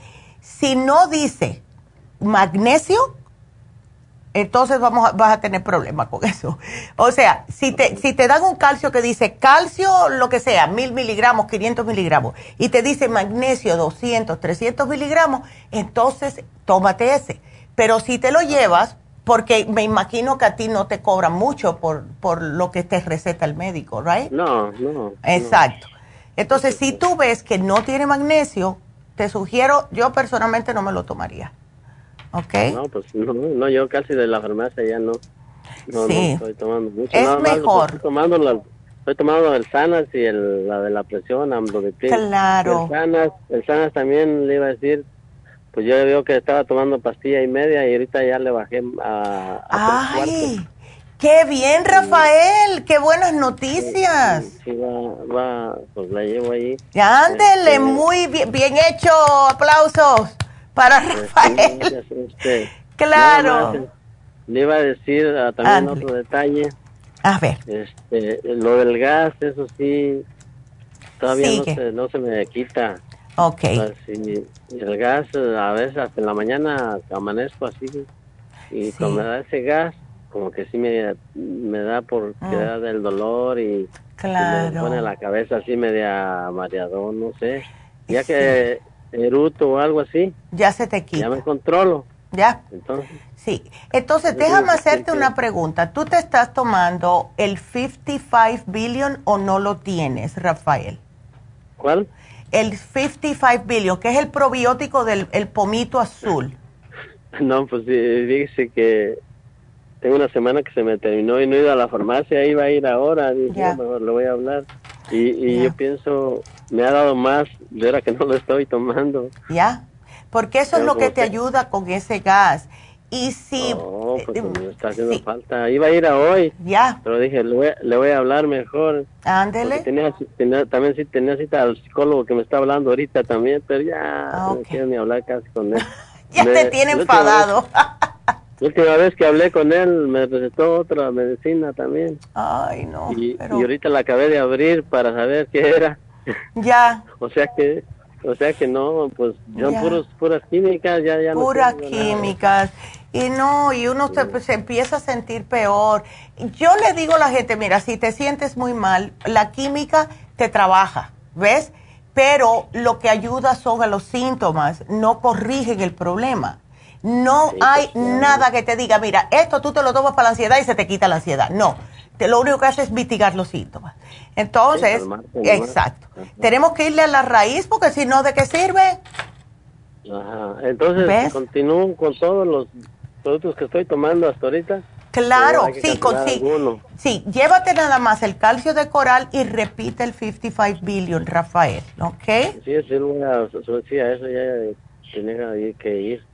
Si no dice magnesio, entonces vas a tener problemas con eso. O sea, si te dan un calcio que dice calcio, lo que sea, 1000 miligramos, 500 miligramos, y te dice magnesio 200, 300 miligramos, entonces tómate ese. Pero si te lo llevas, porque me imagino que a ti no te cobran mucho por lo que te receta el médico, ¿right?
No.
Exacto. Entonces, si tú ves que no tiene magnesio, te sugiero, yo personalmente no me lo tomaría. ¿Ok?
No, pues no, yo casi de la farmacia ya no. No estoy tomando mucho.
Es mejor.
Estoy tomando el Sanas y la de la presión, Amlodipine.
Claro.
El Sanas también le iba a decir, pues yo veo que estaba tomando pastilla y media y ahorita ya le bajé a 3 cuartos.
¡Qué bien, Rafael! ¡Qué buenas noticias!
Sí, pues la llevo ahí.
¡Ándele! Muy bien hecho. ¡Aplausos para Rafael! ¡Claro!
Le iba a decir también otro detalle.
A ver.
Lo del gas, eso sí, todavía no se me quita.
Ok.
Sí, el gas, a veces hasta en la mañana amanezco así, y cuando me da ese gas, como que sí me da por quedar del dolor y me pone la cabeza así media mareadón, no sé. Ya que eruto o algo así.
Ya se te quita.
Ya me controlo.
¿Ya?
Entonces.
Sí. Entonces, déjame hacerte una pregunta. ¿Tú te estás tomando el 55 billion o no lo tienes, Rafael?
¿Cuál?
El 55 billion, que es el probiótico del pomito azul.
No, pues dice que tengo una semana que se me terminó y no he ido a la farmacia, iba a ir ahora, dije, mejor le voy a hablar. Y yo pienso, me ha dado más de ahora que no lo estoy tomando.
Ya, porque eso es lo que te ayuda con ese gas. Y si...
No, pues me está haciendo falta. Iba a ir a hoy.
Ya.
Pero dije, le voy a hablar mejor.
Ándele.
También tenía cita al psicólogo que me está hablando ahorita también, pero ya no quiero ni hablar casi con él.
Ya te tiene enfadado.
La última vez que hablé con él me recetó otra medicina también.
Ay, no.
Y ahorita la acabé de abrir para saber qué era.
Ya.
O sea que no, pues son puras químicas, ya no.
Puras químicas. Y uno se empieza a sentir peor. Yo le digo a la gente, mira, si te sientes muy mal, la química te trabaja, ¿ves? Pero lo que ayuda son a los síntomas, no corrigen el problema. No hay nada que te diga, mira, esto tú te lo tomas para la ansiedad y se te quita la ansiedad. No, lo único que hace es mitigar los síntomas. Entonces, exacto. Tenemos que irle a la raíz porque si no, ¿de qué sirve?
Ajá. Entonces, continúo con todos los productos que estoy tomando hasta ahorita.
Claro, sí, llévate nada más el calcio de coral y repite el 55 billion, Rafael, ¿ok?
Sí, a eso ya tenía que ir.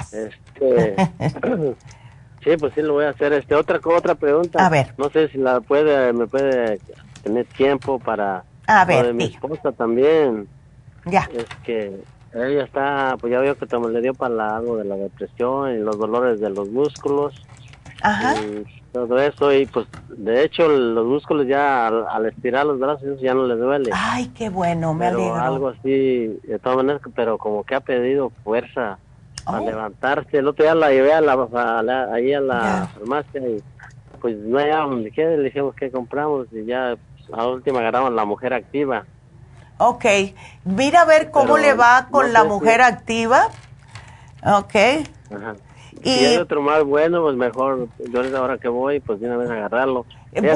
Sí, pues sí lo voy a hacer. Otra pregunta.
A ver.
No sé si me puede tener tiempo para de mi esposa también.
Ya.
Es que ella está, pues ya veo que le dio para algo de la depresión y los dolores de los músculos.
Ajá.
Y todo eso, y pues de hecho los músculos ya al estirar los brazos ya no le duele.
Ay, qué bueno, me alegro.
Algo así, de todas maneras, pero como que ha pedido fuerza a levantarse. El otro día la llevé ahí a la farmacia y pues no hallábamos donde quiera, le dijimos que compramos y ya a la última agarramos la mujer activa.
Ok, mira a ver cómo le va con la mujer activa. Ok.
Ajá. Si hay otro más bueno, pues mejor. Yo ahora que voy, pues de una vez agarrarlo. Ella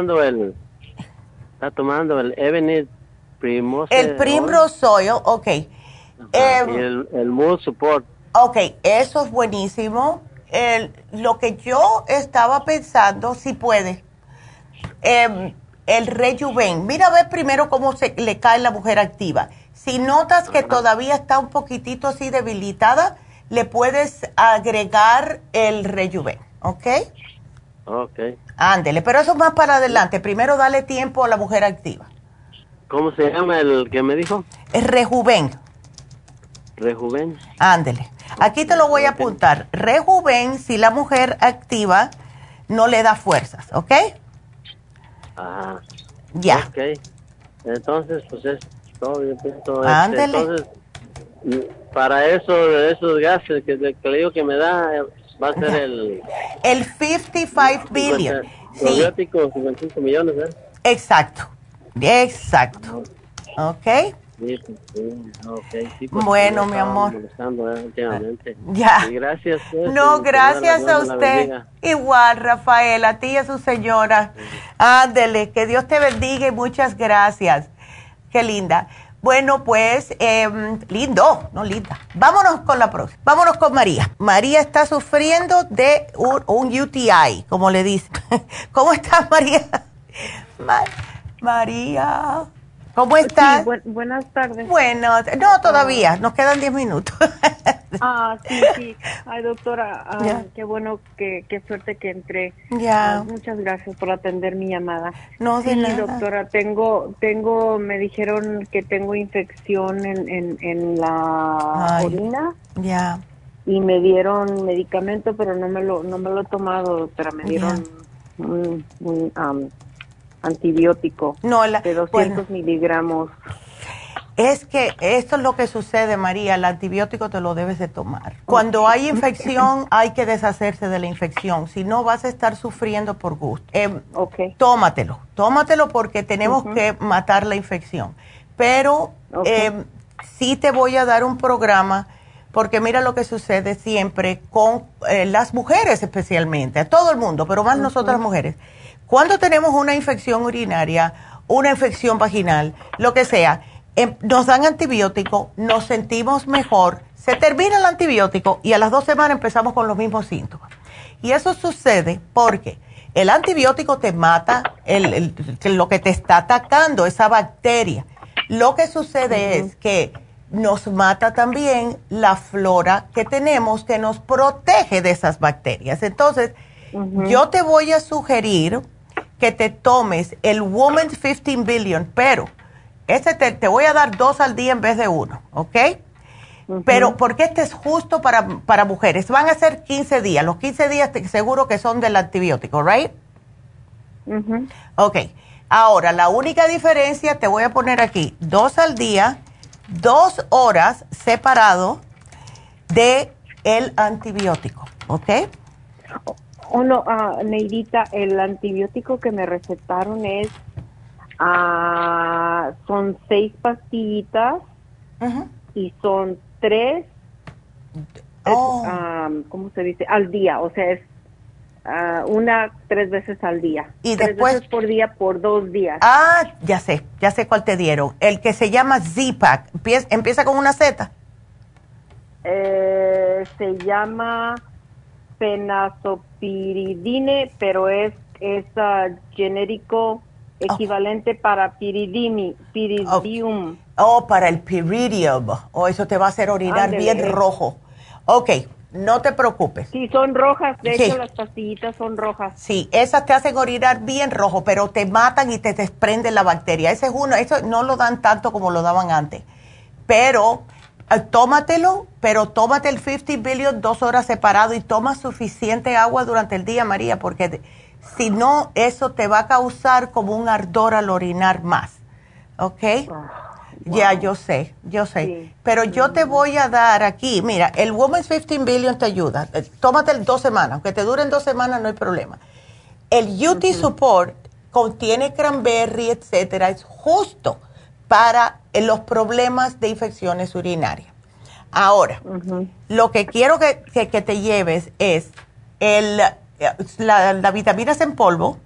está tomando el Evenit Primrose.
El Primrose Oil, ok.
Y el Mood Support.
Ok, eso es buenísimo. Lo que yo estaba pensando, si puede, el Rejuven. Mira a ver primero cómo se le cae la mujer activa. Si notas que todavía está un poquitito así debilitada, le puedes agregar el Rejuven, ¿ok?
Ok.
Ándele, pero eso es más para adelante. Primero dale tiempo a la mujer activa.
¿Cómo se llama el que me dijo?
Es Rejuven.
Rejuven.
Ándele. Aquí te lo voy a apuntar. Rejuven si la mujer activa no le da fuerzas, ¿ok?
Ah.
Ya.
Ok. Entonces, pues es todo. Yo pienso,
ándele.
Entonces, para esos gases que le digo que me da, va a ser el
55 billion.
Probiótico, 55 millones, ¿eh?
Exacto. ¿Ok?
Sí, okay. Sí, pues,
bueno, mi amor.
Ya. Y gracias.
No, gracias a usted. Igual, Rafael, a ti y a su señora. Ándele, que Dios te bendiga y muchas gracias. Qué linda. Bueno, pues, lindo, no linda. Vámonos con la próxima. Vámonos con María. María está sufriendo de un UTI, como le dicen. ¿Cómo estás, María? María, ¿cómo estás?
Sí, buenas tardes.
Bueno, no, todavía, nos quedan 10 minutos.
Sí. Ay, doctora, qué bueno, qué suerte que entré.
Ya.
Muchas gracias por atender mi llamada.
No, de nada.
Doctora, me dijeron que tengo infección en la orina.
Ya.
Y me dieron medicamento, pero no me lo he tomado, doctora. Me dieron un antibiótico de 200 miligramos.
Es que esto es lo que sucede, María. El antibiótico te lo debes de tomar. Cuando hay infección, hay que deshacerse de la infección. Si no, vas a estar sufriendo por gusto. Tómatelo porque tenemos que matar la infección. Pero sí te voy a dar un programa, porque mira lo que sucede siempre con las mujeres especialmente, a todo el mundo, pero más nosotras mujeres. Cuando tenemos una infección urinaria, una infección vaginal, lo que sea, nos dan antibiótico, nos sentimos mejor, se termina el antibiótico y a las 2 semanas empezamos con los mismos síntomas. Y eso sucede porque el antibiótico te mata lo que te está atacando, esa bacteria. Lo que sucede es que nos mata también la flora que tenemos que nos protege de esas bacterias. Entonces, yo te voy a sugerir que te tomes el Women's 15 Billion, pero te voy a dar 2 al día en vez de 1, ¿ok? Pero porque este es justo para mujeres. Van a ser 15 días. Los 15 días seguro que son del antibiótico, ¿right? Ok. Ahora, la única diferencia, te voy a poner aquí, 2 al día, 2 horas separado de el antibiótico, ¿ok?
Neidita, el antibiótico que me recetaron son 6 pastillitas y son 3, ¿cómo se dice? Al día, o sea, es 3 veces al día. Y 3 después veces por día por 2 días.
Ya sé cuál te dieron. El que se llama Z-Pack, empieza con una Z.
Se llama fenazopiridine, pero es genérico equivalente para piridium.
Para el piridium. Eso te va a hacer orinar bien rojo. Ok, no te preocupes.
Sí, son rojas. De hecho, las pastillitas son rojas.
Sí, esas te hacen orinar bien rojo, pero te matan y te desprenden la bacteria. Ese es uno. Eso no lo dan tanto como lo daban antes. Pero tómatelo, pero tómate el 50 billion 2 horas separado y toma suficiente agua durante el día, María, porque si no, eso te va a causar como un ardor al orinar más. ¿Ok? Ya, yo sé. Sí. Pero yo te voy a dar aquí, mira, el Women's 15 Billion te ayuda. Tómate 2 semanas, aunque te duren 2 semanas no hay problema. El UT Support contiene cranberry, etcétera, es justo para los problemas de infecciones urinarias. Ahora, lo que quiero que te lleves es la vitaminas en polvo,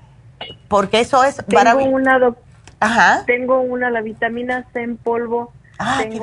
porque eso es
Tengo la vitamina C en polvo, Tengo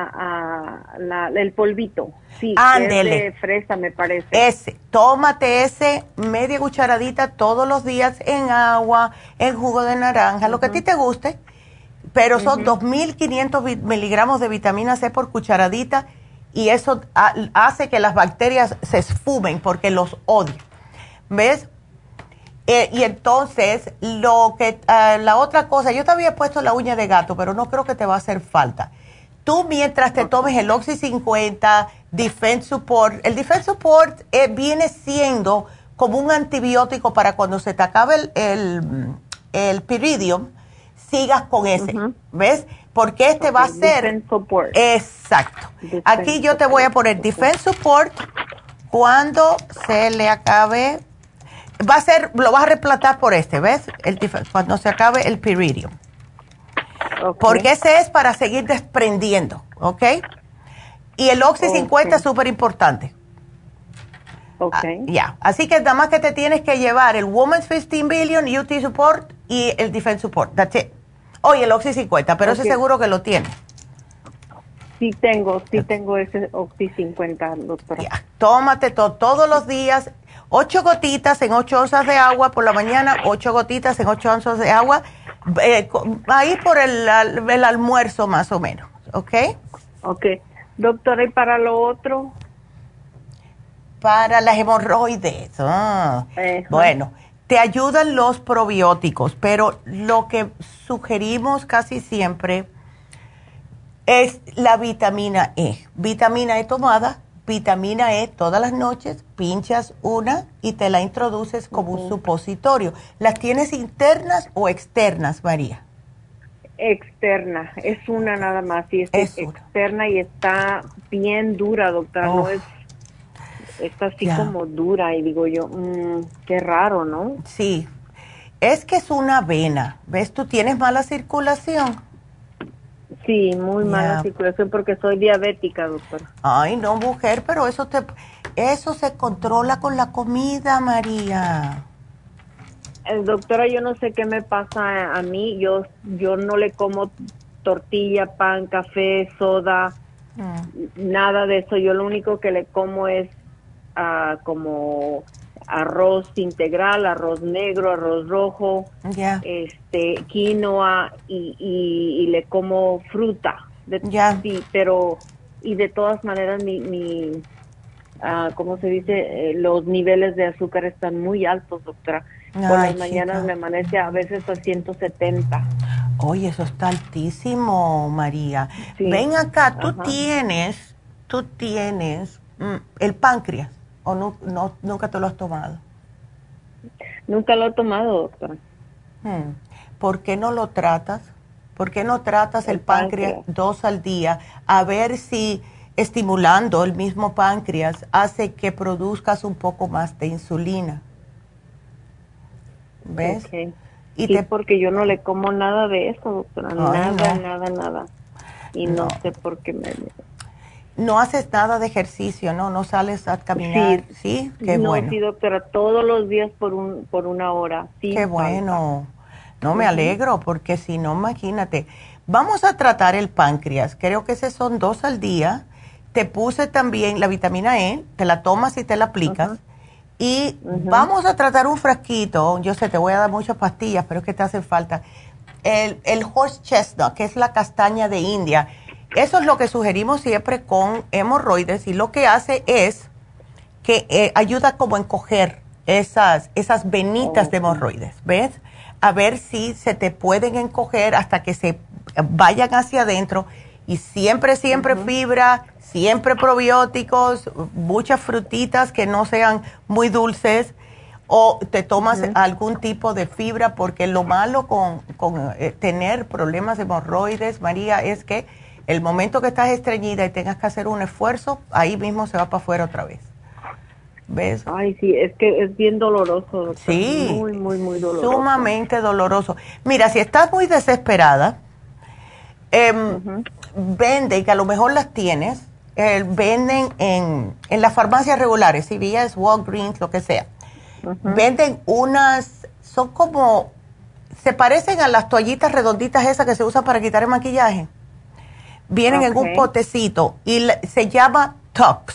el polvito. Sí,
ándele.
Es de fresa, me parece.
Tómate ese, media cucharadita todos los días en agua, en jugo de naranja, lo que a ti te guste, pero son 2.500 miligramos de vitamina C por cucharadita y eso hace que las bacterias se esfumen porque los odia. ¿Ves? Y entonces, la otra cosa, yo te había puesto la uña de gato, pero no creo que te va a hacer falta. Tú mientras te tomes el Oxy 50, Defense Support, el Defense Support viene siendo como un antibiótico para cuando se te acabe el Pyridium, sigas con ese, ¿ves? Porque va a ser...
Defense Support.
Exacto. Aquí yo te voy a poner Defense Support cuando se le acabe... lo vas a reemplazar por ¿ves? Cuando se acabe el Pyridium. Porque ese es para seguir desprendiendo, ¿ok? Y el Oxy 50 es súper importante. Ya, así que nada más que te tienes que llevar el Women's 15 Billion, UT Support y el Defense Support. That's it. Oye, el Oxy 50, pero ese seguro que lo tienes.
Sí tengo ese Oxy 50, doctora.
Ya, tómate todos los días, 8 gotitas en 8 onzas de agua por la mañana, 8 gotitas en 8 onzas de agua, ahí por el almuerzo más o menos, ¿ok?
Ok. Doctora, ¿y para lo otro?
Para las hemorroides. Bueno, te ayudan los probióticos, pero lo que sugerimos casi siempre es la vitamina E. Vitamina E tomada, vitamina E todas las noches, pinchas una y te la introduces como un supositorio. ¿Las tienes internas o externas, María?
Externa, es una nada más, y es externa y está bien dura, doctora, no está así como dura y digo yo, qué raro, ¿no?
Sí, es que es una vena, ¿ves? ¿Tú tienes mala circulación?
Sí, muy mala circulación porque soy diabética, doctora.
Ay, no, mujer, pero eso se controla con la comida, María.
Doctora, yo no sé qué me pasa a mí, yo no le como tortilla, pan, café, soda, nada de eso. Yo lo único que le como es como arroz integral, arroz negro, arroz rojo, quinoa y le como fruta. Sí, pero y de todas maneras mi ¿cómo se dice? Los niveles de azúcar están muy altos, doctora. Por las mañanas me amanece a veces a 170.
Oye, eso está altísimo, María. Sí. Ven acá, tú tienes el páncreas, o no, nunca te lo has tomado.
Nunca lo he tomado, doctora.
¿Por qué no lo tratas? ¿Por qué no tratas el páncreas 2 al día? A ver si estimulando el mismo páncreas hace que produzcas un poco más de insulina. ¿Ves?
Okay. Porque yo no le como nada de eso, doctora. Nada. Y no sé por qué
No haces nada de ejercicio, ¿no? No sales a caminar, ¿sí? Qué bueno.
Sí, doctora, todos los días por una hora. Sí,
qué bueno. No, me alegro, porque si no, imagínate. Vamos a tratar el páncreas. Creo que esos son 2 al día. Te puse también la vitamina E, te la tomas y te la aplicas. Y vamos a tratar un frasquito. Yo sé, te voy a dar muchas pastillas, pero es que te hacen falta. El horse chestnut, que es la castaña de India. Eso es lo que sugerimos siempre con hemorroides. Y lo que hace es que ayuda como a encoger esas venitas de hemorroides. ¿Ves? A ver si se te pueden encoger hasta que se vayan hacia adentro. Y siempre fibra, siempre probióticos, muchas frutitas que no sean muy dulces, o te tomas algún tipo de fibra, porque lo malo con tener problemas de hemorroides, María, es que el momento que estás estreñida y tengas que hacer un esfuerzo, ahí mismo se va para afuera otra vez. ¿Ves?
Ay, sí, es que es bien doloroso, doctor.
Sí,
muy, muy, muy doloroso.
Sumamente doloroso. Mira, si estás muy desesperada, venden, que a lo mejor las tienes, venden en las farmacias regulares, CVS, Walgreens, lo que sea. Venden unas, son como, se parecen a las toallitas redonditas esas que se usan para quitar el maquillaje. Vienen en un potecito y se llama Tux.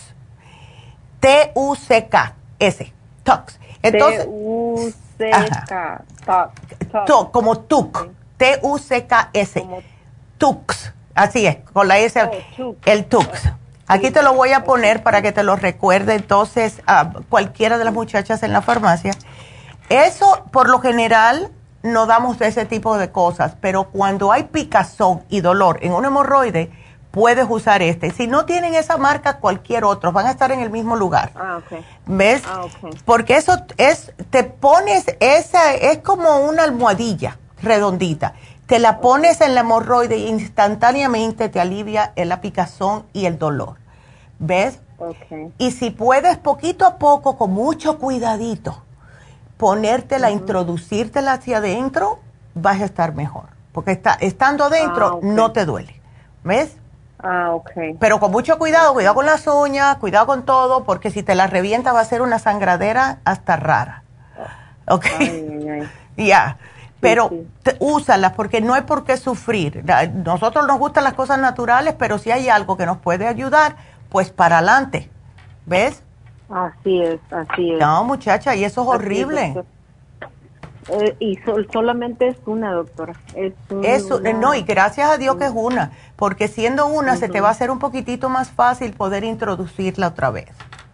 T-U-C-K-S. Tux. Entonces,
T-U-C-K.
Tux. Como Tuc. T-U-C-K-S. Tux. Así es, con la S. El Tux. Aquí te lo voy a poner para que te lo recuerde entonces a cualquiera de las muchachas en la farmacia. Eso, por lo general, no damos de ese tipo de cosas, pero cuando hay picazón y dolor en un hemorroide, puedes usar este. Si no tienen esa marca, cualquier otro, van a estar en el mismo lugar. ¿Ves? Porque eso te pones es como una almohadilla redondita. Te la pones en la hemorroide e instantáneamente te alivia la picazón y el dolor. ¿Ves? Y si puedes poquito a poco, con mucho cuidadito, ponértela, introducírtela hacia adentro, vas a estar mejor. Porque estando adentro no te duele. ¿Ves? Pero con mucho cuidado con las uñas, cuidado con todo, porque si te la revienta va a ser una sangradera hasta rara. ¿Ok? Ya. Pero úsalas porque no hay por qué sufrir. Nosotros nos gustan las cosas naturales, pero si hay algo que nos puede ayudar, pues para adelante. ¿Ves?
Así es.
No, muchacha, y eso es horrible.
Y solamente es una, doctora.
No, y gracias a Dios que es una, porque siendo una se te va a hacer un poquitito más fácil poder introducirla otra vez.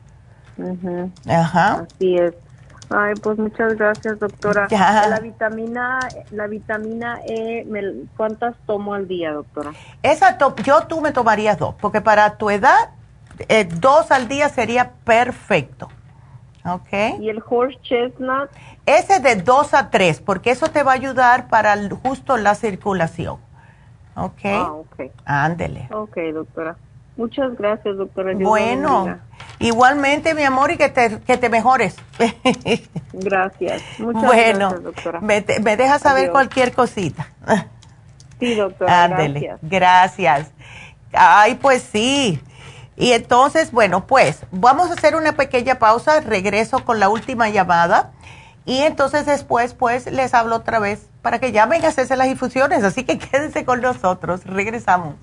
Ajá.
Así es. Ay, pues muchas gracias, doctora. La vitamina E, ¿cuántas tomo al día, doctora?
Tú me tomarías 2, porque para tu edad, 2 al día sería perfecto. ¿Ok?
¿Y el horse chestnut?
Ese de 2 a 3, porque eso te va a ayudar para justo la circulación. ¿Ok? Ándele.
Ok, doctora. Muchas gracias, doctora.
Bueno, igualmente, mi amor, y que te mejores.
Gracias. Muchas gracias, doctora.
Me dejas saber cualquier cosita.
Sí, doctora.
Ándele. Gracias. Ay, pues sí. Y entonces, bueno, pues vamos a hacer una pequeña pausa. Regreso con la última llamada. Y entonces después, pues, les hablo otra vez para que llamen a hacerse las infusiones. Así que quédense con nosotros. Regresamos.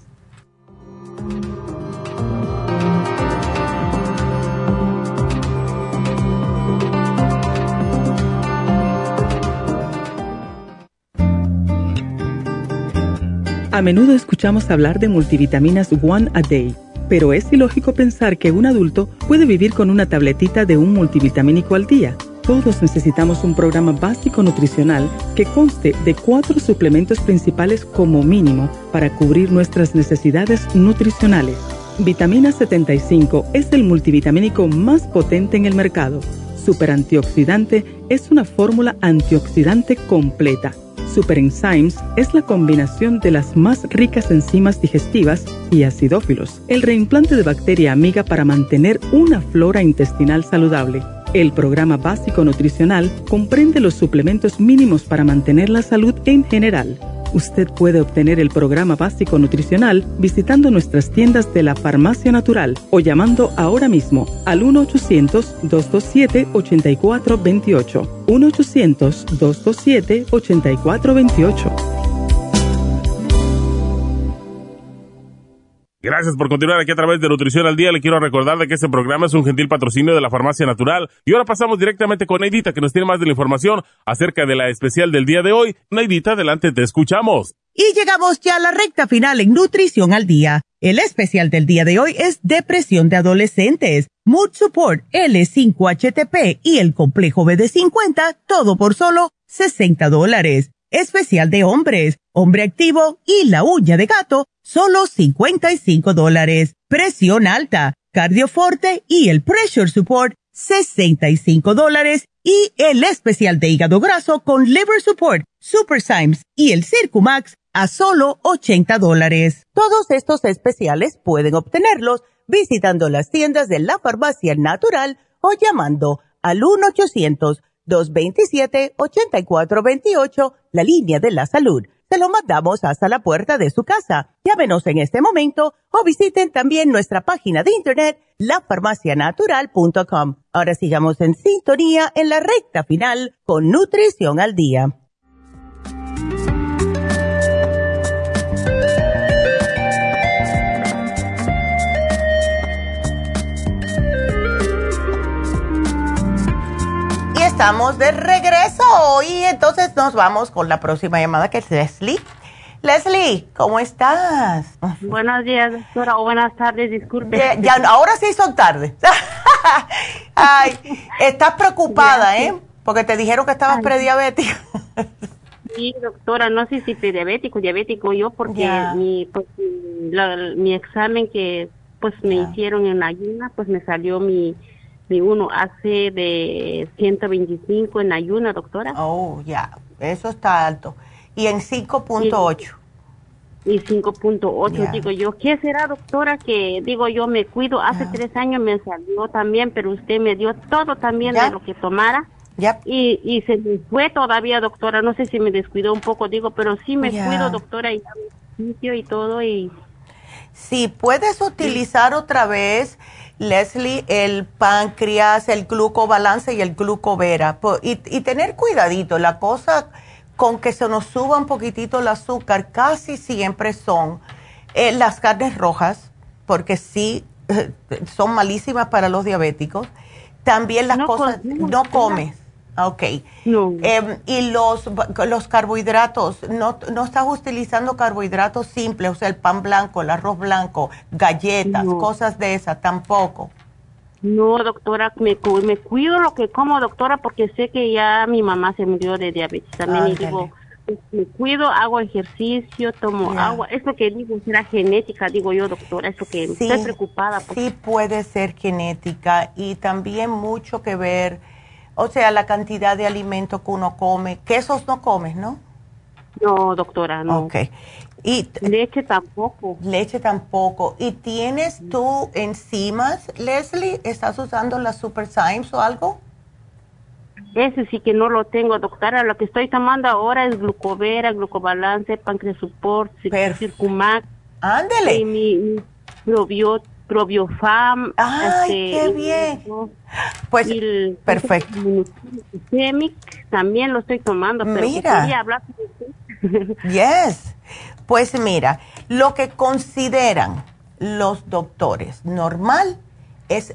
A menudo escuchamos hablar de multivitaminas One a Day, pero es ilógico pensar que un adulto puede vivir con una tabletita de un multivitamínico al día. Todos necesitamos un programa básico nutricional que conste de 4 suplementos principales como mínimo para cubrir nuestras necesidades nutricionales. Vitamina 75 es el multivitamínico más potente en el mercado. Super Antioxidante es una fórmula antioxidante completa. Super Enzymes es la combinación de las más ricas enzimas digestivas y acidófilos, el reimplante de bacteria amiga para mantener una flora intestinal saludable. El programa básico nutricional comprende los suplementos mínimos para mantener la salud en general. Usted puede obtener el programa básico nutricional visitando nuestras tiendas de la Farmacia Natural o llamando ahora mismo al 1-800-227-8428. 1-800-227-8428.
Gracias por continuar aquí a través de Nutrición al Día. Le quiero recordar de que este programa es un gentil patrocinio de la Farmacia Natural. Y ahora pasamos directamente con Neidita, que nos tiene más de la información acerca de la especial del día de hoy. Neidita, adelante, te escuchamos.
Y llegamos ya a la recta final en Nutrición al Día. El especial del día de hoy es depresión de adolescentes, Mood Support, L5-HTP y el complejo BD50, todo por solo $60. Especial de hombres, hombre activo y la uña de gato, solo $55. Presión alta, cardioforte y el pressure support, $65. Y el especial de hígado graso con liver support, Super Symes y el Circumax a solo $80. Todos estos especiales pueden obtenerlos visitando las tiendas de la Farmacia Natural o llamando al 1-800-227-8428, la línea de la salud. Se lo mandamos hasta la puerta de su casa. Llámenos en este momento o visiten también nuestra página de internet, lafarmacianatural.com. Ahora sigamos en sintonía en la recta final con Nutrición al Día.
estamos de regreso y entonces nos vamos con la próxima llamada que es Leslie. Leslie, ¿cómo estás?
Buenos días, doctora, o buenas tardes, disculpe.
Ya, ahora sí son tardes. Ay, estás preocupada, ¿eh? Porque te dijeron que estabas prediabética.
Sí, doctora, no sé si diabético yo, porque mi examen que pues me hicieron en ayuna, pues me salió mi 1AC de 125 en ayuna, doctora.
Oh, ya, eso está alto. Y en 5.8.
Y 5.8, digo yo, ¿qué será, doctora? Que digo yo, me cuido, hace 3 años me salió también, pero usted me dio todo también de lo que tomara. Y se me fue todavía, doctora, no sé si me descuidó un poco, digo, pero sí me cuido, doctora, y sitio y todo. Y
sí, puedes utilizar otra vez, Leslie, el páncreas, el glucobalance y el glucovera, y tener cuidadito. La cosa con que se nos suba un poquitito el azúcar casi siempre son las carnes rojas, porque sí son malísimas para los diabéticos. También las cosas, no comes. Ok.
No.
Y los carbohidratos, no estás utilizando carbohidratos simples, o sea, el pan blanco, el arroz blanco, galletas, cosas de esas, tampoco.
No, doctora, me cuido lo que como, doctora, porque sé que ya mi mamá se murió de diabetes también. Y digo, me cuido, hago ejercicio, tomo agua. Es lo que digo, será genética, digo yo, doctora, es lo que estoy preocupada.
Sí, puede ser genética y también mucho que ver, o sea, la cantidad de alimento que uno come. Quesos no comes, ¿no?
No, doctora, no.
Ok. Y
leche tampoco.
Leche tampoco. ¿Y tienes tú enzimas, Leslie? ¿Estás usando la Super Symes o algo?
Ese sí que no lo tengo, doctora. Lo que estoy tomando ahora es glucovera, glucobalance, páncreas support, circumax.
Ándele.
Y mi probiofam.
¡Ay, qué bien! Pues, perfecto.
También lo estoy tomando, pero
mira.
quería hablar con usted.
Yes. Pues mira, lo que consideran los doctores normal es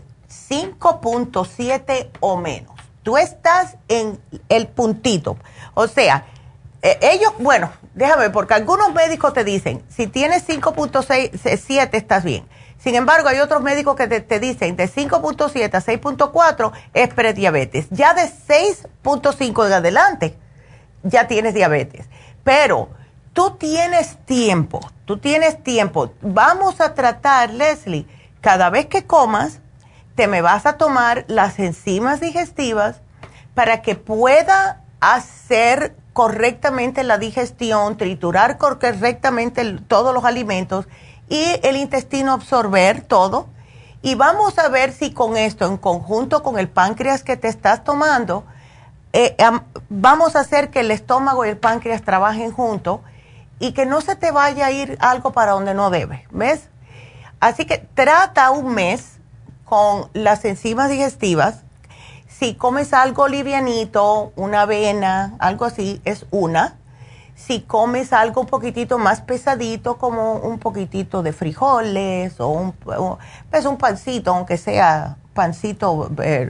5.7 o menos. Tú estás en el puntito. O sea, ellos, bueno, déjame, porque algunos médicos te dicen, si tienes 5.7 estás bien. Sin embargo, hay otros médicos que te dicen de 5.7 a 6.4 es prediabetes. Ya de 6.5 en adelante ya tienes diabetes. Pero tú tienes tiempo. Vamos a tratar, Leslie, cada vez que comas, te me vas a tomar las enzimas digestivas para que pueda hacer correctamente la digestión, triturar correctamente todos los alimentos y el intestino absorber todo. Y vamos a ver si con esto, en conjunto con el páncreas que te estás tomando, vamos a hacer que el estómago y el páncreas trabajen juntos y que no se te vaya a ir algo para donde no debe, ¿ves? Así que trata un mes con las enzimas digestivas. Si comes algo livianito, una avena, algo así, es una. Si comes algo un poquitito más pesadito, como un poquitito de frijoles o un pancito, aunque sea pancito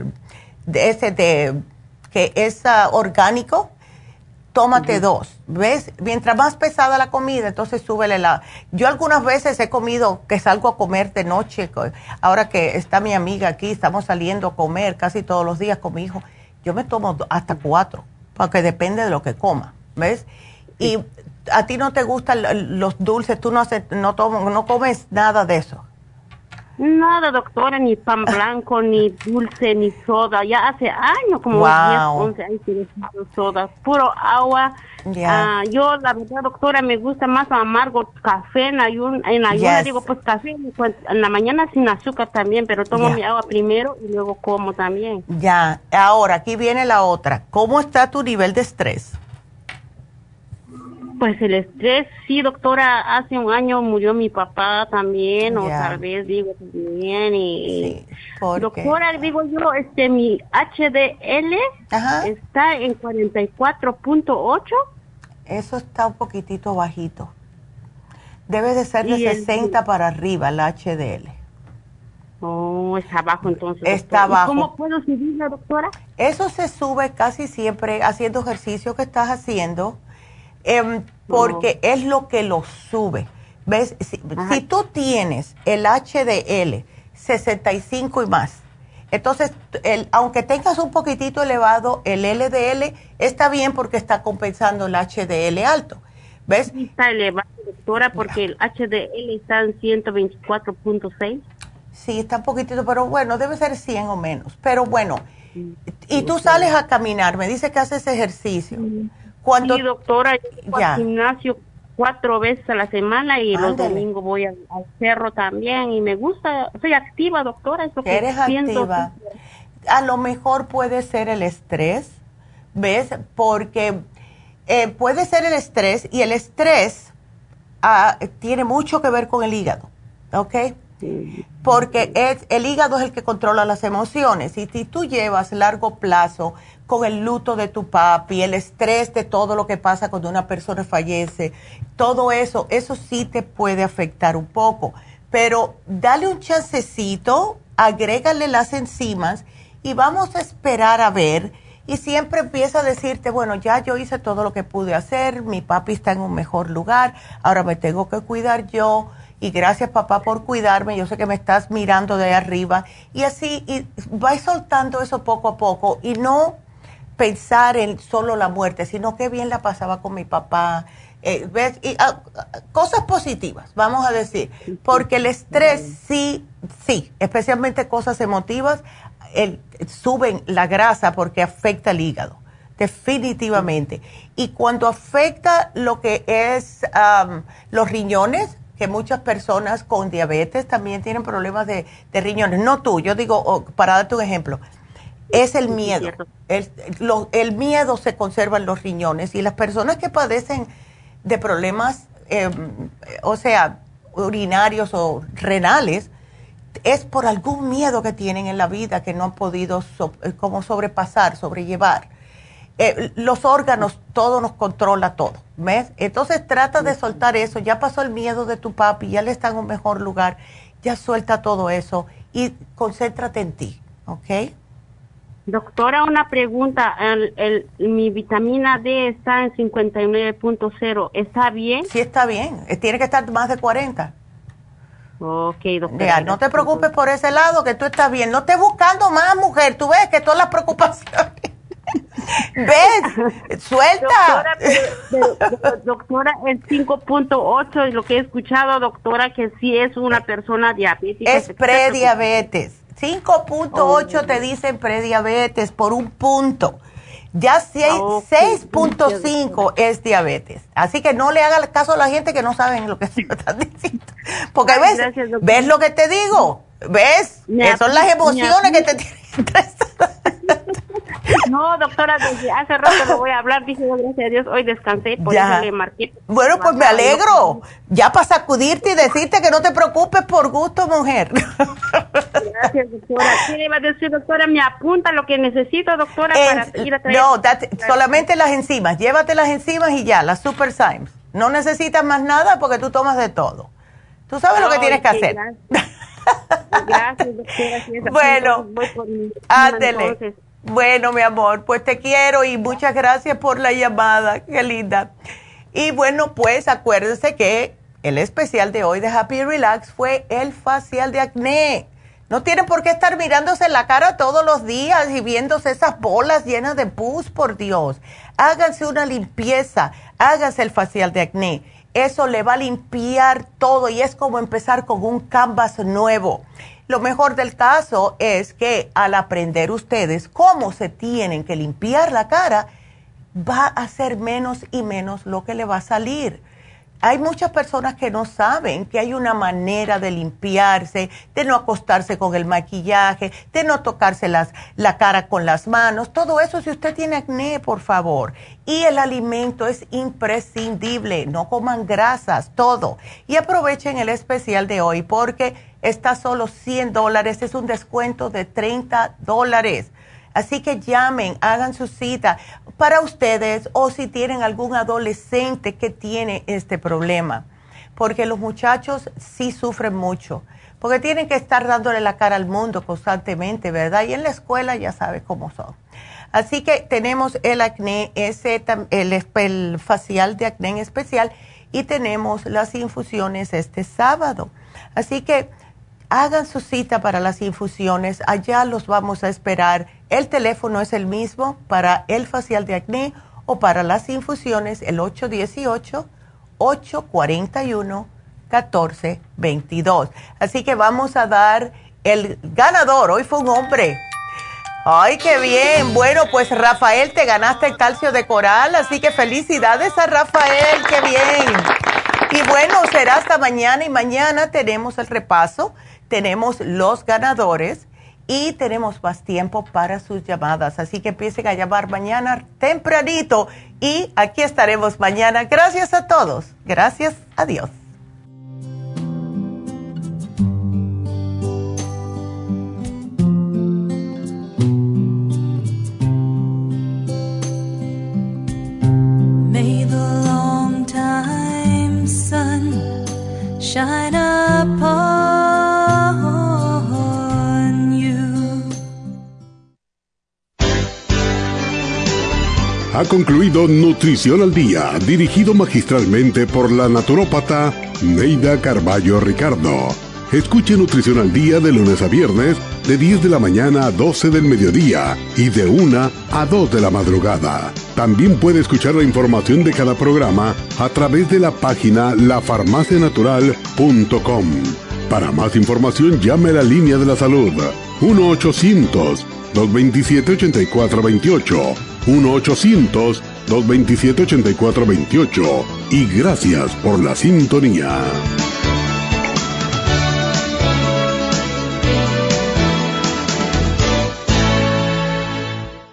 que es orgánico, tómate 2, ¿ves? Mientras más pesada la comida, entonces súbele Yo algunas veces he comido, que salgo a comer de noche, ahora que está mi amiga aquí, estamos saliendo a comer casi todos los días con mi hijo, yo me tomo hasta 4, porque depende de lo que coma, ¿ves? Y a ti no te gustan los dulces, tú no comes nada de eso.
Nada, doctora, ni pan blanco, ni dulce, ni soda. Ya hace años, como 10, 11 años que he tomado soda. Puro agua. Yo, la verdad, doctora, me gusta más amargo café en ayuna. Digo, pues café en la mañana sin azúcar también, pero tomo mi agua primero y luego como también.
Ya, ahora, aquí viene la otra. ¿Cómo está tu nivel de estrés?
Pues el estrés, sí, doctora, hace un año murió mi papá también, o tal vez digo también, y doctora, digo yo, mi HDL está en 44.8.
Eso está un poquitito bajito. Debe de ser de 60 para arriba la HDL.
Oh, está abajo entonces.
Está abajo.
¿Cómo puedo subirla, doctora?
Eso se sube casi siempre haciendo ejercicio que estás haciendo, porque es lo que lo sube. ¿Ves? Si tú tienes el HDL 65 y más, entonces, aunque tengas un poquitito elevado, el LDL está bien porque está compensando el HDL alto. ¿Ves?
Está elevado, doctora, porque el HDL está en 124.6.
Sí, está un poquitito, pero bueno, debe ser 100 o menos. Pero bueno, y tú sales a caminar, me dice que haces ejercicio.
Sí, doctora, yo voy al gimnasio 4 veces a la semana y los domingos voy al cerro también y me gusta, soy activa, doctora, es lo que
eres activa. A lo mejor puede ser el estrés, ¿ves? Porque puede ser el estrés y el estrés tiene mucho que ver con el hígado, ¿ok? Sí. Porque el hígado es el que controla las emociones y si tú llevas largo plazo con el luto de tu papi, el estrés de todo lo que pasa cuando una persona fallece, todo eso sí te puede afectar un poco. Pero dale un chancecito, agrégale las enzimas y vamos a esperar a ver. Y siempre empieza a decirte, bueno, ya yo hice todo lo que pude hacer, mi papi está en un mejor lugar, ahora me tengo que cuidar yo. Y gracias, papá, por cuidarme. Yo sé que me estás mirando de arriba. Y así, y vais soltando eso poco a poco. Y no pensar en solo la muerte, sino qué bien la pasaba con mi papá. ¿Ves? Y, cosas positivas, vamos a decir. Porque el estrés sí, especialmente cosas emotivas, suben la grasa porque afecta el hígado. Definitivamente. Y cuando afecta lo que es los riñones, que muchas personas con diabetes también tienen problemas de riñones. No tú, yo digo, para darte un ejemplo, es el miedo. El miedo se conserva en los riñones y las personas que padecen de problemas, o sea, urinarios o renales, es por algún miedo que tienen en la vida que no han podido como sobrellevar. Los órganos, todo nos controla todo, ¿ves? Entonces trata de soltar eso, ya pasó el miedo de tu papi, ya le está en un mejor lugar, ya suelta todo eso y concéntrate en ti, ¿ok?
Doctora, una pregunta, mi vitamina D está en 59.0, ¿está bien?
Sí, está bien, tiene que estar más de 40.
Ok, doctora.
Ya, no te preocupes por ese lado, que tú estás bien, no estés buscando más, mujer, tú ves que todas las preocupaciones... ¿Ves? Suelta.
Doctora, el 5.8 es lo que he escuchado, doctora, que sí es una persona diabética.
Es prediabetes. 5.8 te dicen prediabetes por un punto. Ya 6.5 es diabetes. Así que no le hagas caso a la gente que no saben lo que se están diciendo. Porque ¿ves lo que te digo? ¿Ves? Son las emociones que te tienen estresadas.
No, doctora, desde hace rato lo voy a hablar, dije, gracias a Dios, hoy descansé, por eso le marqué.
Bueno, pues me alegro, ya para sacudirte y decirte que no te preocupes por gusto, mujer.
Gracias, doctora. ¿Qué le va a decir, doctora? Me apunta lo que necesito, doctora, para ir a traer.
No, solamente las enzimas, llévate las enzimas y ya, las Super Symes. No necesitas más nada porque tú tomas de todo. Tú sabes lo que tienes que hacer.
Gracias, doctora.
Bueno, ándele. Bueno, mi amor, pues te quiero y muchas gracias por la llamada, qué linda. Y bueno, pues acuérdense que el especial de hoy de Happy Relax fue el facial de acné. No tienen por qué estar mirándose la cara todos los días y viéndose esas bolas llenas de pus, por Dios. Háganse una limpieza, háganse el facial de acné. Eso le va a limpiar todo y es como empezar con un canvas nuevo. Lo mejor del caso es que al aprender ustedes cómo se tienen que limpiar la cara, va a ser menos y menos lo que le va a salir. Hay muchas personas que no saben que hay una manera de limpiarse, de no acostarse con el maquillaje, de no tocarse la cara con las manos. Todo eso si usted tiene acné, por favor. Y el alimento es imprescindible. No coman grasas, todo. Y aprovechen el especial de hoy porque está solo $100. Es un descuento de $30. Así que llamen, hagan su cita para ustedes o si tienen algún adolescente que tiene este problema. Porque los muchachos sí sufren mucho. porque tienen que estar dándole la cara al mundo constantemente, ¿verdad? Y en la escuela ya sabes cómo son. Así que tenemos el acné, el facial de acné en especial, y tenemos las infusiones este sábado. Así que hagan su cita para las infusiones, allá los vamos a esperar. El teléfono es el mismo para el facial de acné o para las infusiones, el 818-841-1422. Así que vamos a dar el ganador. Hoy fue un hombre. ¡Ay, qué bien! Bueno, pues Rafael, te ganaste el calcio de coral, así que felicidades a Rafael, ¡qué bien! Y bueno, será hasta mañana, y mañana tenemos el repaso, tenemos los ganadores y tenemos más tiempo para sus llamadas. Así que empiecen a llamar mañana tempranito y aquí estaremos mañana. Gracias a todos. Gracias a Dios.
May the long time sun shine upon you.
Ha concluido Nutrición al Día, dirigido magistralmente por la naturópata Neida Carballo Ricardo. Escuche Nutrición al Día de lunes a viernes, de 10 de la mañana a 12 del mediodía y de 1 a 2 de la madrugada. También puede escuchar la información de cada programa a través de la página lafarmacianatural.com. Para más información, llame a la línea de la salud 1-800-227-8428, 1-800-227-8428, y gracias por la sintonía.